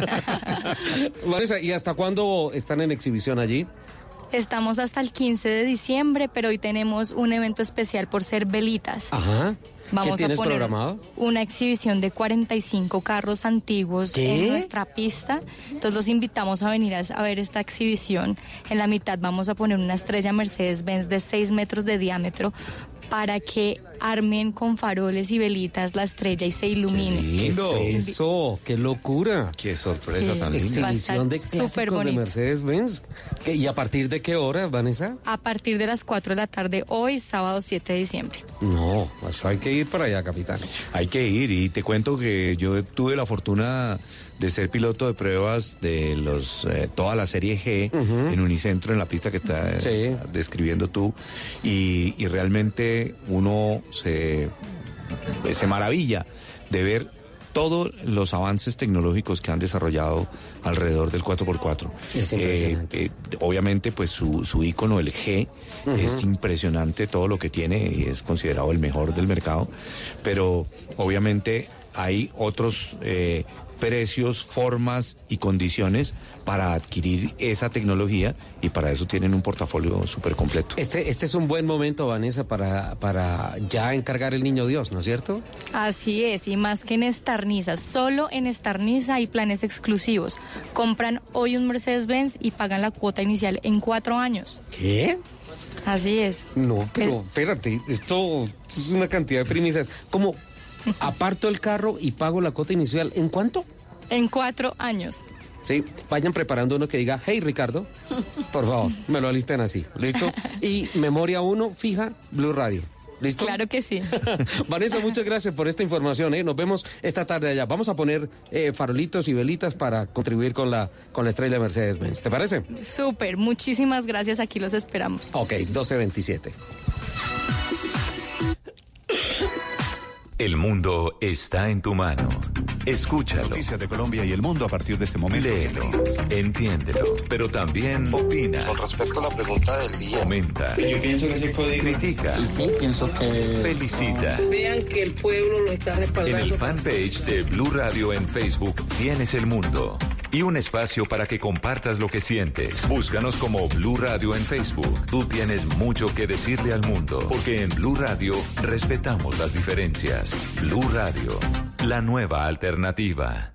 Speaker 18: Vanessa, ¿y hasta cuándo están en exhibición allí?
Speaker 9: Estamos hasta el 15 de diciembre, pero hoy tenemos un evento especial por ser velitas.
Speaker 18: Ajá.
Speaker 9: Vamos
Speaker 18: ¿Qué tienes
Speaker 9: a poner
Speaker 18: programado?
Speaker 9: Una exhibición de 45 carros antiguos en nuestra pista. Entonces los invitamos a venir a ver esta exhibición. En la mitad vamos a poner una estrella Mercedes-Benz de 6 metros de diámetro para que armen con faroles y velitas la estrella y se ilumine.
Speaker 18: ¿Qué es eso? ¡Qué locura!
Speaker 19: ¡Qué sorpresa tan linda!
Speaker 18: Exhibición de clásicos de Mercedes-Benz. ¿Y a partir de qué hora, Vanessa?
Speaker 9: A partir de las 4 de la tarde, hoy, sábado 7 de diciembre.
Speaker 18: No, pues hay que ir para allá, capitán.
Speaker 19: Hay que ir, y te cuento que yo tuve la fortuna de ser piloto de pruebas de toda la serie G en Unicentro, en la pista que estás describiendo tú, y realmente uno se maravilla de ver todos los avances tecnológicos que han desarrollado alrededor del 4x4.
Speaker 18: Es impresionante.
Speaker 19: Obviamente, pues su ícono, el G, es impresionante todo lo que tiene y es considerado el mejor del mercado, pero obviamente hay otros precios, formas y condiciones para adquirir esa tecnología y para eso tienen un portafolio súper completo.
Speaker 18: Este es un buen momento, Vanessa, para ya encargar el niño Dios, ¿no es cierto?
Speaker 9: Así es, y más que en Starniza, solo en Starniza hay planes exclusivos. Compran hoy un Mercedes-Benz y pagan la cuota inicial en 4 años.
Speaker 18: ¿Qué?
Speaker 9: Así es.
Speaker 18: No, pero espérate, esto es una cantidad de premisas. ¿Cómo aparto el carro y pago la cuota inicial? ¿En cuánto?
Speaker 9: En 4 años.
Speaker 18: Sí, vayan preparando uno que diga, hey Ricardo, por favor, me lo alisten así, ¿listo? Y memoria 1 fija, Blue Radio, ¿listo?
Speaker 9: Claro que sí.
Speaker 18: Vanessa, muchas gracias por esta información, nos vemos esta tarde allá. Vamos a poner farolitos y velitas para contribuir con la estrella Mercedes-Benz, ¿te parece?
Speaker 9: Súper, muchísimas gracias, aquí los esperamos.
Speaker 18: Ok, 12:27.
Speaker 1: El mundo está en tu mano. Escúchalo.
Speaker 11: Noticias de Colombia y el mundo a partir de este momento.
Speaker 1: Léelo, entiéndelo, pero también opina.
Speaker 12: Con respecto a la pregunta del día.
Speaker 1: Comenta.
Speaker 12: Yo pienso que ese código.
Speaker 1: Critica.
Speaker 12: Sí, pienso que.
Speaker 1: Felicita.
Speaker 13: Vean que el pueblo lo está respaldando.
Speaker 1: En el fanpage de Blue Radio en Facebook tienes el mundo. Y un espacio para que compartas lo que sientes. Búscanos como Blue Radio en Facebook. Tú tienes mucho que decirle al mundo, porque en Blue Radio respetamos las diferencias. Blue Radio, la nueva alternativa.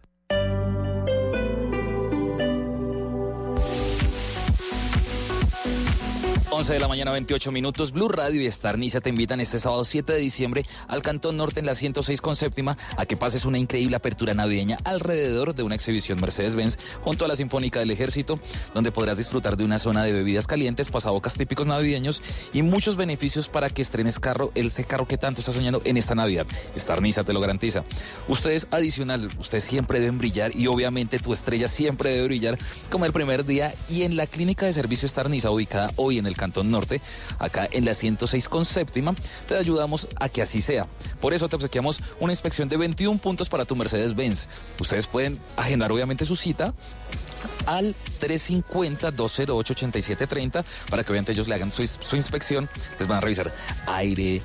Speaker 14: 11 de la mañana, 28 minutos. Blue Radio y Starniza te invitan este sábado 7 de diciembre al Cantón Norte en la 106 con séptima a que pases una increíble apertura navideña alrededor de una exhibición Mercedes-Benz junto a la Sinfónica del Ejército, donde podrás disfrutar de una zona de bebidas calientes, pasabocas típicos navideños y muchos beneficios para que estrenes ese carro que tanto estás soñando en esta Navidad. Starniza te lo garantiza. Ustedes siempre deben brillar y obviamente tu estrella siempre debe brillar como el primer día y en la clínica de servicio Starniza ubicada hoy en el Cantón Norte, acá en la 106 con séptima, te ayudamos a que así sea. Por eso te obsequiamos una inspección de 21 puntos para tu Mercedes-Benz. Ustedes pueden agendar obviamente su cita al 350-208-8730 para que obviamente ellos le hagan su inspección. Les van a revisar aire,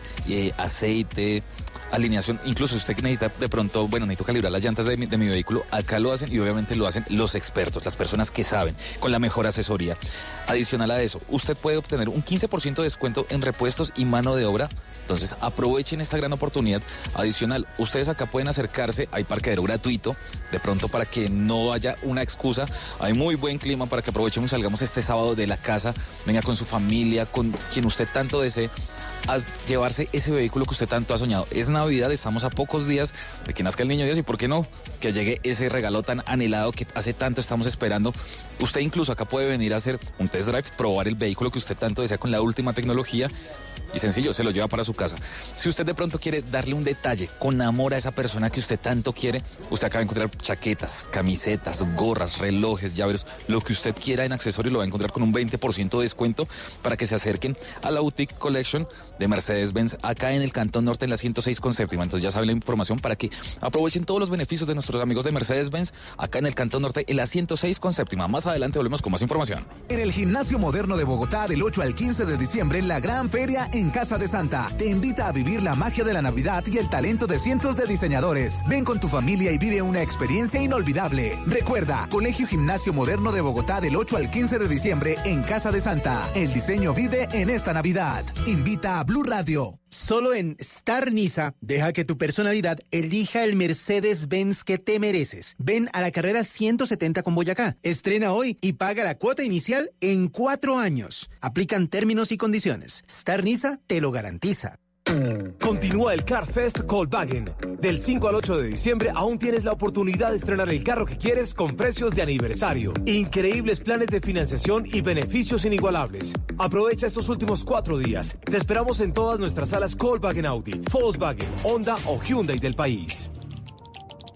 Speaker 14: aceite, alineación, incluso si usted necesita de pronto, necesito calibrar las llantas de mi vehículo, acá lo hacen y obviamente lo hacen los expertos, las personas que saben, con la mejor asesoría. Adicional a eso, usted puede obtener un 15% de descuento en repuestos y mano de obra, entonces aprovechen esta gran oportunidad. Adicional, ustedes acá pueden acercarse, hay parqueadero gratuito, de pronto para que no haya una excusa, hay muy buen clima para que aprovechemos y salgamos este sábado de la casa, venga con su familia, con quien usted tanto desee, a llevarse ese vehículo que usted tanto ha soñado. Es Navidad, estamos a pocos días de que nazca el niño Dios y por qué no, que llegue ese regalo tan anhelado que hace tanto estamos esperando. Usted incluso acá puede venir a hacer un test drive, probar el vehículo que usted tanto desea con la última tecnología y sencillo, se lo lleva para su casa. Si usted de pronto quiere darle un detalle con amor a esa persona que usted tanto quiere, usted acaba de encontrar chaquetas, camisetas, gorras, relojes, llaveros, lo que usted quiera en accesorios lo va a encontrar con un 20% de descuento para que se acerquen a la Boutique Collection de Mercedes-Benz acá en el Cantón Norte en la 106 con séptima. Entonces ya saben la información para que aprovechen todos los beneficios de nuestros amigos de Mercedes-Benz acá en el Cantón Norte en la 106 con séptima. Más adelante volvemos con más información.
Speaker 21: En el Gimnasio Moderno de Bogotá del 8 al 15 de diciembre la gran feria en Casa de Santa te invita a vivir la magia de la Navidad y el talento de cientos de diseñadores. Ven con tu familia y vive una experiencia inolvidable. Recuerda, Colegio Gimnasio Moderno de Bogotá del 8 al 15 de diciembre en Casa de Santa. El diseño vive en esta Navidad. Invita a Blue Radio.
Speaker 20: Solo en Starniza, deja que tu personalidad elija el Mercedes-Benz que te mereces. Ven a la carrera 170 con Boyacá. Estrena hoy y paga la cuota inicial en 4 años. Aplican términos y condiciones. Starniza te lo garantiza.
Speaker 24: Continúa el Car Fest Volkswagen. Del 5 al 8 de diciembre aún tienes la oportunidad de estrenar el carro que quieres con precios de aniversario. Increíbles planes de financiación y beneficios inigualables. Aprovecha estos últimos 4 días. Te esperamos en todas nuestras salas Volkswagen Audi, Volkswagen, Honda o Hyundai del país.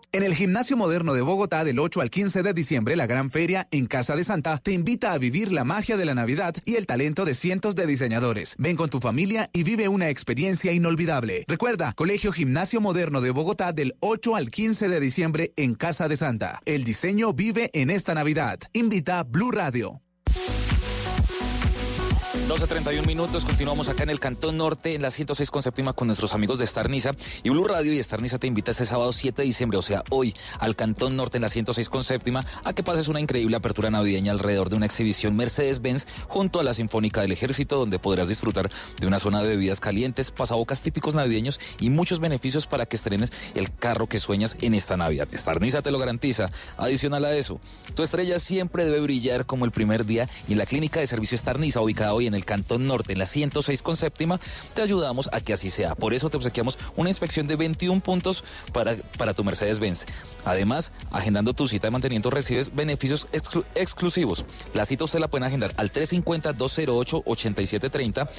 Speaker 21: En el Gimnasio Moderno de Bogotá, del 8 al 15 de diciembre, la gran feria en Casa de Santa te invita a vivir la magia de la Navidad y el talento de cientos de diseñadores. Ven con tu familia y vive una experiencia inolvidable. Recuerda, Colegio Gimnasio Moderno de Bogotá, del 8 al 15 de diciembre en Casa de Santa. El diseño vive en esta Navidad. Invita Blue Radio.
Speaker 14: 12:31 minutos, continuamos acá en el Cantón Norte, en la 106 con séptima, con nuestros amigos de Star Niza y Blue Radio. Y Star Niza te invita este sábado 7 de diciembre, o sea, hoy, al Cantón Norte, en la 106 con séptima, a que pases una increíble apertura navideña alrededor de una exhibición Mercedes-Benz junto a la Sinfónica del Ejército, donde podrás disfrutar de una zona de bebidas calientes, pasabocas típicos navideños y muchos beneficios para que estrenes el carro que sueñas en esta Navidad. Star Niza te lo garantiza. Adicional a eso, tu estrella siempre debe brillar como el primer día, y en la clínica de servicio Star Niza, ubicada hoy en el Cantón Norte, en la 106 con séptima, te ayudamos a que así sea. Por eso te obsequiamos una inspección de 21 puntos para tu Mercedes-Benz. Además, agendando tu cita de mantenimiento recibes beneficios exclusivos. La cita usted la pueden agendar al 350-208-8730,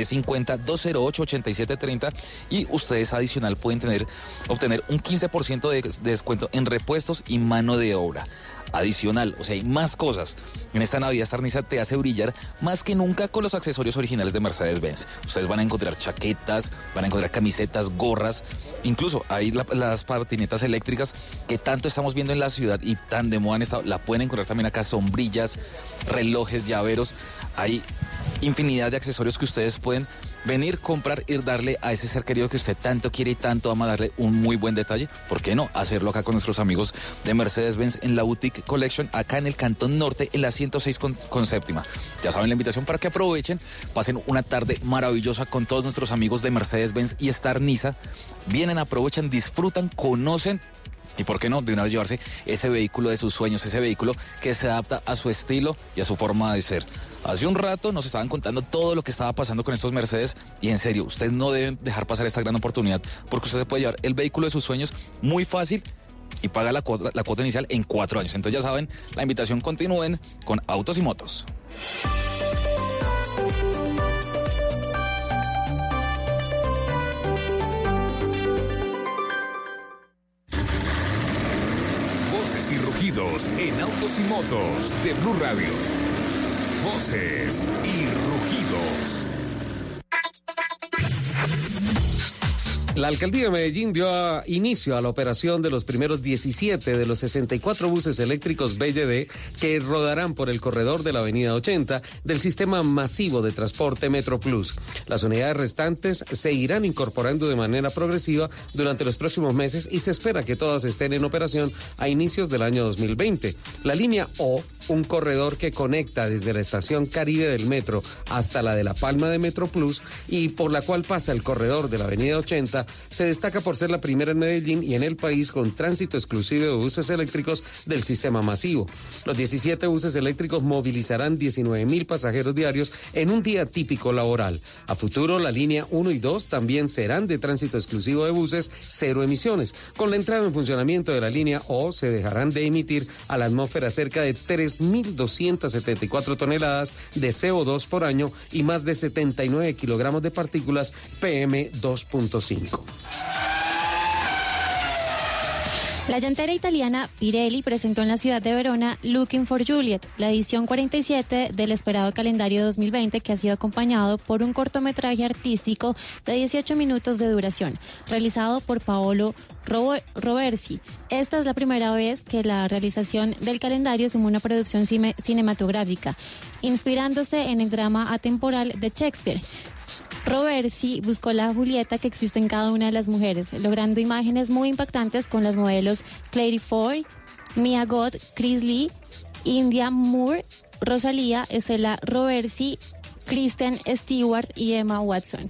Speaker 14: 350-208-8730, y ustedes adicional pueden obtener un 15% de descuento en repuestos y mano de obra. Adicional, o sea, hay más cosas. En esta Navidad Star Niza te hace brillar más que nunca con los accesorios originales de Mercedes-Benz. Ustedes van a encontrar chaquetas, van a encontrar camisetas, gorras, incluso hay las patinetas eléctricas que tanto estamos viendo en la ciudad y tan de moda han estado. La pueden encontrar también acá, sombrillas, relojes, llaveros. Hay infinidad de accesorios que ustedes pueden venir, comprar y darle a ese ser querido que usted tanto quiere y tanto ama, darle un muy buen detalle. ¿Por qué no hacerlo acá con nuestros amigos de Mercedes-Benz en la Boutique Collection, acá en el Cantón Norte, en la 106 con séptima? Ya saben la invitación para que aprovechen, pasen una tarde maravillosa con todos nuestros amigos de Mercedes-Benz y Star Niza. Vienen, aprovechan, disfrutan, conocen. Y por qué no, de una vez llevarse ese vehículo de sus sueños, ese vehículo que se adapta a su estilo y a su forma de ser. Hace un rato nos estaban contando todo lo que estaba pasando con estos Mercedes, y en serio, ustedes no deben dejar pasar esta gran oportunidad, porque usted se puede llevar el vehículo de sus sueños muy fácil y paga la cuota inicial en 4 años. Entonces ya saben, la invitación, continúen con Autos y Motos.
Speaker 3: Voces y rugidos en Autos y Motos de Blue Radio. Voces y rugidos.
Speaker 18: La alcaldía de Medellín dio inicio a la operación de los primeros 17 de los 64 buses eléctricos BYD que rodarán por el corredor de la avenida 80 del sistema masivo de transporte Metro Plus. Las unidades restantes se irán incorporando de manera progresiva durante los próximos meses y se espera que todas estén en operación a inicios del año 2020. La línea O, un corredor que conecta desde la estación Caribe del metro hasta la de La Palma de Metro Plus y por la cual pasa el corredor de la avenida 80, se destaca por ser la primera en Medellín y en el país con tránsito exclusivo de buses eléctricos del sistema masivo. Los 17 buses eléctricos movilizarán 19.000 pasajeros diarios en un día típico laboral. A futuro, la línea 1 y 2 también serán de tránsito exclusivo de buses cero emisiones. Con la entrada en funcionamiento de la línea O, se dejarán de emitir a la atmósfera cerca de 3.274 toneladas de CO2 por año y más de 79 kilogramos de partículas PM2.5.
Speaker 23: La llantera italiana Pirelli presentó en la ciudad de Verona Looking for Juliet, la edición 47 del esperado calendario 2020, que ha sido acompañado por un cortometraje artístico de 18 minutos de duración, realizado por Paolo Roversi. Esta es la primera vez que la realización del calendario suma una producción cinematográfica, inspirándose en el drama atemporal de Shakespeare. Roversi buscó la Julieta que existe en cada una de las mujeres, logrando imágenes muy impactantes con las modelos Clary Ford, Mia Goth, Chris Lee, India Moore, Rosalía, Estela Roversi, Kristen Stewart y Emma Watson.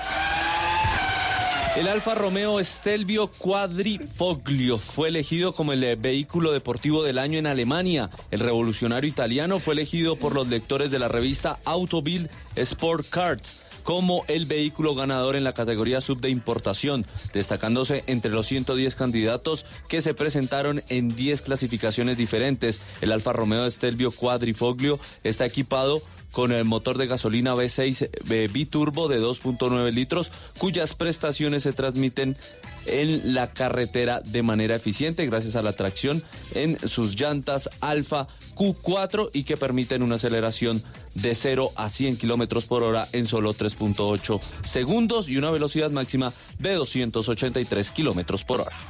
Speaker 4: El Alfa Romeo Stelvio Quadrifoglio fue elegido como el vehículo deportivo del año en Alemania. El revolucionario italiano fue elegido por los lectores de la revista Autobild Sport Cards como el vehículo ganador en la categoría sub de importación, destacándose entre los 110 candidatos que se presentaron en 10 clasificaciones diferentes. El Alfa Romeo Stelvio Quadrifoglio está equipado con el motor de gasolina V6 biturbo de 2.9 litros, cuyas prestaciones se transmiten en la carretera de manera eficiente gracias a la tracción en sus llantas Alfa Q4 y que permiten una aceleración de 0 a 100 kilómetros por hora en solo 3.8 segundos y una velocidad máxima de 283 kilómetros por hora.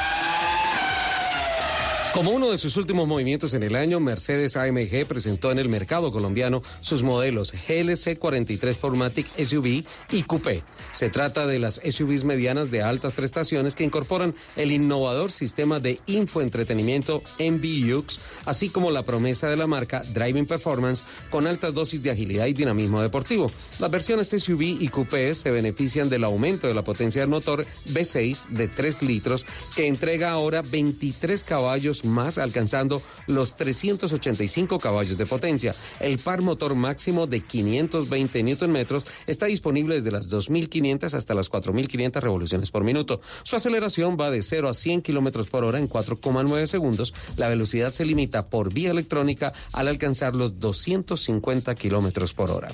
Speaker 18: Como uno de sus últimos movimientos en el año, Mercedes-AMG presentó en el mercado colombiano sus modelos GLC 43 4MATIC SUV y Coupé. Se trata de las SUVs medianas de altas prestaciones que incorporan el innovador sistema de infoentretenimiento MBUX, así como la promesa de la marca Driving Performance con altas dosis de agilidad y dinamismo deportivo. Las versiones SUV y Coupé se benefician del aumento de la potencia del motor V6 de 3 litros que entrega ahora 23 caballos más, alcanzando los 385 caballos de potencia. El par motor máximo de 520 Nm está disponible desde las 2.500 hasta las 4.500 revoluciones por minuto. Su aceleración va de 0 a 100 km por hora en 4,9 segundos. La velocidad se limita por vía electrónica al alcanzar los 250 km por hora.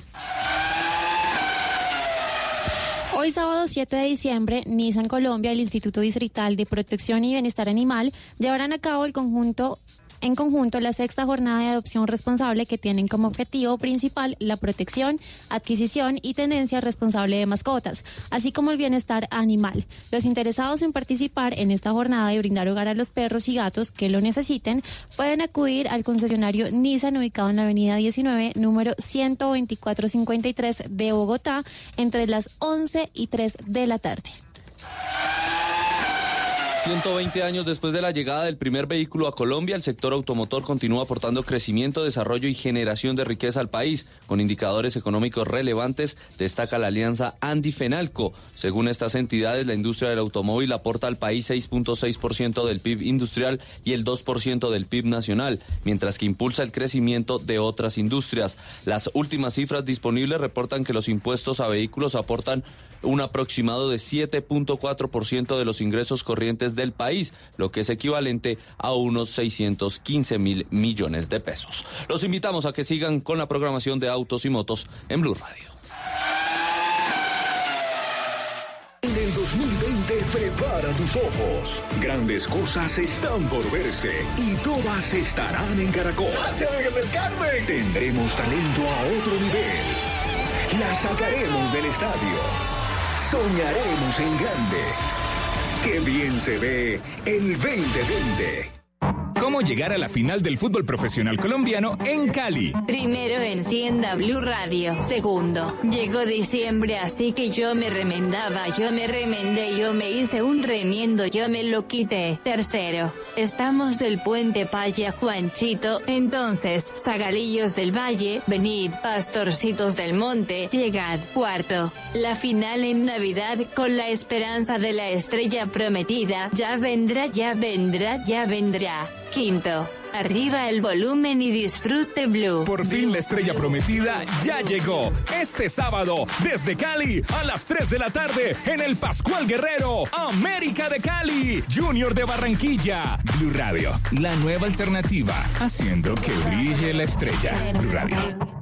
Speaker 23: Hoy sábado 7 de diciembre, Nissan Colombia y el Instituto Distrital de Protección y Bienestar Animal llevarán a cabo en conjunto la 6ª jornada de adopción responsable que tienen como objetivo principal la protección, adquisición y tenencia responsable de mascotas, así como el bienestar animal. Los interesados en participar en esta jornada y brindar hogar a los perros y gatos que lo necesiten pueden acudir al concesionario Nissan ubicado en la avenida 19, número 12453 de Bogotá entre las 11 y 3 de la tarde.
Speaker 4: 120 años después de la llegada del primer vehículo a Colombia, el sector automotor continúa aportando crecimiento, desarrollo y generación de riqueza al país. Con indicadores económicos relevantes, destaca la alianza Andi-Fenalco. Según estas entidades, la industria del automóvil aporta al país 6.6% del PIB industrial y el 2% del PIB nacional, mientras que impulsa el crecimiento de otras industrias. Las últimas cifras disponibles reportan que los impuestos a vehículos aportan un aproximado de 7.4% de los ingresos corrientes del país, lo que es equivalente a unos 615.000 millones de pesos. Los invitamos a que sigan con la programación de Autos y Motos en Blue Radio.
Speaker 3: En el 2020 prepara tus ojos. Grandes cosas están por verse y todas estarán en Caracol. ¡Gracias, del Carmen! Tendremos talento a otro nivel. La sacaremos del estadio. Soñaremos en grande. ¡Qué bien se ve el 2020! ¿Cómo llegar a la final del fútbol profesional colombiano en Cali?
Speaker 5: Primero, encienda Blue Radio. Segundo, llegó diciembre, así que yo me remendaba, yo me remendé, yo me hice un remiendo, yo me lo quité. Tercero, estamos del Puente Paya Juanchito, entonces, Zagalillos del Valle, venid, pastorcitos del monte, llegad. Cuarto, la final en Navidad con la esperanza de la estrella prometida, ya vendrá, ya vendrá, ya vendrá. Quinto, arriba el volumen y disfrute Blue.
Speaker 3: Por fin la estrella prometida ya llegó. Este sábado, desde Cali, a las 3 de la tarde, en el Pascual Guerrero, América de Cali, Junior de Barranquilla. Blue Radio, la nueva alternativa, haciendo que brille la estrella. Blue Radio.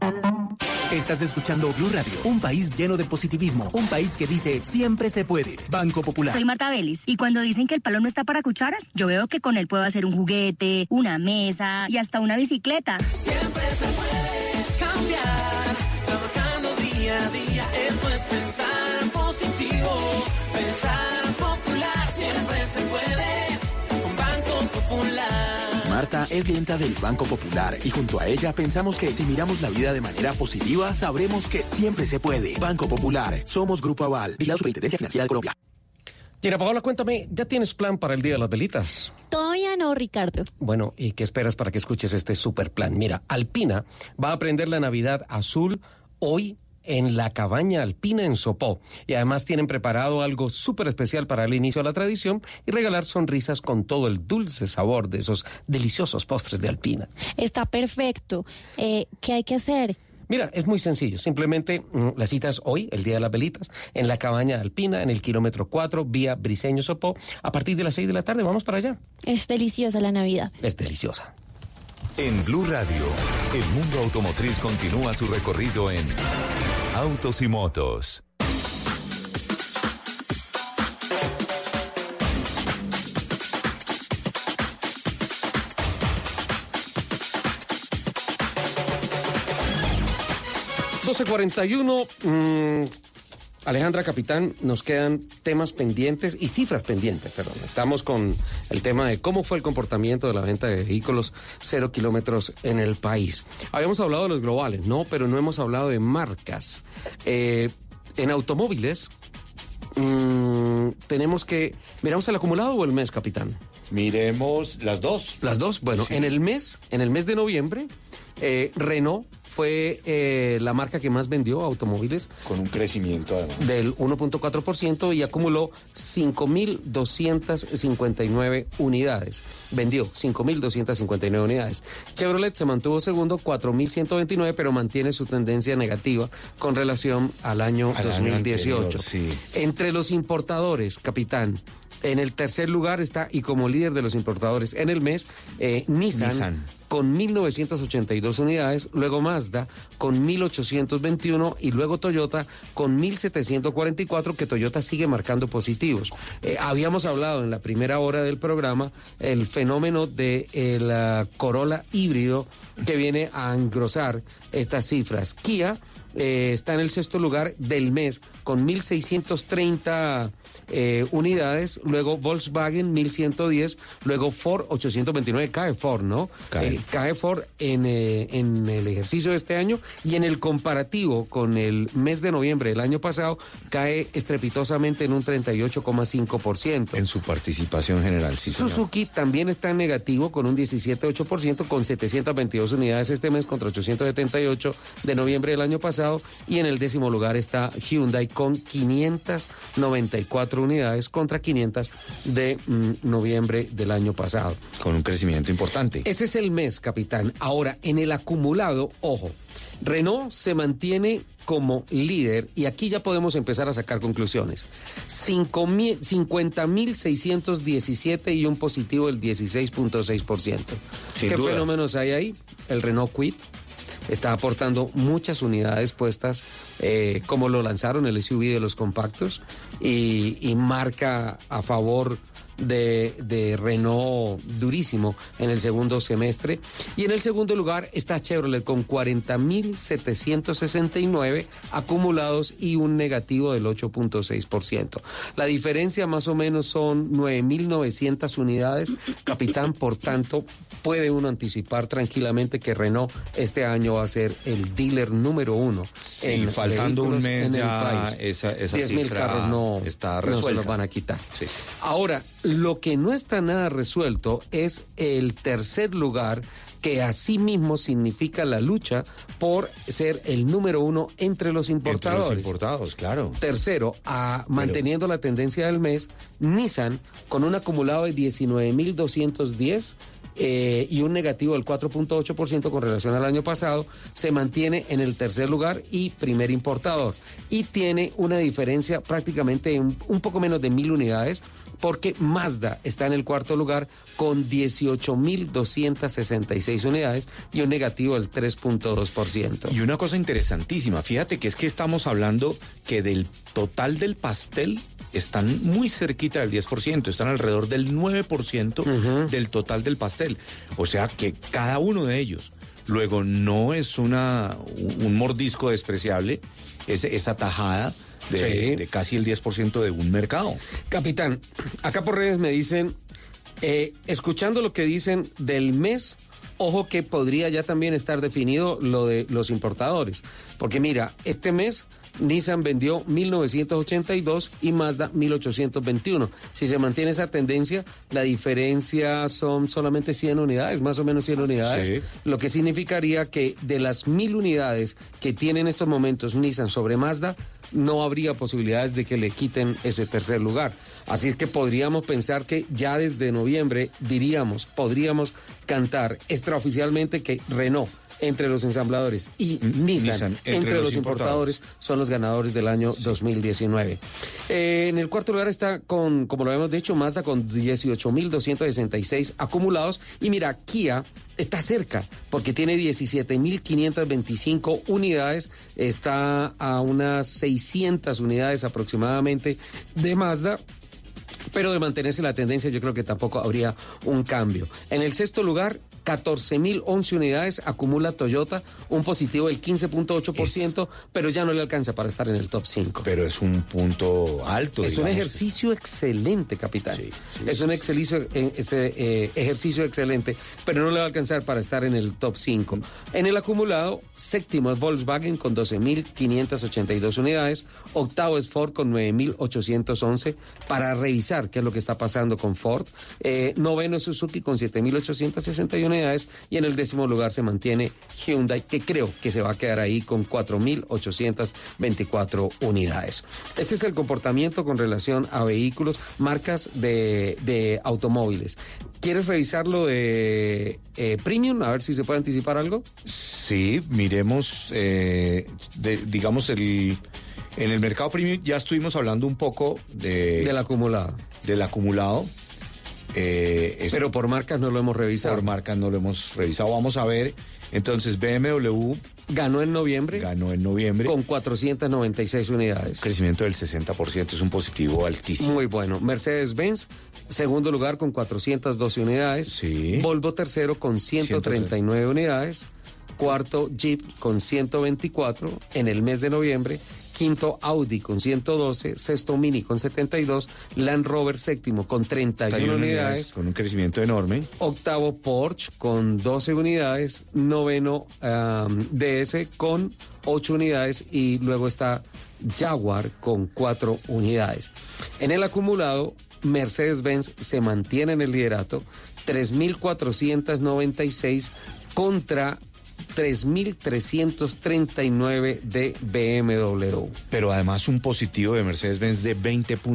Speaker 20: Estás escuchando Blue Radio, un país lleno de positivismo, un país que dice siempre se puede. Banco Popular.
Speaker 15: Soy Marta Vélez y cuando dicen que el palo no está para cucharas, yo veo que con él puedo hacer un juguete, una mesa y hasta una bicicleta.
Speaker 8: Siempre se puede cambiar, trabajando día a día, eso es pensar positivo, pensar popular, siempre se puede, con Banco Popular.
Speaker 2: Marta es clienta del Banco Popular y junto a ella pensamos que si miramos la vida de manera positiva, sabremos que siempre se puede. Banco Popular, somos Grupo Aval, vigilado Superintendencia Financiera de Colombia.
Speaker 18: Gina Paola, cuéntame, ¿ya tienes plan para el Día de las Velitas?
Speaker 23: Todavía no, Ricardo.
Speaker 18: Bueno, ¿y qué esperas para que escuches este super plan? Mira, Alpina va a prender la Navidad azul hoy en la cabaña Alpina en Sopó. Y además tienen preparado algo súper especial para el inicio de la tradición y regalar sonrisas con todo el dulce sabor de esos deliciosos postres de Alpina.
Speaker 23: Está perfecto. ¿Qué hay que hacer?
Speaker 18: Mira, es muy sencillo. Simplemente la cita es hoy, el Día de las Velitas, en la cabaña Alpina, en el kilómetro 4, vía Briceño Sopó, a partir de las 6 de la tarde. Vamos para allá.
Speaker 23: Es deliciosa la Navidad.
Speaker 18: Es deliciosa.
Speaker 1: En Blue Radio, el mundo automotriz continúa su recorrido en Autos y Motos.
Speaker 18: Alejandra, capitán, nos quedan temas pendientes y cifras pendientes, perdón. Estamos con el tema de cómo fue el comportamiento de la venta de vehículos 0 kilómetros en el país. Habíamos hablado de los globales, ¿no? Pero no hemos hablado de marcas. En automóviles, tenemos que... ¿Miramos el acumulado o el mes, capitán?
Speaker 19: Miremos las dos.
Speaker 18: Las dos, bueno, sí. en el mes de noviembre, Renault fue la marca que más vendió automóviles.
Speaker 19: Con un crecimiento además.
Speaker 18: Del 1.4% y acumuló 5.259 unidades. Vendió 5.259 unidades. Chevrolet se mantuvo segundo, 4.129, pero mantiene su tendencia negativa con relación al año 2018.
Speaker 19: Anterior, sí.
Speaker 18: Entre los importadores, capitán, en el tercer lugar está, y como líder de los importadores en el mes, Nissan con 1.982 unidades, luego Mazda con 1.821 y luego Toyota con 1.744, que Toyota sigue marcando positivos. Habíamos hablado en la primera hora del programa el fenómeno de el Corolla híbrido que viene a engrosar estas cifras. Kia está en el sexto lugar del mes con 1.630 unidades, luego Volkswagen 1.110, luego Ford 829, cae Ford, ¿no? Cae Ford en el ejercicio de este año y en el comparativo con el mes de noviembre del año pasado cae estrepitosamente en un 38,5%.
Speaker 19: En su participación general, sí.
Speaker 18: Suzuki también está en negativo con un 17,8% con 722 unidades este mes contra 878 de noviembre del año pasado, y en el décimo lugar está Hyundai con 594 unidades contra 500 de noviembre del año pasado.
Speaker 19: Con un crecimiento importante.
Speaker 18: Ese es el mes, capitán. Ahora, en el acumulado, ojo, Renault se mantiene como líder y aquí ya podemos empezar a sacar conclusiones. 50.617 y un positivo del 16.6%. ¿Qué fenómenos hay ahí? El Renault Kwid está aportando muchas unidades puestas, como lo lanzaron el SUV de los compactos, y marca a favor de Renault durísimo en el segundo semestre. Y en el segundo lugar está Chevrolet con 40.769 acumulados y un negativo del 8.6%. La diferencia más o menos son 9.900 unidades. Capitán, por tanto, puede uno anticipar tranquilamente que Renault este año va a ser el dealer número uno.
Speaker 19: Sí, faltando un mes ya esa
Speaker 18: 10.000 carros no
Speaker 19: está resuelta.
Speaker 18: No se los van a quitar.
Speaker 19: Sí.
Speaker 18: Ahora, lo que no está nada resuelto es el tercer lugar, que asimismo significa la lucha por ser el número uno entre los importadores.
Speaker 19: Entre los importados, claro.
Speaker 18: Tercero, manteniendo la tendencia del mes, Nissan con un acumulado de 19.210 y un negativo del 4.8% con relación al año pasado, se mantiene en el tercer lugar y primer importador. Y tiene una diferencia prácticamente un poco menos de 1.000 unidades, porque Mazda está en el cuarto lugar con 18.266 unidades y un negativo del 3.2%.
Speaker 19: Y una cosa interesantísima, fíjate que estamos hablando que del total del pastel están muy cerquita del 10%, están alrededor del 9% del total del pastel. O sea que cada uno de ellos, luego no es un mordisco despreciable, esa tajada de casi el 10% de un mercado.
Speaker 18: Capitán, acá por redes me dicen, escuchando lo que dicen del mes, ojo que podría ya también estar definido lo de los importadores. Porque mira, este mes Nissan vendió 1.982 y Mazda 1.821. Si se mantiene esa tendencia, la diferencia son solamente 100 unidades, más o menos 100 unidades, sí. Lo que significaría que de las 1.000 unidades que tiene en estos momentos Nissan sobre Mazda, no habría posibilidades de que le quiten ese tercer lugar. Así es que podríamos pensar que ya desde noviembre podríamos cantar extraoficialmente que Renault entre los ensambladores y Nissan entre los importadores son los ganadores del año 2019. En el cuarto lugar está como lo habíamos dicho, Mazda con 18.266 acumulados. Y mira, Kia está cerca porque tiene 17.525 unidades, está a unas 600 unidades aproximadamente de Mazda. Pero de mantenerse la tendencia yo creo que tampoco habría un cambio. En el sexto lugar, 14.011 unidades acumula Toyota, un positivo del 15.8%, pero ya no le alcanza para estar en el top 5.
Speaker 19: Pero es un punto alto.
Speaker 18: Es un ejercicio excelente, capitán. Es un ejercicio excelente, pero no le va a alcanzar para estar en el top 5. En el acumulado, séptimo es Volkswagen con 12.582 unidades, octavo es Ford con 9.811, para revisar qué es lo que está pasando con Ford. Noveno es Suzuki con 7.861 unidades, y en el décimo lugar se mantiene Hyundai, que creo que se va a quedar ahí con 4.824 unidades. Este es el comportamiento con relación a vehículos, marcas de automóviles. ¿Quieres revisar lo de Premium? A ver si se puede anticipar algo.
Speaker 19: Sí, miremos, digamos, en el mercado Premium ya estuvimos hablando un poco del acumulado.
Speaker 18: Pero por marcas no lo hemos revisado.
Speaker 19: Por marcas no lo hemos revisado. Vamos a ver. Entonces, BMW
Speaker 18: ganó en noviembre.
Speaker 19: Con
Speaker 18: 496 unidades.
Speaker 19: Crecimiento del 60%, es un positivo altísimo.
Speaker 18: Muy bueno. Mercedes-Benz, segundo lugar con 412 unidades.
Speaker 19: Sí.
Speaker 18: Volvo tercero con 139 unidades. Cuarto, Jeep con 124 en el mes de noviembre. Quinto, Audi con 112, sexto, Mini con 72, Land Rover séptimo con 31 unidades.
Speaker 19: Con un crecimiento enorme.
Speaker 18: Octavo, Porsche con 12 unidades, noveno, DS con 8 unidades y luego está Jaguar con 4 unidades. En el acumulado, Mercedes-Benz se mantiene en el liderato, 3.496 contra 3.339 de BMW.
Speaker 19: Pero además un positivo de Mercedes-Benz de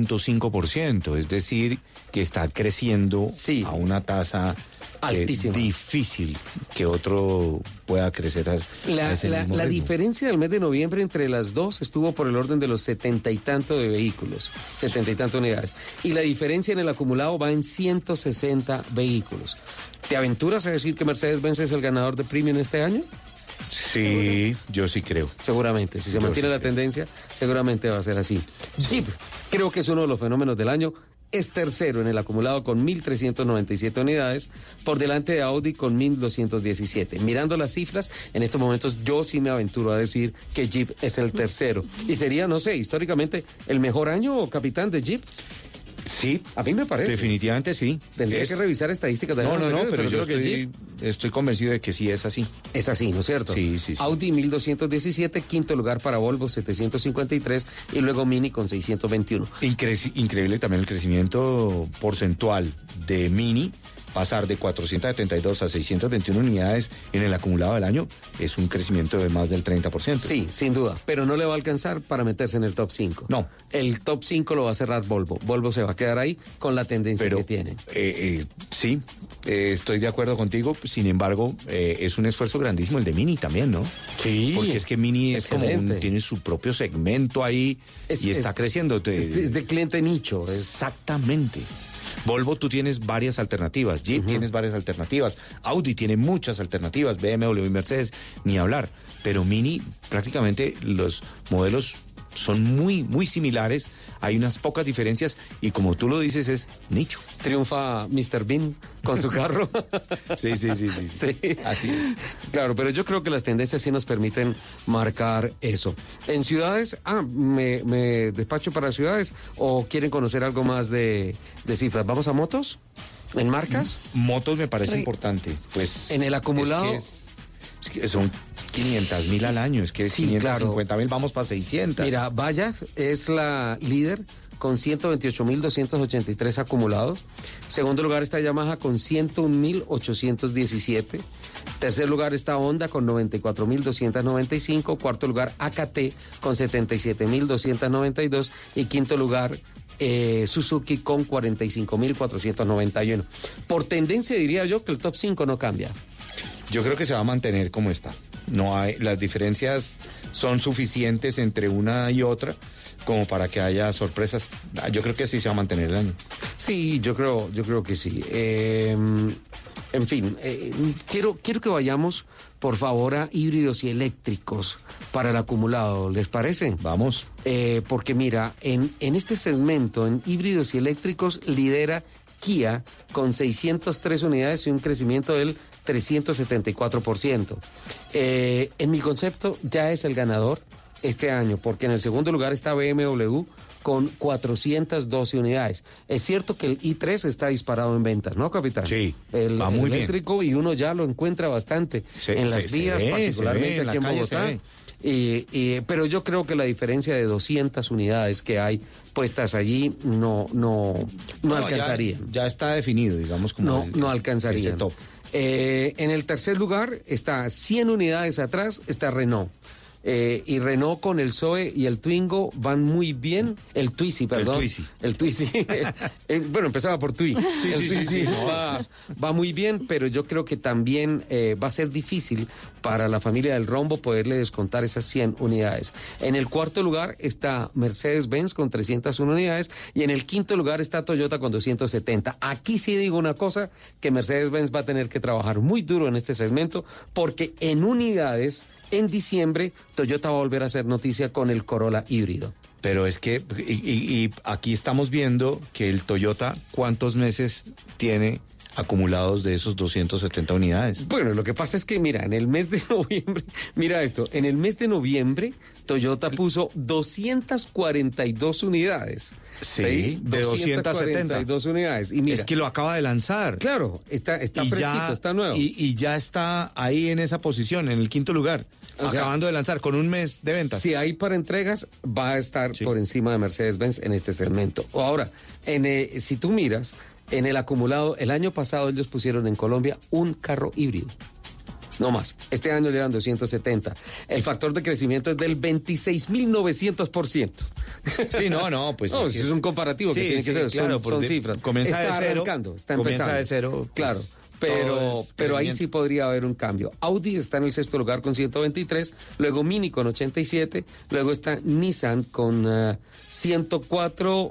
Speaker 19: 20.5%, es decir, que está creciendo a una tasa altísima. Difícil que otro pueda crecer
Speaker 18: La diferencia del mes de noviembre entre las dos estuvo por el orden de los 70 y tanto de vehículos, 70 y tanto unidades. Y la diferencia en el acumulado va en 160 vehículos. ¿Te aventuras a decir que Mercedes-Benz es el ganador de Premium este año?
Speaker 19: Sí, yo sí creo.
Speaker 18: Seguramente, si se mantiene la tendencia, seguramente va a ser así. Jeep, creo que es uno de los fenómenos del año. Es tercero en el acumulado con 1.397 unidades, por delante de Audi con 1.217. Mirando las cifras, en estos momentos yo sí me aventuro a decir que Jeep es el tercero. Y sería, no sé, históricamente, el mejor año, capitán, de Jeep.
Speaker 19: Sí,
Speaker 18: a mí me parece.
Speaker 19: Definitivamente sí.
Speaker 18: Tendría que revisar estadísticas de
Speaker 19: No, pero yo estoy convencido de que sí es así.
Speaker 18: Es así, ¿no es cierto?
Speaker 19: Sí.
Speaker 18: Audi 1.217, quinto lugar para Volvo 753 y luego Mini con 621.
Speaker 19: Increíble también el crecimiento porcentual de Mini. Pasar de 472 a 621 unidades en el acumulado del año es un crecimiento de más del 30%.
Speaker 18: Sí, sin duda, pero no le va a alcanzar para meterse en el top 5.
Speaker 19: No.
Speaker 18: El top 5 lo va a cerrar Volvo. Volvo se va a quedar ahí con la tendencia que tiene.
Speaker 19: Sí, estoy de acuerdo contigo. Sin embargo, es un esfuerzo grandísimo el de Mini también, ¿no?
Speaker 18: Sí.
Speaker 19: Porque es que Mini es tiene su propio segmento ahí y está creciendo.
Speaker 18: Es de cliente nicho.
Speaker 19: Exactamente. Volvo, tú tienes varias alternativas, Jeep tienes varias alternativas, Audi tiene muchas alternativas, BMW y Mercedes, ni hablar. Pero Mini, prácticamente los modelos son muy, muy similares, hay unas pocas diferencias y como tú lo dices es nicho.
Speaker 18: Triunfa Mr. Bean con su carro.
Speaker 19: Sí.
Speaker 18: Sí.
Speaker 19: Así es.
Speaker 18: Claro, pero yo creo que las tendencias sí nos permiten marcar eso. En ciudades, me despacho para ciudades o quieren conocer algo más de cifras. ¿Vamos a motos? ¿En marcas?
Speaker 19: Motos me parece importante. Pues
Speaker 18: en el acumulado...
Speaker 19: Es que son 500.000 al año, es que 550.000, vamos para 600.
Speaker 18: Mira, Bajaj es la líder con 128.283 acumulados. Segundo lugar está Yamaha con 101.817. Tercer lugar está Honda con 94.295. Cuarto lugar AKT con 77.292. Y quinto lugar Suzuki con 45.491. Por tendencia diría yo que el top 5 no cambia.
Speaker 19: Yo creo que se va a mantener como está. No hay, las diferencias son suficientes entre una y otra como para que haya sorpresas. Yo creo que sí se va a mantener el año.
Speaker 18: Sí, yo creo que sí. En fin, quiero que vayamos, por favor, a híbridos y eléctricos para el acumulado. ¿Les parece?
Speaker 19: Vamos.
Speaker 18: Porque mira, en este segmento, en híbridos y eléctricos, lidera Kia con 603 unidades y un crecimiento del 374%. En mi concepto, ya es el ganador este año, porque en el segundo lugar está BMW con 412 unidades. Es cierto que el i3 está disparado en ventas, ¿no, capitán?
Speaker 19: Sí,
Speaker 18: el
Speaker 19: va muy
Speaker 18: eléctrico
Speaker 19: bien.
Speaker 18: Y uno ya lo encuentra bastante en las vías, particularmente aquí en Bogotá. Pero yo creo que la diferencia de 200 unidades que hay puestas allí no alcanzaría.
Speaker 19: Ya está definido, digamos, como
Speaker 18: no alcanzaría.
Speaker 19: Top.
Speaker 18: En el tercer lugar está 100 unidades atrás, está Renault. Y Renault con el Zoe y el Twingo van muy bien. El Twizy, perdón. El Twizy. Bueno, empezaba por Twi. El Twizy va muy bien, pero yo creo que también va a ser difícil para la familia del Rombo poderle descontar esas 100 unidades. En el cuarto lugar está Mercedes-Benz con 301 unidades y en el quinto lugar está Toyota con 270. Aquí sí digo una cosa, que Mercedes-Benz va a tener que trabajar muy duro en este segmento porque en unidades, en diciembre, Toyota va a volver a hacer noticia con el Corolla híbrido.
Speaker 19: Pero es que, y aquí estamos viendo que el Toyota, ¿cuántos meses tiene acumulados de esos 270 unidades?
Speaker 18: Bueno, lo que pasa es que, mira, en el mes de noviembre, mira esto, en el mes de noviembre, Toyota puso 242 unidades.
Speaker 19: Sí, de 272
Speaker 18: unidades. Y mira,
Speaker 19: es que lo acaba de lanzar.
Speaker 18: Claro, está fresquito, está nuevo.
Speaker 19: Y ya está ahí en esa posición, en el quinto lugar. Acabando de lanzar con un mes de ventas.
Speaker 18: Si hay para entregas, va a estar por encima de Mercedes-Benz en este segmento. Ahora, si tú miras, en el acumulado, el año pasado ellos pusieron en Colombia un carro híbrido. No más. Este año llevan 270. El factor de crecimiento es del 26.900%.
Speaker 19: Sí, pues
Speaker 18: no, es un comparativo que tiene que ser.
Speaker 19: Claro,
Speaker 18: son cifras.
Speaker 19: Comienza
Speaker 18: está
Speaker 19: de cero.
Speaker 18: Arrancando, está
Speaker 19: comienza
Speaker 18: empezando.
Speaker 19: De cero.
Speaker 18: Claro. Pero ahí sí podría haber un cambio. Audi está en el sexto lugar con 123, luego Mini con 87, luego está Nissan con 104,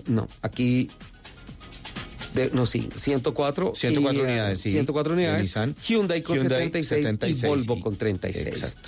Speaker 18: 104.
Speaker 19: 104 unidades, sí.
Speaker 18: 104 unidades.
Speaker 19: Nissan.
Speaker 18: Hyundai con 76 y Volvo con 36.
Speaker 19: Exacto.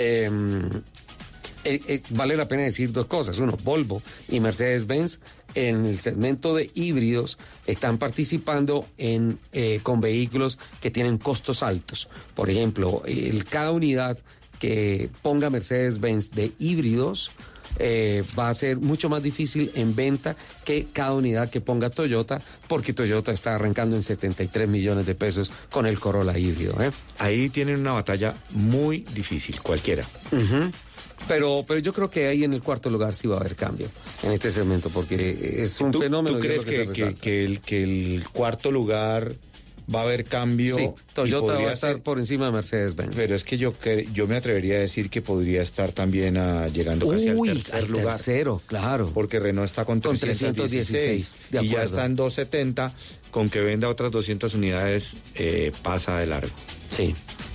Speaker 18: Vale la pena decir dos cosas. Uno, Volvo y Mercedes-Benz en el segmento de híbridos están participando con vehículos que tienen costos altos. Por ejemplo, cada unidad que ponga Mercedes-Benz de híbridos va a ser mucho más difícil en venta que cada unidad que ponga Toyota, porque Toyota está arrancando en 73 millones de pesos con el Corolla híbrido.
Speaker 19: Ahí tienen una batalla muy difícil, cualquiera.
Speaker 18: Pero yo creo que ahí en el cuarto lugar sí va a haber cambio en este segmento, porque es un fenómeno.
Speaker 19: ¿Tú crees que el cuarto lugar va a haber cambio?
Speaker 18: Sí, Toyota va a estar por encima de Mercedes-Benz.
Speaker 19: Pero es que yo me atrevería a decir que podría estar también llegando casi al tercer lugar.
Speaker 18: Tercero, claro.
Speaker 19: Porque Renault está con 316 y ya está en 270, con que venda otras 200 unidades pasa de largo.
Speaker 18: Sí.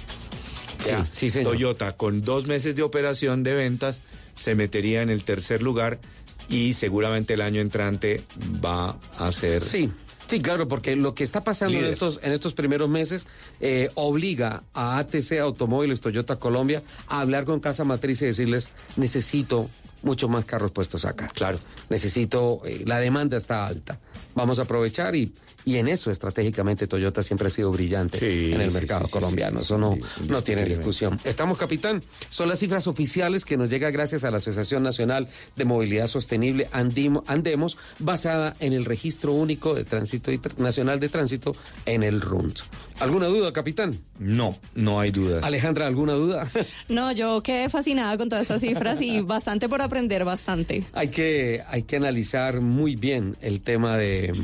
Speaker 18: Sí, señor.
Speaker 19: Toyota, con 2 meses de operación de ventas, se metería en el tercer lugar y seguramente el año entrante va a ser...
Speaker 18: Sí, claro, porque lo que está pasando en estos primeros meses obliga a ATC Automóviles Toyota Colombia a hablar con Casa Matriz y decirles, necesito muchos más carros puestos acá.
Speaker 19: Claro.
Speaker 18: Necesito, la demanda está alta. Vamos a aprovechar y en eso estratégicamente Toyota siempre ha sido brillante en el mercado colombiano. Eso no tiene discusión. Estamos, capitán. Son las cifras oficiales que nos llega gracias a la Asociación Nacional de Movilidad Sostenible, Andemos, basada en el Registro Único de Tránsito Nacional de Tránsito en el RUNT. ¿Alguna duda, capitán?
Speaker 19: No hay dudas.
Speaker 18: Alejandra, ¿alguna duda?
Speaker 10: No, yo quedé fascinada con todas estas cifras y bastante por aprender, bastante.
Speaker 18: Hay que analizar muy bien el tema de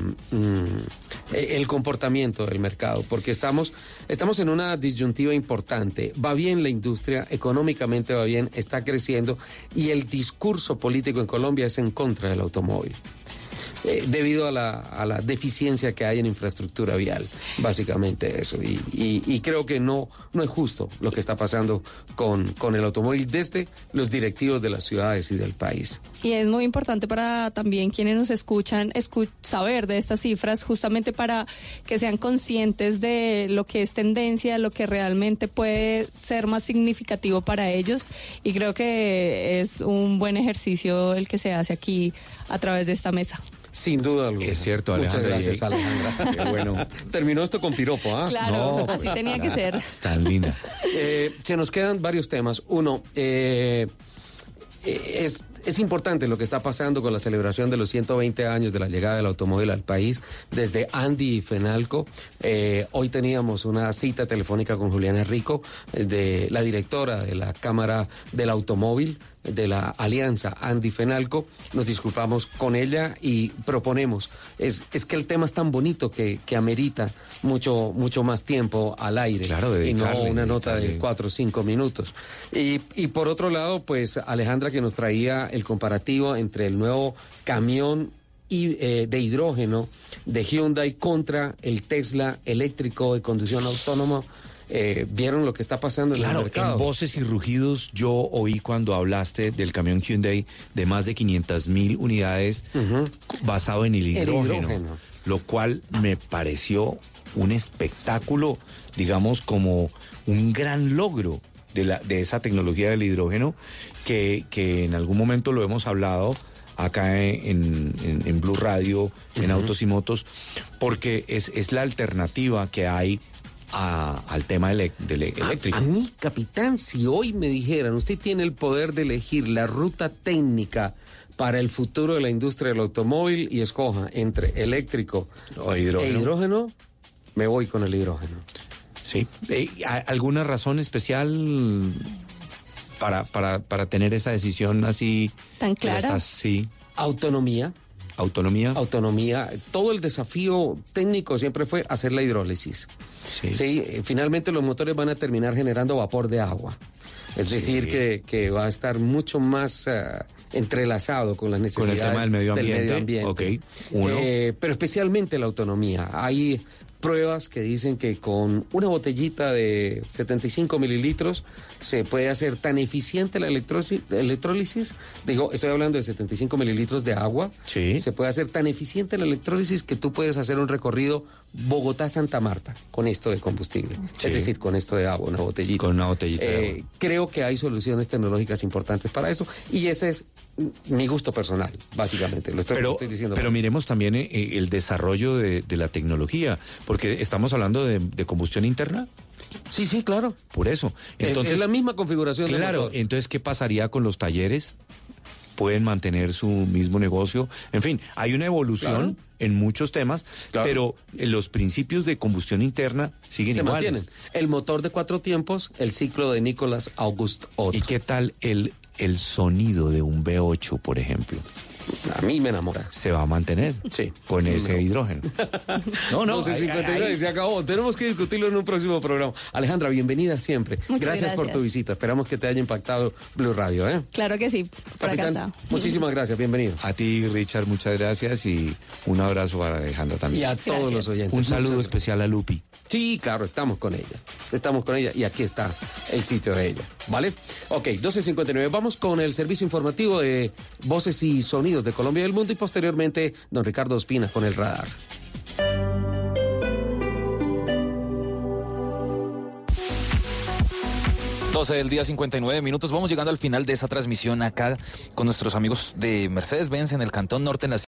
Speaker 18: el comportamiento del mercado, porque estamos en una disyuntiva importante. Va bien la industria, económicamente va bien, está creciendo, y el discurso político en Colombia es en contra del automóvil. debido a la deficiencia que hay en infraestructura vial, básicamente eso. Y creo que no es justo lo que está pasando con el automóvil desde los directivos de las ciudades y del país.
Speaker 10: Y es muy importante para también quienes nos escuchan saber de estas cifras, justamente para que sean conscientes de lo que es tendencia, lo que realmente puede ser más significativo para ellos. Y creo que es un buen ejercicio el que se hace aquí a través de esta mesa.
Speaker 18: Sin duda alguna.
Speaker 19: Es cierto, Alejandra.
Speaker 18: Muchas gracias, Alejandra.
Speaker 19: Qué bueno.
Speaker 18: Terminó esto con piropo, ¿ah?
Speaker 10: Claro, así tenía que ser.
Speaker 19: Tan linda.
Speaker 18: Se nos quedan varios temas. Uno, es importante lo que está pasando con la celebración de los 120 años de la llegada del automóvil al país, desde Andy y Fenalco. Hoy teníamos una cita telefónica con Juliana Rico, de la directora de la Cámara del Automóvil, de la Alianza Andy Fenalco. Nos disculpamos con ella y proponemos, es que el tema es tan bonito que amerita mucho más tiempo al aire, claro, y no una nota de 4 o 5 minutos. Y por otro lado, pues Alejandra, que nos traía el comparativo entre el nuevo camión de hidrógeno de Hyundai contra el Tesla eléctrico de conducción autónoma. ¿Vieron lo que está pasando en el mercado?
Speaker 19: Claro, en voces y rugidos yo oí cuando hablaste del camión Hyundai de más de 500,000 unidades basado en el hidrógeno, lo cual me pareció un espectáculo, digamos, como un gran logro de esa tecnología del hidrógeno que en algún momento lo hemos hablado acá en Blue Radio, en Autos y Motos, porque es la alternativa que hay al tema del eléctrico.
Speaker 18: A mí, capitán, si hoy me dijeran, usted tiene el poder de elegir la ruta técnica para el futuro de la industria del automóvil y escoja entre eléctrico e hidrógeno, me voy con el hidrógeno.
Speaker 19: Sí. ¿Alguna razón especial para tener esa decisión así?
Speaker 10: ¿Tan clara?
Speaker 19: Sí.
Speaker 18: Autonomía.
Speaker 19: Autonomía.
Speaker 18: Todo el desafío técnico siempre fue hacer la hidrólisis. Sí, finalmente los motores van a terminar generando vapor de agua. Es decir, que va a estar mucho más entrelazado con las necesidades
Speaker 19: con el tema del medio ambiente.
Speaker 18: Okay.
Speaker 19: Uno.
Speaker 18: Pero especialmente la autonomía. Hay pruebas que dicen que con una botellita de 75 mililitros se puede hacer tan eficiente la electrólisis, estoy hablando de 75 mililitros de agua, se puede hacer tan eficiente la electrólisis que tú puedes hacer un recorrido Bogotá-Santa Marta con esto de combustible, es decir, con esto de agua, una botellita.
Speaker 19: Con una botellita de agua.
Speaker 18: Creo que hay soluciones tecnológicas importantes para eso y ese es mi gusto personal, básicamente. Lo estoy diciendo.
Speaker 19: Pero miremos también el desarrollo de la tecnología, porque estamos hablando de combustión interna.
Speaker 18: Sí, claro.
Speaker 19: Por eso. Entonces,
Speaker 18: es la misma configuración.
Speaker 19: Claro, entonces, ¿qué pasaría con los talleres? Pueden mantener su mismo negocio. En fin, hay una evolución en muchos temas, pero los principios de combustión interna siguen iguales.
Speaker 18: Se mantienen. El motor de 4 tiempos, el ciclo de Nicolas August Otto.
Speaker 19: ¿Y qué tal el sonido de un V8, por ejemplo?
Speaker 18: A mí me enamora.
Speaker 19: ¿Se va a mantener?
Speaker 18: Sí.
Speaker 19: Con ese hidrógeno.
Speaker 18: No. 12:59, se acabó. Tenemos que discutirlo en un próximo programa. Alejandra, bienvenida siempre.
Speaker 10: Muchas gracias
Speaker 18: por tu visita. Esperamos que te haya impactado Blue Radio, ¿eh?
Speaker 10: Claro que sí.
Speaker 18: Capitán, muchísimas gracias. Bienvenido.
Speaker 19: A ti, Richard, muchas gracias y un abrazo para Alejandra también.
Speaker 18: Y a todos los oyentes.
Speaker 19: Un saludo especial a Lupi.
Speaker 18: Sí, claro, estamos con ella y aquí está el sitio de ella, ¿vale? Ok, 12:59, vamos con el servicio informativo de Voces y Sonidos de Colombia y del Mundo y posteriormente don Ricardo Ospina con el radar.
Speaker 14: 12 del día, 59 minutos. Vamos llegando al final de esa transmisión acá con nuestros amigos de Mercedes-Benz en el Cantón Norte, en la